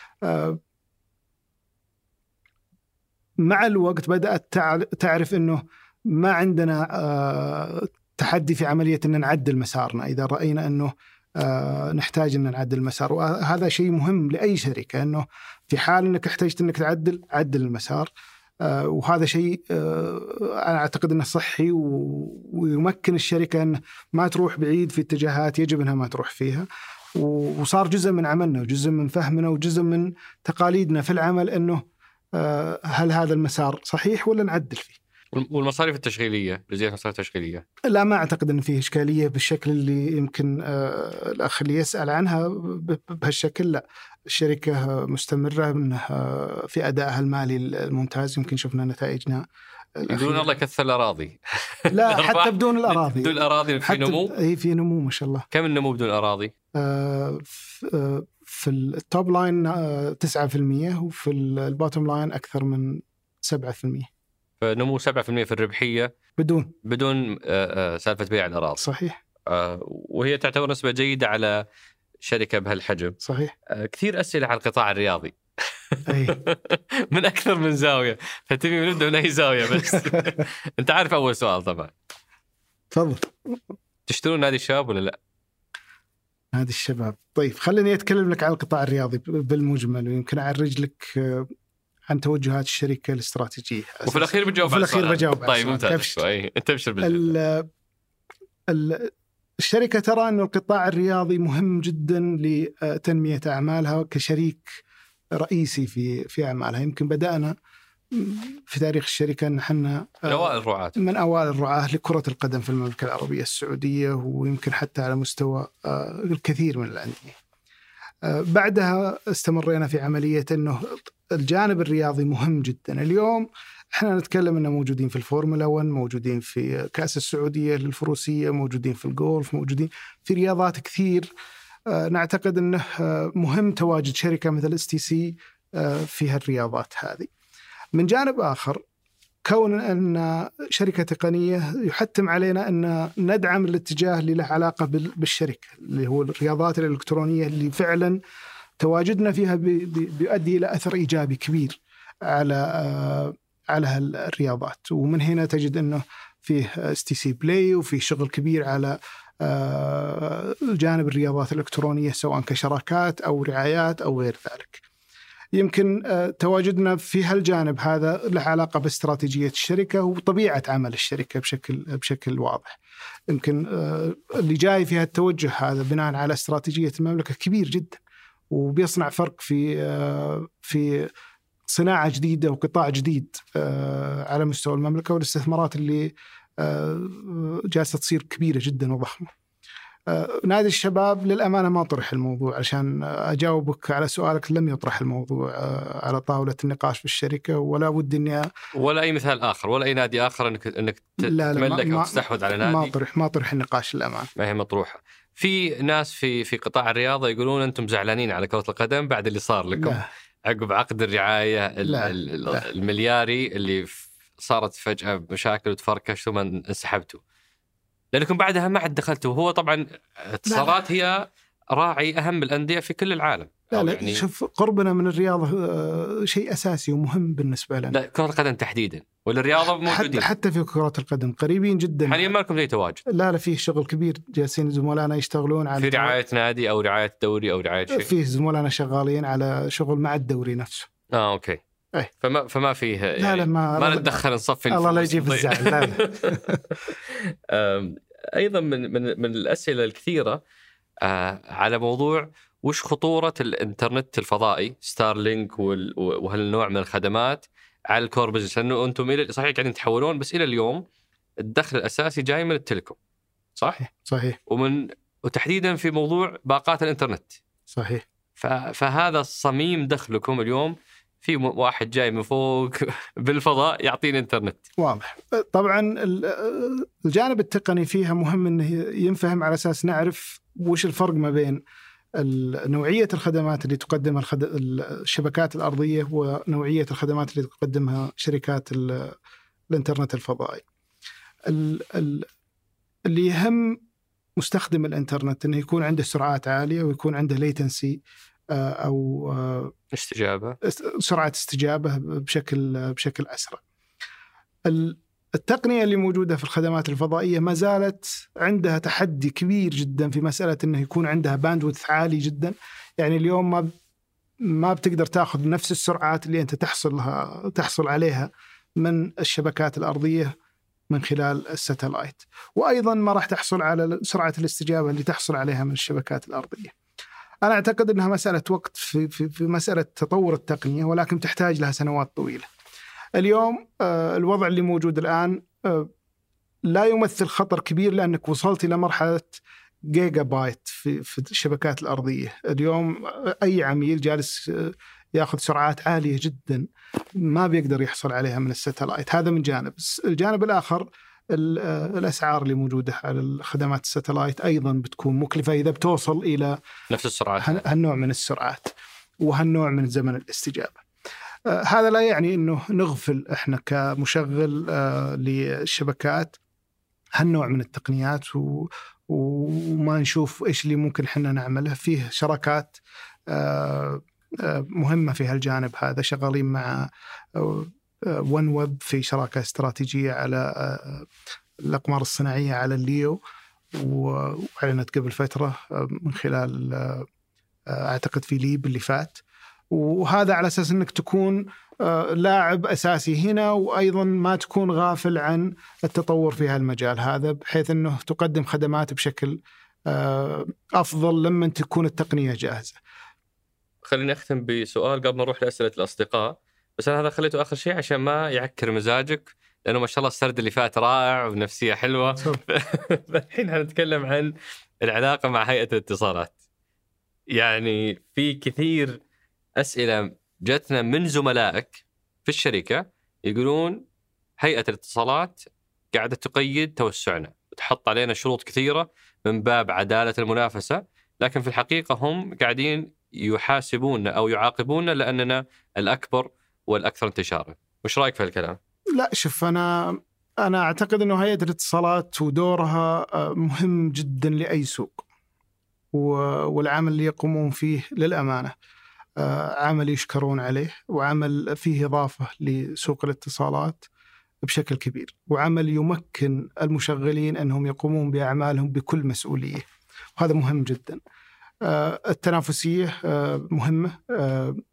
مع الوقت بدأت تعرف أنه ما عندنا تحدي في عملية أن نعدل مسارنا إذا رأينا أنه نحتاج أن نعدل المسار. وهذا شيء مهم لأي شركة، أنه في حال أنك احتاجت أنك عدل المسار، وهذا شيء أنا أعتقد أنه صحي ويمكن الشركة أن ما تروح بعيد في اتجاهات يجب أنها ما تروح فيها، وصار جزء من عملنا وجزء من فهمنا وجزء من تقاليدنا في العمل أنه هل هذا المسار صحيح ولا نعدل فيه. والمصاريف التشغيلية، لزيادة المصاريف التشغيلية، لا ما أعتقد أن فيه إشكالية بالشكل اللي يمكن الأخ اللي يسأل عنها بهالشكل. لا، الشركة مستمرة منها في أدائها المالي الممتاز، يمكن شفنا نتائجنا بدون الله يكثر الأراضي. لا حتى بدون الأراضي، بدون الأراضي في نمو. في نمو ما شاء الله. كم النمو بدون الأراضي؟ في التوب لاين 9%، وفي الباتوم لاين أكثر من 7%. فنمو 7% في الربحية بدون سالفة بيع الأراضي. صحيح. وهي تعتبر نسبة جيدة على شركة بهالحجم. صحيح. كثير أسئلة على القطاع الرياضي. أي. من أكثر من زاوية، فتبي نبدأ من أي زاوية بس. أنت عارف أول سؤال طبعا. تفضل. تشترون نادي الشباب ولا لا؟ نادي الشباب. طيب خليني أتكلم لك عن القطاع الرياضي بالمجمل، ويمكن أعرج لك عن توجهات الشركة الاستراتيجية. وفي الأخير بجاوب. طيب ممتاز. أنت ابشر بالله. الشركة ترى أن القطاع الرياضي مهم جدا لتنمية أعمالها كشريك رئيسي في أعمالها. يمكن بدأنا في تاريخ الشركة أن احنا من أوائل الرعاة لكرة القدم في المملكة العربية السعودية، ويمكن حتى على مستوى الكثير من الأندية. بعدها استمرينا في عملية أنه الجانب الرياضي مهم جدا. اليوم احنا نتكلم أنه موجودين في الفورمولا 1، موجودين في كأس السعودية للفروسية، موجودين في الجولف، موجودين في رياضات كثير. نعتقد أنه مهم تواجد شركة مثل STC في هالرياضات هذه. من جانب آخر، كون أن شركة تقنية يحتم علينا أن ندعم الاتجاه اللي له علاقة بالشركة، اللي هو الرياضات الإلكترونية، اللي فعلا تواجدنا فيها بيؤدي إلى أثر إيجابي كبير على الرياضات. ومن هنا تجد أنه فيه STC بلاي، وفيه شغل كبير على جانب الرياضات الإلكترونية، سواء كشراكات أو رعايات أو غير ذلك. يمكن تواجدنا في هالجانب هذا له علاقة باستراتيجية الشركة وطبيعة عمل الشركة بشكل واضح. يمكن اللي جاي في هالتوجه هذا بناء على استراتيجية المملكة كبير جدا، وبيصنع فرق في صناعة جديدة وقطاع جديد على مستوى المملكة، والاستثمارات اللي جالسة تصير كبيرة جدا وضخمة. نادي الشباب للأمانة ما طرح الموضوع، عشان أجاوبك على سؤالك لم يطرح الموضوع على طاولة النقاش في الشركة، ولا ودي إني ولا أي مثال آخر ولا أي نادي آخر إنك تملك أو تستحوذ على نادي. ما طرح النقاش للأمانة، ما هي مطروحة. في ناس في قطاع الرياضة يقولون أنتم زعلانين على كرة القدم بعد اللي صار لكم عقب عقد الرعاية الملياري اللي صارت فجأة مشاكل وتفركش ثم انسحبتوا، لأنكم بعدها ما عاد دخلتوا. وهو طبعا اتصالات هي راعي أهم الأندية في كل العالم. لا يعني شوف، قربنا من الرياضة شيء أساسي ومهم بالنسبة لنا. لا، كرة القدم تحديدا ولا الرياضة موجودين حتى في كرة القدم قريبين جدا. حاليا ما لكم زي تواجد. لا فيه شغل كبير، جالسين زملائنا يشتغلون على في رعاية نادي أو رعاية دوري أو رعاية شيء. فيه زملائنا شغالين على شغل مع الدوري نفسه. أوكي. أي. فما فيه يعني لا ما نتدخل نصفي. الله لا يجيب الزعل. أيضا من الأسئلة الكثيرة على موضوع وش خطورة الإنترنت الفضائي ستارلينك وهالنوع من الخدمات على الكور بزنس، لأنه أنتم صحيح قاعدين تحولون، بس إلى اليوم الدخل الأساسي جاي من التليكوم، صحيح. وتحديدا في موضوع باقات الإنترنت. صحيح. فهذا صميم دخلكم اليوم، في واحد جاي من فوق بالفضاء يعطينا إنترنت. واضح. طبعا الجانب التقني فيها مهم أنه ينفهم على أساس نعرف وش الفرق ما بين نوعية الخدمات اللي تقدمها الشبكات الأرضية ونوعية الخدمات اللي تقدمها شركات الإنترنت الفضائي. اللي يهم مستخدم الإنترنت أنه يكون عنده سرعات عالية ويكون عنده ليتنسي أو سرعة استجابة بشكل أسرع. التقنية اللي موجودة في الخدمات الفضائية ما زالت عندها تحدي كبير جدا في مسألة أنه يكون عندها باندويث عالي جدا. يعني اليوم ما بتقدر تأخذ نفس السرعات اللي أنت تحصل عليها من الشبكات الأرضية من خلال الساتلايت، وأيضا ما راح تحصل على سرعة الاستجابة اللي تحصل عليها من الشبكات الأرضية. أنا أعتقد أنها مسألة وقت في مسألة تطور التقنية، ولكن تحتاج لها سنوات طويلة. اليوم الوضع اللي موجود الآن لا يمثل خطر كبير، لأنك وصلت إلى مرحلة جيجا بايت في الشبكات الأرضية. اليوم أي عميل جالس يأخذ سرعات عالية جدا ما بيقدر يحصل عليها من الساتلايت. هذا من جانب. الجانب الآخر الأسعار اللي موجودة على الخدمات الساتلايت أيضا بتكون مكلفة إذا بتوصل إلى نفس السرعات، هالنوع من السرعات وهالنوع من زمن الاستجابة. هذا لا يعني أنه نغفل إحنا كمشغل للشبكات هالنوع من التقنيات وما نشوف إيش اللي ممكن إحنا نعمله. فيه شراكات مهمة في هالجانب هذا، شغالين مع ون ويب في شراكة استراتيجية على الأقمار الصناعية على الليو، وأعلنت قبل فترة من خلال أعتقد في ليب اللي فات. وهذا على أساس أنك تكون لاعب أساسي هنا، وأيضا ما تكون غافل عن التطور في هالمجال هذا، بحيث أنه تقدم خدمات بشكل أفضل لما تكون التقنية جاهزة. خليني أختم بسؤال قبل ما نروح لأسئلة الأصدقاء، بس أنا هذا خليته آخر شيء عشان ما يعكر مزاجك، لأنه ما شاء الله السرد اللي فات رائع ونفسية حلوة. الحين هنتكلم عن العلاقة مع هيئة الاتصالات. يعني في كثير أسئلة جتنا من زملائك في الشركة يقولون هيئة الاتصالات قاعدة تقيد توسعنا وتحط علينا شروط كثيرة من باب عدالة المنافسة، لكن في الحقيقة هم قاعدين يحاسبوننا أو يعاقبوننا لأننا الأكبر والأكثر انتشارا. وش رأيك في الكلام؟ لا شوف، أنا أعتقد أنه هيئة الاتصالات ودورها مهم جدا لأي سوق، والعمل اللي يقومون فيه للأمانة عمل يشكرون عليه، وعمل فيه إضافة لسوق الاتصالات بشكل كبير، وعمل يمكن المشغلين أنهم يقومون بأعمالهم بكل مسؤولية، وهذا مهم جدا. التنافسية مهمة،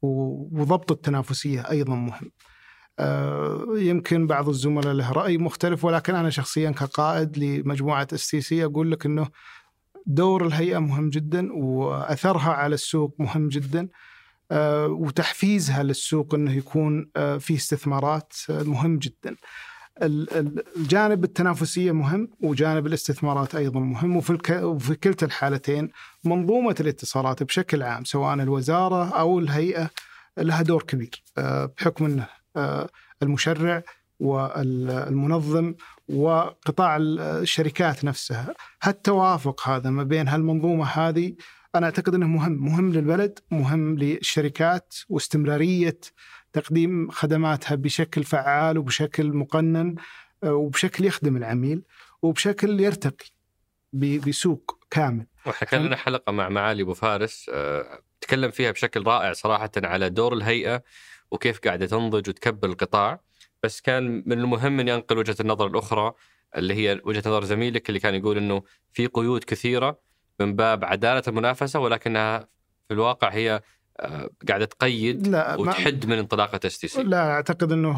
وضبط التنافسية أيضا مهم. يمكن بعض الزملاء له رأي مختلف، ولكن أنا شخصيا كقائد لمجموعة STC أقول لك أنه دور الهيئة مهم جدا، وأثرها على السوق مهم جدا، وتحفيزها للسوق أنه يكون فيه استثمارات مهم جدا. الجانب التنافسية مهم، وجانب الاستثمارات أيضا مهم، وفي كلتا الحالتين منظومة الاتصالات بشكل عام سواء الوزارة أو الهيئة لها دور كبير، بحكم أنه المشرع والمنظم وقطاع الشركات نفسها. هالتوافق هذا ما بين هالمنظومة هذه أنا أعتقد أنه مهم للبلد، مهم للشركات، واستمرارية تقديم خدماتها بشكل فعال وبشكل مقنن وبشكل يخدم العميل وبشكل يرتقي بسوق كامل. وإحنا كان لنا حلقة مع معالي أبو فارس تكلم فيها بشكل رائع صراحة على دور الهيئة وكيف قاعدة تنضج وتكبر القطاع، بس كان من المهم أن ينقل وجهة النظر الأخرى اللي هي وجهة نظر زميلك اللي كان يقول أنه في قيود كثيرة من باب عدالة المنافسة، ولكنها في الواقع هي قاعدة تقيد وتحد من انطلاقة STC. لا أعتقد أنه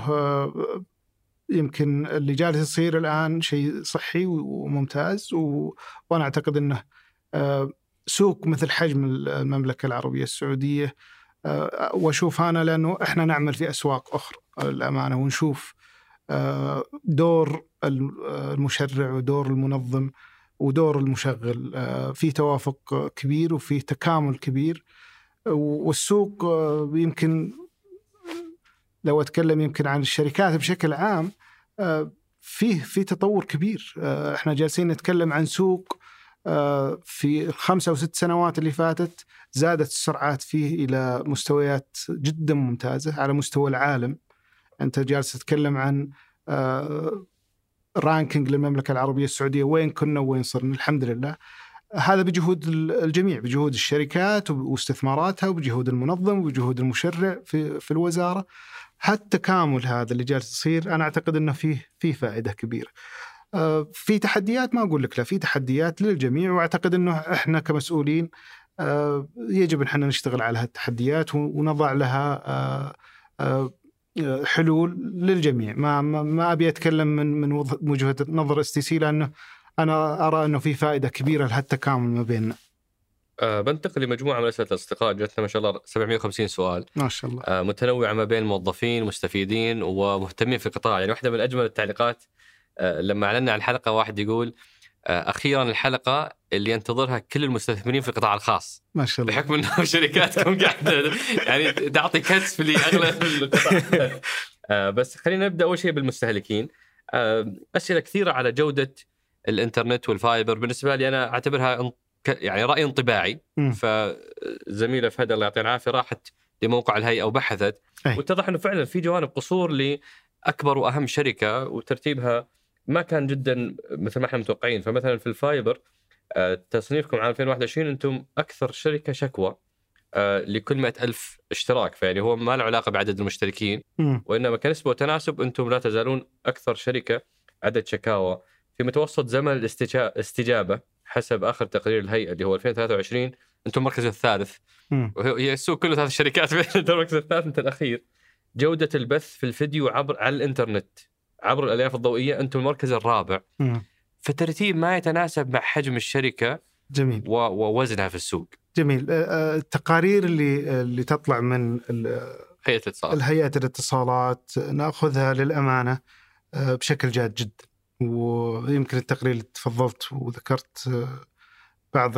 يمكن اللي جالس يصير الآن شيء صحي وممتاز، وأنا أعتقد أنه سوق مثل حجم المملكة العربية السعودية، وأشوف أنا لأنه إحنا نعمل في أسواق أخرى الأمانة، ونشوف دور المشرع ودور المنظم ودور المشغل في توافق كبير وفي تكامل كبير، والسوق يمكن لو أتكلم يمكن عن الشركات بشكل عام فيه تطور كبير. احنا جالسين نتكلم عن سوق في 5 أو 6 سنوات اللي فاتت زادت السرعات فيه إلى مستويات جدا ممتازة على مستوى العالم. أنت جالس تتكلم عن رانكينج للمملكة العربية السعودية، وين كنا وين صرنا. الحمد لله هذا بجهود الجميع، بجهود الشركات واستثماراتها، وبجهود المنظم وبجهود المشرع في الوزارة. حتى كامل هذا اللي جالس يصير أنا أعتقد أنه فيه فائدة كبيرة. في تحديات، ما أقول لك لا، في تحديات للجميع، وأعتقد أنه إحنا كمسؤولين يجب أن احنا نشتغل على هالتحديات ونضع لها حلول للجميع. ما أبي أتكلم من وجهة نظر STC، لأنه أنا أرى أنه في فائدة كبيرة لهالتكامل ما بيننا. بنتقل لمجموعة من أسئلة الأصدقاء، جاتنا ما شاء الله 750 سؤال ما شاء الله، متنوعة ما بين موظفين مستفيدين ومهتمين في القطاع. يعني واحدة من أجمل التعليقات لما أعلنا عن الحلقة، واحد يقول أخيرا الحلقة اللي ينتظرها كل المستثمرين في القطاع الخاص، ما شاء الله، بحكم أنه شركاتكم قاعدة يعني تعطي كتف لأغلب القطاع. بس خلينا نبدأ أول شيء بالمستهلكين. أسئلة كثيرة على جودة الإنترنت والفايبر. بالنسبة لي أنا أعتبرها يعني رأي انطباعي. فزميلة فهد الله يعطيها العافية راحت لموقع الهيئة وبحثت، واتضح أنه فعلا في جوانب قصور لأكبر وأهم شركة، وترتيبها ما كان جدا مثل ما احنا متوقعين. فمثلا في الفايبر تصنيفكم عام 2021 أنتم أكثر شركة شكوى لكل 100,000 اشتراك. فيعني هو ما له علاقة بعدد المشتركين، وإنما كنسبة وتناسب أنتم لا تزالون أكثر شركة عدد شكاوى. في متوسط زمن الاستجابة حسب آخر تقرير الهيئة اللي هو 2023 أنتم المركز الثالث، وهي السوق كله 3 شركات بين المركز الثالث أنت الأخير. جودة البث في الفيديو على الإنترنت عبر الألياف الضوئية أنتم المركز الرابع. فترتيب ما يتناسب مع حجم الشركة. جميل. ووزنها في السوق. جميل. التقارير اللي تطلع من هيئة الاتصالات نأخذها للأمانة بشكل جاد جدا، ويمكن التقرير اللي تفضلت وذكرت بعض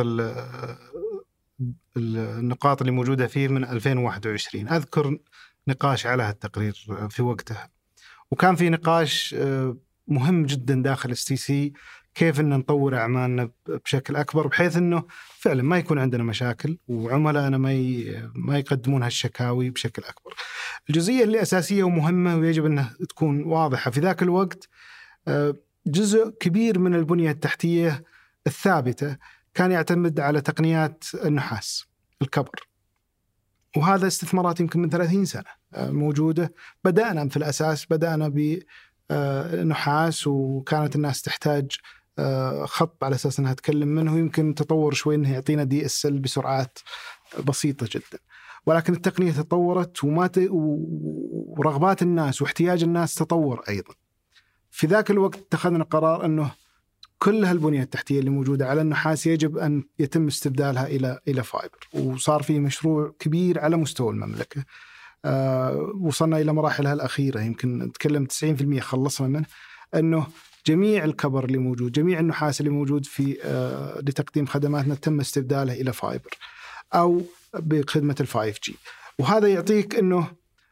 النقاط اللي موجودة فيه من 2021. أذكر نقاش على هالتقرير في وقتها، وكان في نقاش مهم جدا داخل STC كيف أن نطور أعمالنا بشكل أكبر، بحيث أنه فعلا ما يكون عندنا مشاكل وعملائنا ما يقدمون هالشكاوي بشكل أكبر. الجزئية اللي أساسية ومهمة ويجب أنها تكون واضحة في ذاك الوقت، جزء كبير من البنية التحتية الثابتة كان يعتمد على تقنيات النحاس الكبر، وهذا استثمارات يمكن من 30 سنة موجودة. بدأنا في الأساس بنحاس، وكانت الناس تحتاج خط على أساس أنها تكلم منه، يمكن تطور شوي أنه يعطينا DSL بسرعات بسيطة جدا. ولكن التقنية تطورت ورغبات الناس واحتياج الناس تطور أيضا. في ذاك الوقت اتخذنا قرار أنه كل هالبنية التحتية اللي موجودة على النحاس يجب أن يتم استبدالها إلى فايبر، وصار في مشروع كبير على مستوى المملكة. وصلنا إلى مراحلها الأخيرة، يمكن نتكلم 90% خلصنا منه، أنه جميع الكبر اللي موجود، جميع النحاس اللي موجود في لتقديم خدماتنا تم استبداله إلى فايبر أو بخدمة ال5G. وهذا يعطيك أنه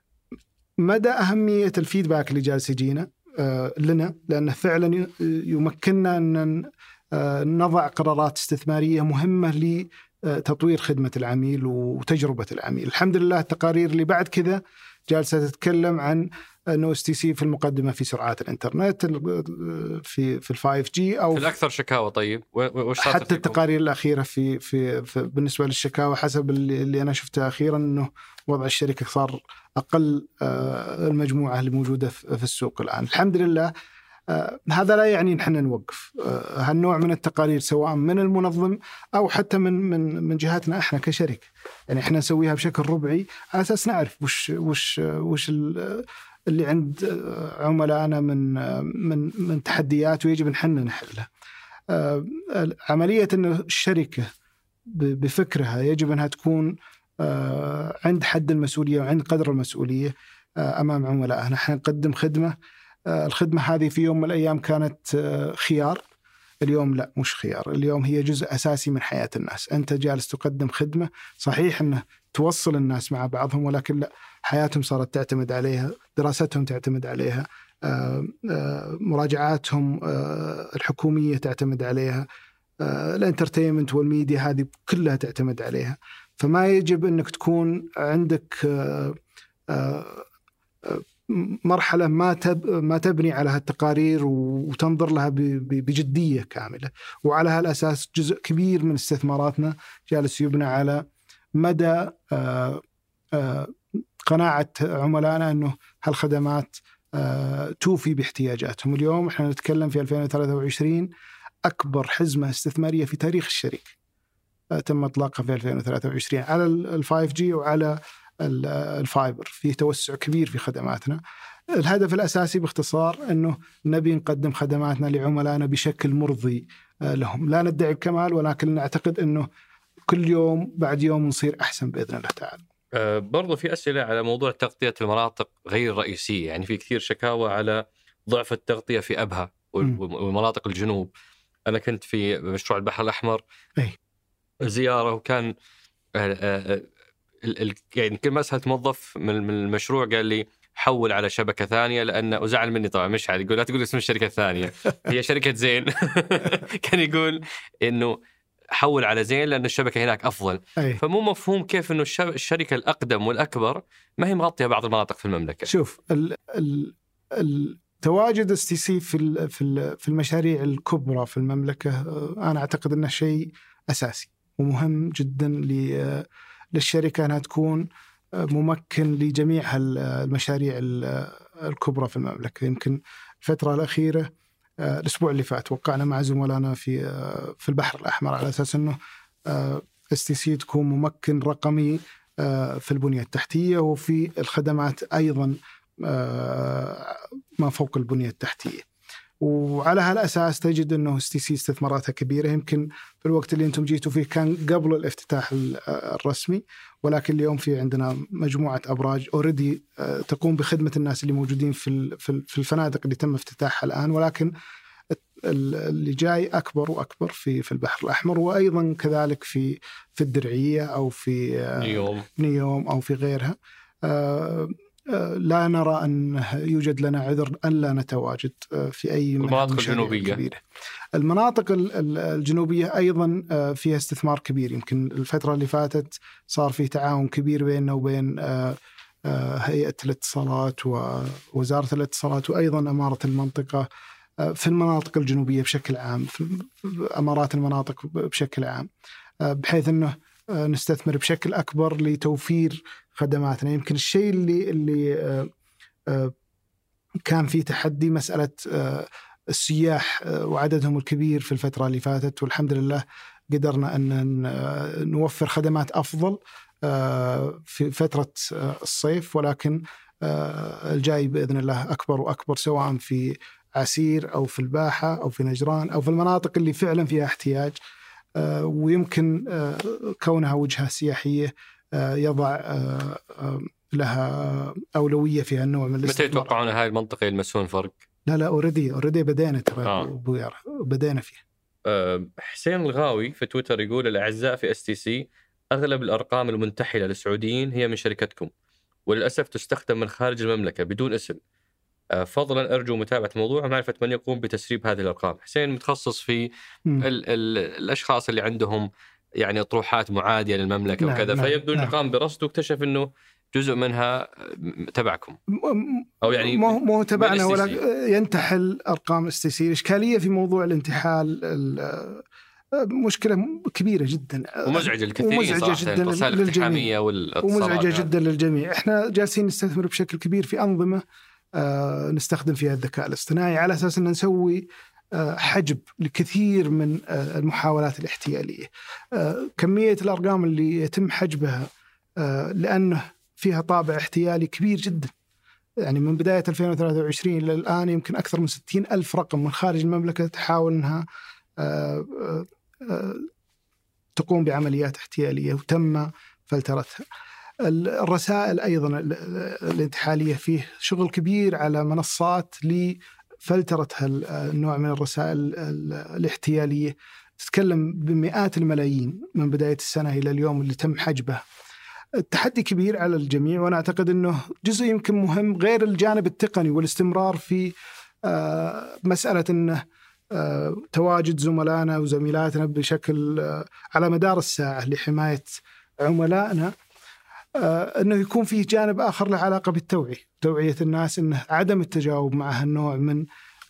مدى أهمية الفيدباك اللي جالس يجينا لنا، لأنه فعلا يمكننا أن نضع قرارات استثمارية مهمة لتطوير خدمة العميل وتجربة العميل. الحمد لله التقارير اللي بعد كذا جالسة تتكلم عن أنه STC في المقدمة في سرعات الإنترنت في ال5G أو في الأكثر شكاوى. طيب حتى التقارير الأخيرة في بالنسبة للشكاوى حسب اللي أنا شفته أخيرا أنه وضع الشركة صار أقل المجموعة اللي موجودة في السوق الآن. الحمد لله. هذا لا يعني نحن نوقف هالنوع من التقارير سواء من المنظم أو حتى من جهاتنا إحنا كشركة. يعني إحنا نسويها بشكل ربعي على أساس نعرف وش اللي عند عملائنا من تحديات ويجب نحن نحلها. عملية أن الشركة بفكرها يجب أنها تكون عند حد المسؤولية وعند قدر المسؤولية أمام عملائها. نحن نقدم خدمة، الخدمة هذه في يوم من الأيام كانت خيار، اليوم لا مش خيار، اليوم هي جزء أساسي من حياة الناس. أنت جالس تقدم خدمة صحيح أنه توصل الناس مع بعضهم، ولكن لا، حياتهم صارت تعتمد عليها، دراستهم تعتمد عليها، مراجعاتهم الحكومية تعتمد عليها، الانترتينمنت والميديا هذه كلها تعتمد عليها. فما يجب أنك تكون عندك مرحلة ما تبني على هالتقارير وتنظر لها بجدية كاملة. وعلى هالأساس جزء كبير من استثماراتنا جالس يبنى على مدى قناعة عملائنا أنه هالخدمات توفي باحتياجاتهم. اليوم احنا نتكلم في 2023 أكبر حزمة استثمارية في تاريخ الشركة تم إطلاقها في 2023 على ال5G وعلى الفايبر. فيه توسع كبير في خدماتنا. الهدف الأساسي باختصار أنه نبي نقدم خدماتنا لعملائنا بشكل مرضي لهم. لا ندعي الكمال، ولكن نعتقد أنه كل يوم بعد يوم نصير أحسن بإذن الله تعالى. برضو في أسئلة على موضوع تغطية المناطق غير الرئيسية. يعني في كثير شكاوى على ضعف التغطية في أبها ومناطق الجنوب. أنا كنت في مشروع البحر الأحمر زيارة، وكان يعني كل مسألة موظف من المشروع قال لي حول على شبكة ثانية، لأنه وزعل مني طبعا، مش عادي يقول لا تقول اسم الشركة الثانية هي شركة زين كان يقول إنه حول على زين لأن الشبكة هناك أفضل. فمو مفهوم كيف إنه الشركة الأقدم والأكبر ما هي مغطية بعض المناطق في المملكة. شوف تواجد STC في المشاريع الكبرى في المملكة أنا أعتقد أنه شيء أساسي ومهم جدا للشركة أنها تكون ممكن لجميع المشاريع الكبرى في المملكة. يمكن الفترة الأخيرة الأسبوع اللي فات وقعنا مع زملائنا في البحر الأحمر على أساس أنه STC تكون ممكن رقمي في البنية التحتية وفي الخدمات أيضا ما فوق البنية التحتية. وعلى هالأساس تجد أنه STC استثماراتها كبيرة. يمكن في الوقت اللي أنتم جيتوا فيه كان قبل الافتتاح الرسمي، ولكن اليوم في عندنا مجموعة أبراج أوريدي تقوم بخدمة الناس اللي موجودين في الفنادق اللي تم افتتاحها الآن، ولكن اللي جاي أكبر وأكبر في البحر الأحمر، وأيضا كذلك في الدرعية أو في نيوم أو في غيرها. لا نرى أن يوجد لنا عذر أن لا نتواجد في أي المناطق الجنوبية كبيرة. المناطق الجنوبية أيضا فيها استثمار كبير. يمكن الفترة اللي فاتت صار في تعاون كبير بيننا وبين هيئة الاتصالات ووزارة الاتصالات وأيضا أمارة المنطقة في المناطق الجنوبية بشكل عام، في أمارات المناطق بشكل عام، بحيث أنه نستثمر بشكل أكبر لتوفير خدماتنا. يمكن الشيء اللي كان فيه تحدي مسألة السياح وعددهم الكبير في الفترة اللي فاتت، والحمد لله قدرنا أن نوفر خدمات أفضل في فترة الصيف، ولكن الجاي بإذن الله أكبر وأكبر، سواء في عسير أو في الباحة أو في نجران أو في المناطق اللي فعلا فيها احتياج، ويمكن كونها وجهة سياحية يضع لها أولوية في هالنوع من الاستثمار. متى يتوقعون هاي المنطقة يلمسون فرق؟ لا أوريدي بدينا ترى بدينا فيه. حسين الغاوي في تويتر يقول: الأعزاء في STC، أغلب الأرقام المنتحلة للسعوديين هي من شركتكم، وللأسف تستخدم من خارج المملكة بدون اسم. فضلا أرجو متابعة الموضوع ومعرفة من يقوم بتسريب هذه الأرقام. حسين متخصص في الأشخاص اللي عندهم يعني أطروحات معادية للمملكة وكذا، فيبدو أنه قام برصد واكتشف أنه جزء منها تبعكم أو يعني مو تبعنا ولا ينتحل أرقام STC. الإشكالية في موضوع الانتحال مشكلة كبيرة جدا ومزعجة الكثير صراحة، الرسائل الاقتحامية ومزعجة جدا للجميع. احنا جالسين نستثمر بشكل كبير في أنظمة نستخدم فيها الذكاء الاصطناعي على أساس أن نسوي حجب لكثير من المحاولات الاحتيالية. كمية الأرقام اللي يتم حجبها لأنه فيها طابع احتيالي كبير جدا، يعني من بداية 2023 إلى الآن يمكن أكثر من 60,000 رقم من خارج المملكة تحاول أنها تقوم بعمليات احتيالية وتم فلترتها. الرسائل أيضا الانتحالية فيه شغل كبير على منصات لفلترة النوع من الرسائل الاحتيالية، تتكلم بمئات الملايين من بداية السنة إلى اليوم اللي تم حجبه. التحدي كبير على الجميع، وأنا أعتقد أنه جزء يمكن مهم غير الجانب التقني والاستمرار في مسألة أنه تواجد زملائنا وزميلاتنا بشكل على مدار الساعة لحماية عملائنا، أنه يكون فيه جانب آخر له علاقة توعية الناس أنه عدم التجاوب مع هالنوع من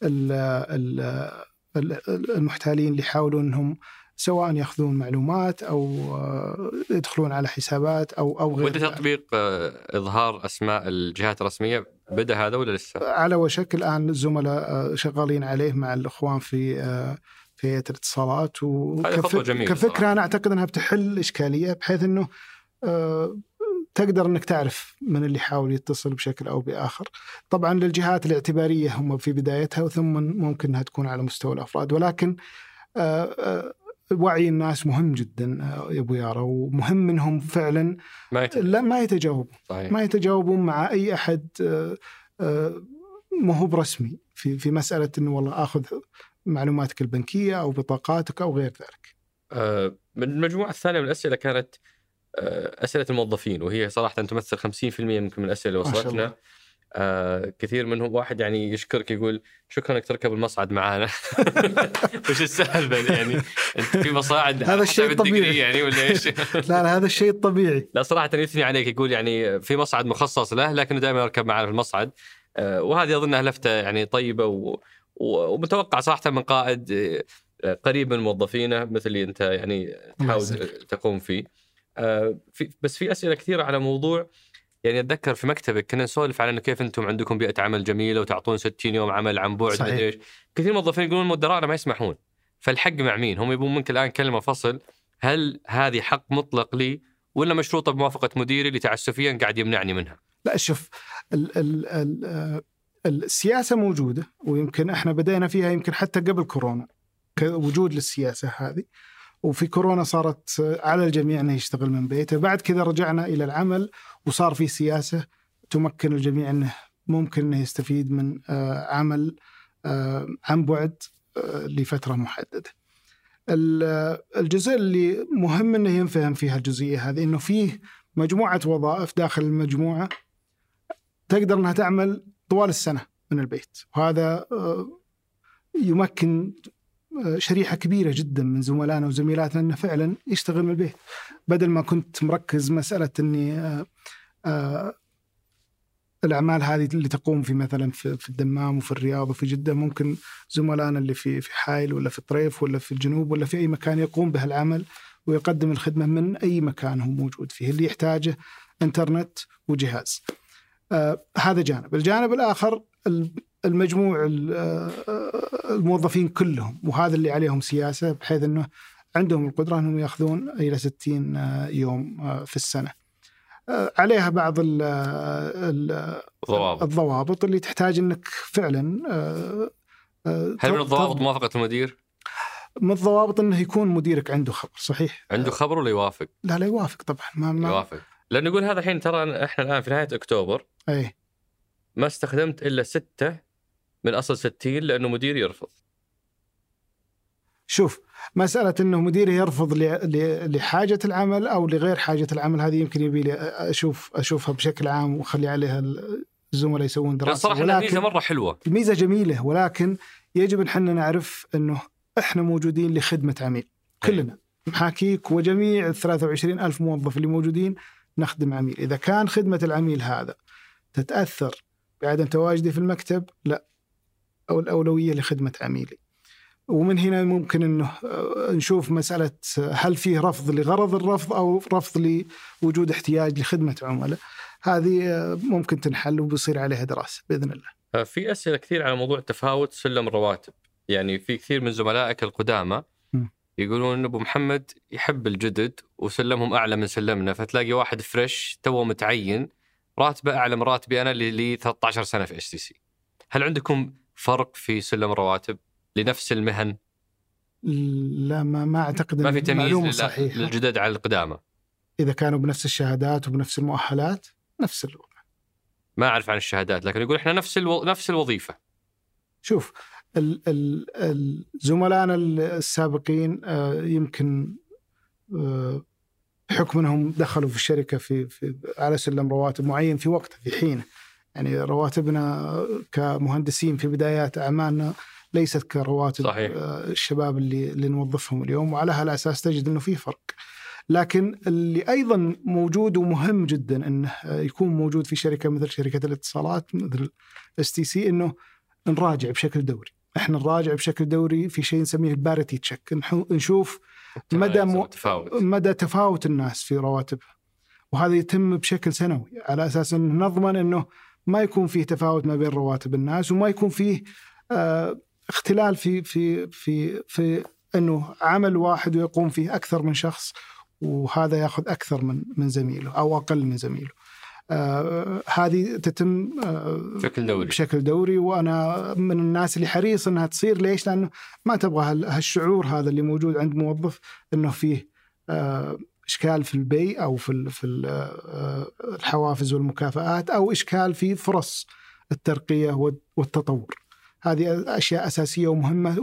المحتالين اللي يحاولون أنهم سواء يأخذون معلومات أو يدخلون على حسابات أو غير. وده تطبيق إظهار أسماء الجهات الرسمية بدأ هذا ولا لسه؟ على وشك الآن الزملاء شغالين عليه مع الأخوان في هيئة الاتصالات، كفكرة أنا أعتقد أنها بتحل إشكالية بحيث أنه تقدر أنك تعرف من اللي يحاول يتصل بشكل أو بآخر. طبعا للجهات الاعتبارية هم في بدايتها، وثم ممكن أنها تكون على مستوى الأفراد، ولكن وعي الناس مهم جدا يا أبو يارا، ومهم منهم فعلا ما يتجاوبون مع أي أحد ما هو برسمي في مسألة أنه والله أخذ معلوماتك البنكية أو بطاقاتك أو غير ذلك. من المجموعة الثانية من الأسئلة كانت أسئلة الموظفين، وهي صراحة تمثل 50% من الأسئلة اللي وصلتنا. كثير منهم واحد يعني يشكرك يقول شكرا انك تركب المصعد معانا. وش السالفة يعني؟ انت في مصاعد هذا الشيء طبيعي يعني ولا ايش؟ لا هذا الشيء طبيعي. لا صراحة يثني عليك، يقول يعني في مصعد مخصص له لكنه دائما يركب معنا في المصعد. وهذه اظنها لفتة يعني طيبة ومتوقع صراحة من قائد قريب من موظفينه مثل اللي انت يعني تحاول تقوم فيه. بس في أسئلة كثيرة على موضوع، يعني أتذكر في مكتبك كنا نسولف على أنه كيف أنتم عندكم بيئة عمل جميلة وتعطون 60 يوم عمل عن بعد. إيش كثير موظفين يقولون مدراءنا ما يسمحون، فالحق مع مين؟ هم يبون منك الآن كلمة فصل، هل هذه حق مطلق لي ولا مشروطة بموافقة مديري اللي تعسفيا قاعد يمنعني منها؟ لا شوف، السياسة موجودة، ويمكن احنا بدأنا فيها يمكن حتى قبل كورونا كوجود للسياسة هذه، وفي كورونا صارت على الجميع أنه يشتغل من بيته. بعد كذا رجعنا إلى العمل وصار في سياسة تمكن الجميع أنه ممكن أنه يستفيد من عمل عن بعد لفترة محددة. الجزء اللي مهم أنه ينفهم فيها الجزئية هذه أنه فيه مجموعة وظائف داخل المجموعة تقدر أنها تعمل طوال السنة من البيت، وهذا يمكن شريحة كبيرة جدا من زملائنا وزميلاتنا أنه فعلا يشتغل من البيت، بدل ما كنت مركز مسألة أني الأعمال هذه اللي تقوم في مثلا في الدمام وفي الرياض وفي جدة، ممكن زملائنا اللي في حائل ولا في الطريف ولا في الجنوب ولا في أي مكان يقوم به العمل ويقدم الخدمة من أي مكان هو موجود فيه، اللي يحتاجه إنترنت وجهاز. هذا جانب. الجانب الآخر المجموع الموظفين كلهم، وهذا اللي عليهم سياسة بحيث أنه عندهم القدرة أنهم يأخذون إلى 60 يوم في السنة. عليها بعض الضوابط اللي تحتاج أنك فعلا هل من الضوابط موافقة المدير؟ من الضوابط أنه يكون مديرك عنده خبر. صحيح عنده خبر ولا يوافق؟ لا يوافق طبعا. ما يوافق، لأن نقول هذا الحين ترى إحنا الآن في نهاية أكتوبر ما استخدمت إلا 6 من أصل 60 لأنه مديري يرفض. شوف، مسألة أنه مديري يرفض لحاجة العمل أو لغير حاجة العمل، هذه يمكن يبي لي أشوفها بشكل عام وخلي عليها الزملاء يسوون دراسة. صراحة الميزة مرة حلوة، الميزة جميلة، ولكن يجب أن حنا نعرف أنه إحنا موجودين لخدمة عميل كلنا، محاكيك وجميع 23,000 موظف اللي موجودين نخدم عميل. إذا كان خدمة العميل هذا تتأثر بعدم تواجدي في المكتب، لا، أو الأولوية لخدمة عميلي. ومن هنا ممكن أنه نشوف مسألة هل فيه رفض لغرض الرفض أو رفض لوجود احتياج لخدمة عملاء. هذه ممكن تنحل وبيصير عليها دراسة بإذن الله. في أسئلة كثير على موضوع تفاوت سلم الرواتب. يعني في كثير من زملائك القدامى يقولون أبو محمد يحب الجدد وسلمهم أعلى من سلمنا، فتلاقي واحد فريش تو متعين راتبه أعلى من راتبي أنا اللي 13 سنة في HTC. هل عندكم فرق في سلم الرواتب لنفس المهن؟ لا، ما أعتقد. ما في تمييز للجدد على القدامى إذا كانوا بنفس الشهادات وبنفس المؤهلات نفس الوضع. ما أعرف عن الشهادات، لكن يقول إحنا نفس الوظيفة. شوف، زملائنا السابقين يمكن بحكم أنهم دخلوا في الشركة في على سلم رواتب معين في وقته في حينه. يعني رواتبنا كمهندسين في بدايات أعمالنا ليست كرواتب الشباب اللي نوظفهم اليوم، وعلى هالأساس تجد أنه في فرق. لكن اللي أيضا موجود ومهم جدا أنه يكون موجود في شركة مثل شركة الاتصالات مثل HTC، أنه نراجع بشكل دوري. احنا نراجع بشكل دوري في شيء نسميه الباريتي تشيك، نشوف مدى تفاوت الناس في رواتبها، وهذا يتم بشكل سنوي على أساس أن نضمن أنه ما يكون فيه تفاوت ما بين رواتب الناس، وما يكون فيه اختلال في أنه عمل واحد ويقوم فيه أكثر من شخص وهذا يأخذ أكثر من زميله أو أقل من زميله. هذه تتم بشكل دوري، وأنا من الناس اللي حريص أنها تصير. ليش؟ لأنه ما تبغى هالشعور هذا اللي موجود عند موظف أنه فيه إشكال في البي أو في الحوافز والمكافآت، أو إشكال في فرص الترقية والتطور. هذه أشياء أساسية ومهمة،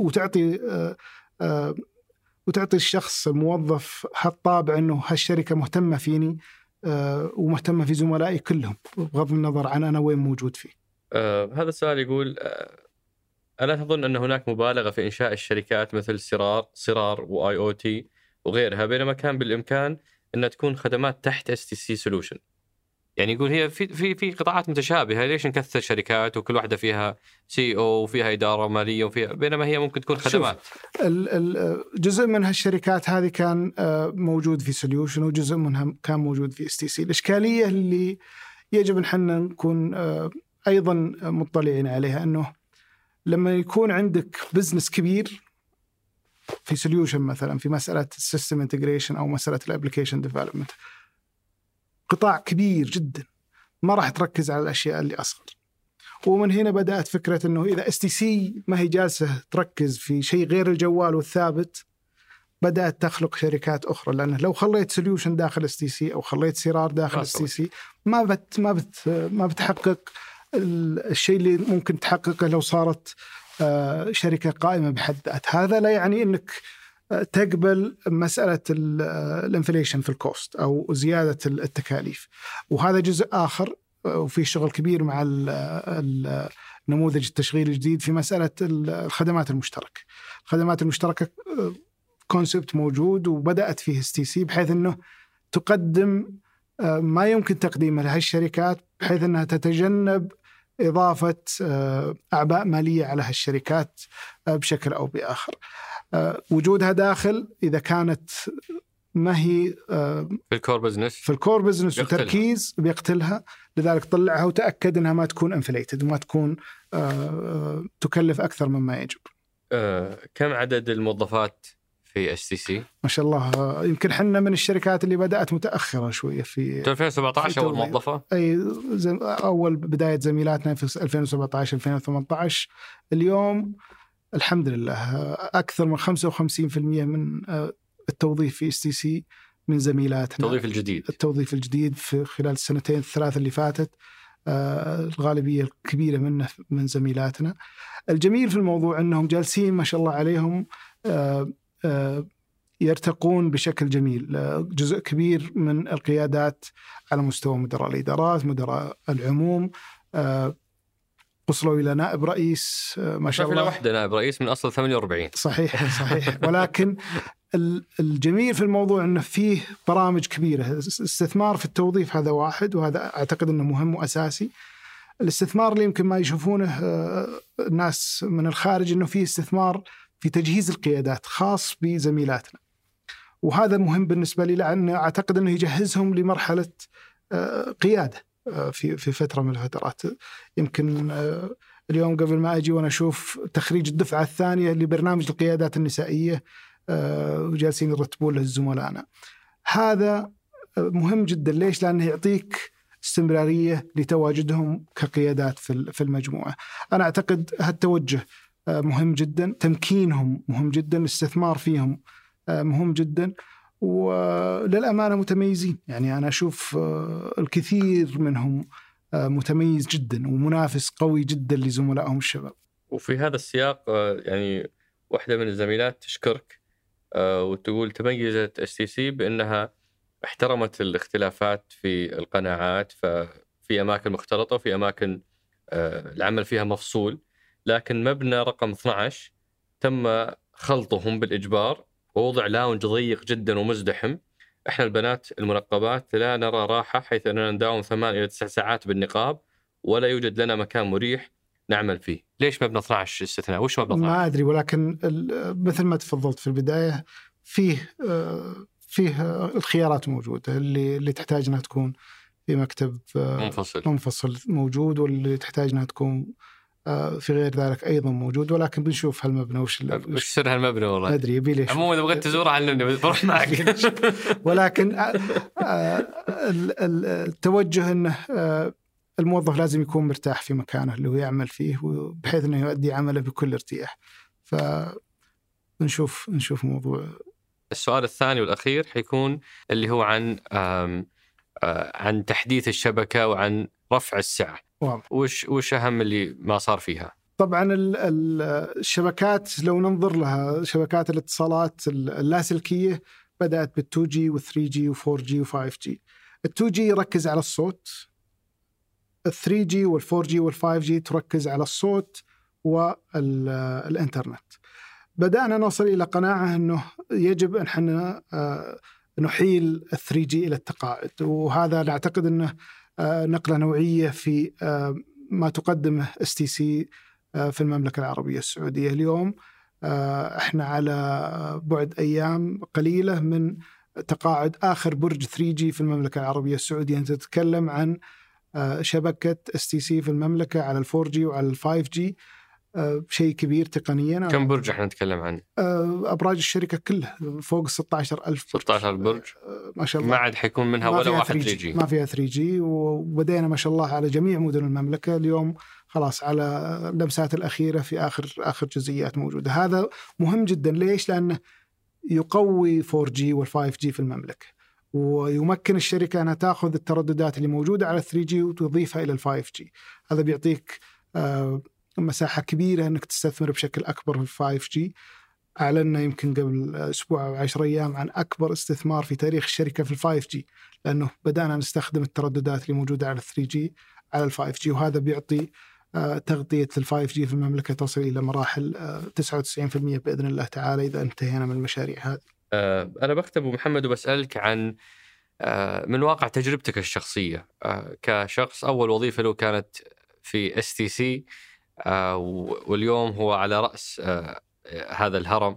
وتعطي الشخص الموظف هالطابع أنه هالشركة مهتمة فيني ومهتمة في زملائي كلهم بغض النظر عن أنا وين موجود فيه. هذا السؤال يقول ألا تظن أن هناك مبالغة في إنشاء الشركات مثل صرار وIoT وغيرها، بينما كان بالإمكان أنها تكون خدمات تحت HTC Solution؟ يعني يقول هي في قطاعات متشابهة، ليش نكثر شركات وكل واحدة فيها CEO وفيها إدارة مالية وفيها، بينما هي ممكن تكون خدمات. جزء من هالشركات هذه كان موجود في Solution وجزء منها كان موجود في HTC. الإشكالية اللي يجب أن حنا نكون أيضا مطلعين عليها أنه لما يكون عندك بزنس كبير في Solution مثلا في مسألة System Integration أو مسألة Application Development، قطاع كبير جدا، ما راح تركز على الأشياء اللي أصغر. ومن هنا بدأت فكرة أنه إذا HTC ما هي جالسة تركز في شيء غير الجوال والثابت، بدأت تخلق شركات أخرى. لأنه لو خليت سوليوشن داخل HTC أو خليت سرار داخل HTC ما بتحقق الشيء اللي ممكن تحققه لو صارت شركة قائمة بحد ذات. هذا لا يعني أنك تقبل مسألة الانفليشن في الكوست أو زيادة التكاليف، وهذا جزء آخر. وفي شغل كبير مع النموذج التشغيل الجديد في مسألة الخدمات المشتركة. الخدمات المشتركة كونسبت موجود وبدأت فيه HTC بحيث أنه تقدم ما يمكن تقديمه لهالشركات، بحيث أنها تتجنب إضافة أعباء مالية على هالشركات بشكل أو بآخر. وجودها داخل إذا كانت ما هي في الكور بزنس وتركيز بيقتلها. لذلك طلعها وتأكد أنها ما تكون انفليتد وما تكون تكلف أكثر مما يجب. كم عدد الموظفات في STC؟ ما شاء الله، يمكن حنا من الشركات اللي بدأت متأخرة شوية في 2017 أول موظفة. أول بداية زميلاتنا في 2017-2018. اليوم الحمد لله أكثر من 55% من التوظيف في STC من زميلاتنا. التوظيف الجديد في خلال السنتين الثلاث اللي فاتت الغالبية الكبيرة منه من زميلاتنا. الجميل في الموضوع أنهم جالسين ما شاء الله عليهم يرتقون بشكل جميل. جزء كبير من القيادات على مستوى مدراء الإدارات، مدراء العموم، وصلوا إلى نائب رئيس ما شاء الله. واحدة نائب رئيس من أصل 48. صحيح. ولكن الجميل في الموضوع أنه فيه برامج كبيرة. استثمار في التوظيف هذا واحد، وهذا أعتقد أنه مهم وأساسي. الاستثمار اللي يمكن ما يشوفونه الناس من الخارج أنه فيه استثمار في تجهيز القيادات خاص بزميلاتنا، وهذا مهم بالنسبة لي، لأن أعتقد أنه يجهزهم لمرحلة قيادة في فترة من الفترات. يمكن اليوم قبل ما أجي وأنا أشوف تخريج الدفعة الثانية لبرنامج القيادات النسائية وجالسين يرتبون له زملائنا. هذا مهم جدا. ليش؟ لأنه يعطيك استمرارية لتواجدهم كقيادات في المجموعة. أنا أعتقد هالتوجه مهم جدا، تمكينهم مهم جدا، الاستثمار فيهم مهم جدا، وللأمانة متميزين. يعني أنا أشوف الكثير منهم متميز جدا ومنافس قوي جدا لزملائهم الشباب. وفي هذا السياق يعني واحدة من الزميلات تشكرك وتقول تميزت STC بأنها احترمت الاختلافات في القناعات، ففي أماكن مختلطة وفي أماكن العمل فيها مفصول، لكن مبنى رقم 12 تم خلطهم بالإجبار ووضع لاونج ضيق جدا ومزدحم. احنا البنات المنقبات لا نرى راحة، حيث أننا نداوم 8 إلى 9 ساعات بالنقاب ولا يوجد لنا مكان مريح نعمل فيه. ليش مبنى 12 استثناء؟ وش مبنى 12؟ ما أدري، ولكن مثل ما تفضلت في البداية فيه الخيارات موجودة، اللي تحتاج أنها تكون في مكتب منفصل موجود، واللي تحتاج أنها تكون في غير ذلك أيضا موجود. ولكن بنشوف هالمبنى وش سر هالمبنى. والله ما أدري، يبي ليش. عموما إذا بغيت تزوره علمني بروح معك. ولكن التوجه أنه الموظف لازم يكون مرتاح في مكانه اللي هو يعمل فيه، بحيث أنه يؤدي عمله بكل ارتياح. فنشوف موضوع. السؤال الثاني والأخير حيكون اللي هو عن تحديث الشبكة وعن رفع السعة. وش أهم اللي ما صار فيها؟ طبعا الشبكات لو ننظر لها، شبكات الاتصالات اللاسلكية بدأت بال2G وال3G و4G و5G. ال2G يركز على الصوت، ال3G وال4G وال5G تركز على الصوت والإنترنت. بدأنا نوصل إلى قناعة أنه يجب أن احنا نحيل ال3G إلى التقاعد، وهذا نعتقد أنه نقلة نوعية في ما تقدمه STC في المملكة العربية السعودية. اليوم احنا على بعد أيام قليلة من تقاعد آخر برج 3G في المملكة العربية السعودية. أنت تتكلم عن شبكة STC في المملكة على 4G وعلى 5G، شيء كبير تقنيا. كم برج احنا نتكلم عنه؟ أبراج الشركة كلها فوق 16,000 16 برج ما شاء الله. ما عاد حيكون منها ولا واحد 3G. ما فيها 3G، وبدينا ما شاء الله على جميع مدن المملكة اليوم خلاص على اللمسات الأخيرة في آخر جزئيات موجودة. هذا مهم جدا. ليش؟ لأنه يقوي 4G وال5G في المملكة، ويمكن الشركة أنها تأخذ الترددات اللي موجودة على 3G وتضيفها إلى 5G. هذا بيعطيك مساحة كبيرة أنك تستثمر بشكل أكبر في 5G. أعلنا يمكن قبل أسبوع أو 10 أيام عن أكبر استثمار في تاريخ الشركة في 5G، لأنه بدأنا نستخدم الترددات اللي موجودة على 3G على 5G، وهذا بيعطي تغطية 5G في المملكة تصل إلى مراحل 99% بإذن الله تعالى إذا انتهينا من المشاريع هذه. أنا بختم محمد وبسألك عن من واقع تجربتك الشخصية كشخص. أول وظيفة له كانت في STC، واليوم هو على رأس هذا الهرم.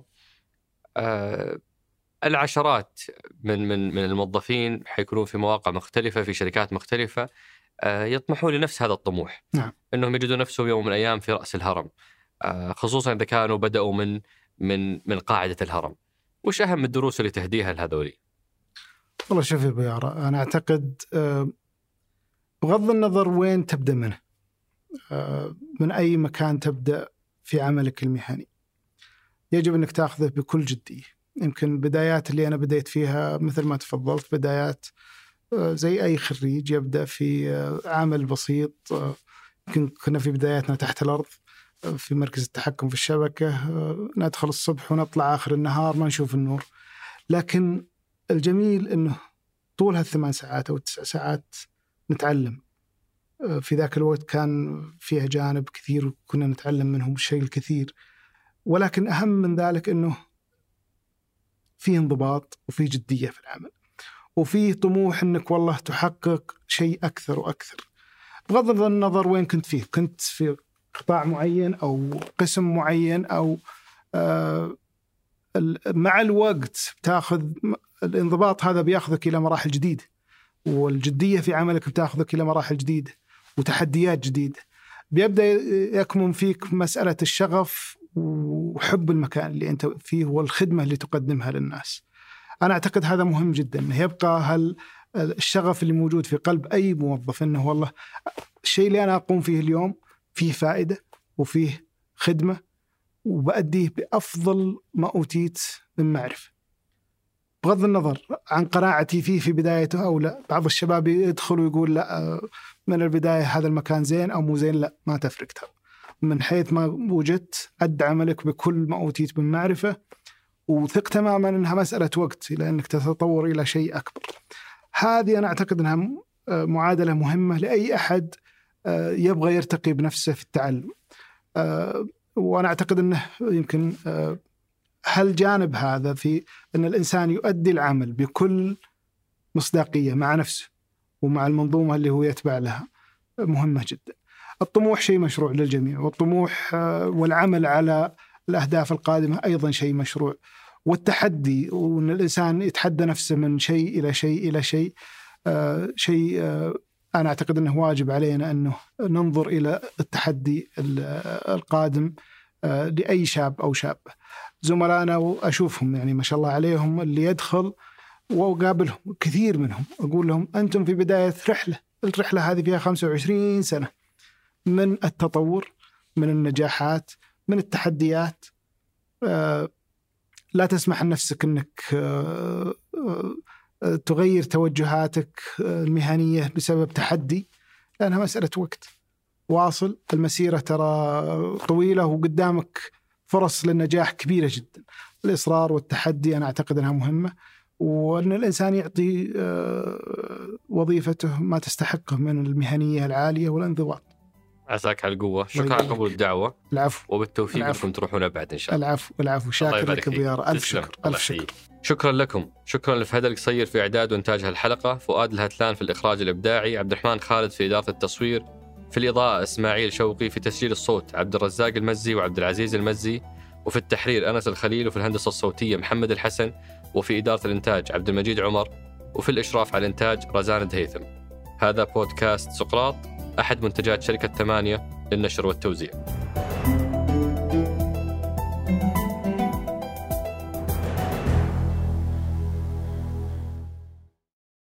العشرات من الموظفين حيكونون في مواقع مختلفة في شركات مختلفة، يطمحون لنفس هذا الطموح. نعم. أنهم يجدوا نفسهم يوم من الأيام في رأس الهرم، خصوصا إذا كانوا بدأوا من قاعدة الهرم. وش أهم الدروس اللي تهديها لهذولي؟ والله شوف يا بيارة، أنا أعتقد بغض النظر وين تبدأ منه، من أي مكان تبدأ في عملك المهني، يجب أنك تأخذه بكل جدية. يمكن بدايات اللي أنا بديت فيها مثل ما تفضلت بدايات زي أي خريج يبدأ في عمل بسيط. يمكن كنا في بداياتنا تحت الأرض في مركز التحكم في الشبكة، ندخل الصبح ونطلع آخر النهار ما نشوف النور. لكن الجميل أنه طول ال8 ساعات أو 9 ساعات نتعلم. في ذاك الوقت كان فيها جانب كثير وكنا نتعلم منهم الشيء الكثير، ولكن أهم من ذلك أنه فيه انضباط وفيه جدية في العمل وفيه طموح أنك والله تحقق شيء أكثر وأكثر بغض النظر وين كنت فيه. كنت في قطاع معين أو قسم معين أو مع الوقت بتاخذ الانضباط هذا بياخذك إلى مراحل جديدة، والجدية في عملك بتاخذك إلى مراحل جديدة وتحديات جديدة. بيبدأ يكمن فيك مسألة الشغف وحب المكان اللي أنت فيه والخدمة اللي تقدمها للناس. أنا أعتقد هذا مهم جدا، أنه يبقى الشغف اللي موجود في قلب أي موظف، أنه والله الشيء اللي أنا أقوم فيه اليوم فيه فائدة وفيه خدمة وبأديه بأفضل ما أوتيت من معرفة، بغض النظر عن قناعتي فيه في بدايته أو لا. بعض الشباب يدخل ويقول لا من البداية هذا المكان زين أو مو زين، لا ما تفرق ترى. من حيث ما وجدت أدى عملك بكل ما أوتيت من معرفة، وثق تماما أنها مسألة وقت إلى أنك تتطور إلى شيء أكبر. هذه أنا أعتقد أنها معادلة مهمة لأي أحد يبغى يرتقي بنفسه في التعلم. وأنا أعتقد أنه يمكن هالجانب هذا في أن الإنسان يؤدي العمل بكل مصداقية مع نفسه ومع المنظومة اللي هو يتبع لها مهمة جدا. الطموح شيء مشروع للجميع، والطموح والعمل على الأهداف القادمة أيضا شيء مشروع، والتحدي وأن الإنسان يتحدى نفسه من شيء إلى شيء إلى شيء شيء أنا أعتقد أنه واجب علينا أنه ننظر إلى التحدي القادم لأي شاب أو شابة. زملائنا وأشوفهم يعني ما شاء الله عليهم اللي يدخل وقابلهم كثير منهم أقول لهم أنتم في بداية الرحلة هذه فيها 25 سنة من التطور، من النجاحات، من التحديات. لا تسمح لنفسك أنك تغير توجهاتك المهنية بسبب تحدي، لأنها مسألة وقت. واصل، المسيرة ترى طويلة وقدامك فرص للنجاح كبيرة جدا. الإصرار والتحدي أنا أعتقد أنها مهمة، وأن الإنسان يعطي وظيفته ما تستحقه من المهنية العالية والانضباط. عساك على القوة. شكرا على قبول الدعوة. العفو. وبالتوفيق لكم تروحون أبعد إن شاء الله. العفو. شاكر لك بيارة. ألف شكر. شكرا لكم. شكرا لفهد القصير في إعداد وإنتاج هالحلقة، فؤاد الهتلان في الإخراج الإبداعي، عبد الرحمن خالد في إدارة التصوير، في الإضاءة إسماعيل شوقي، في تسجيل الصوت عبد الرزاق المزي وعبد العزيز المزي، وفي التحرير أنس الخليل، وفي الهندسة الصوتية محمد الحسن، وفي إدارة الإنتاج عبد المجيد عمر، وفي الإشراف على الإنتاج رزان دهيثم. هذا بودكاست سقراط، أحد منتجات شركة 8 للنشر والتوزيع.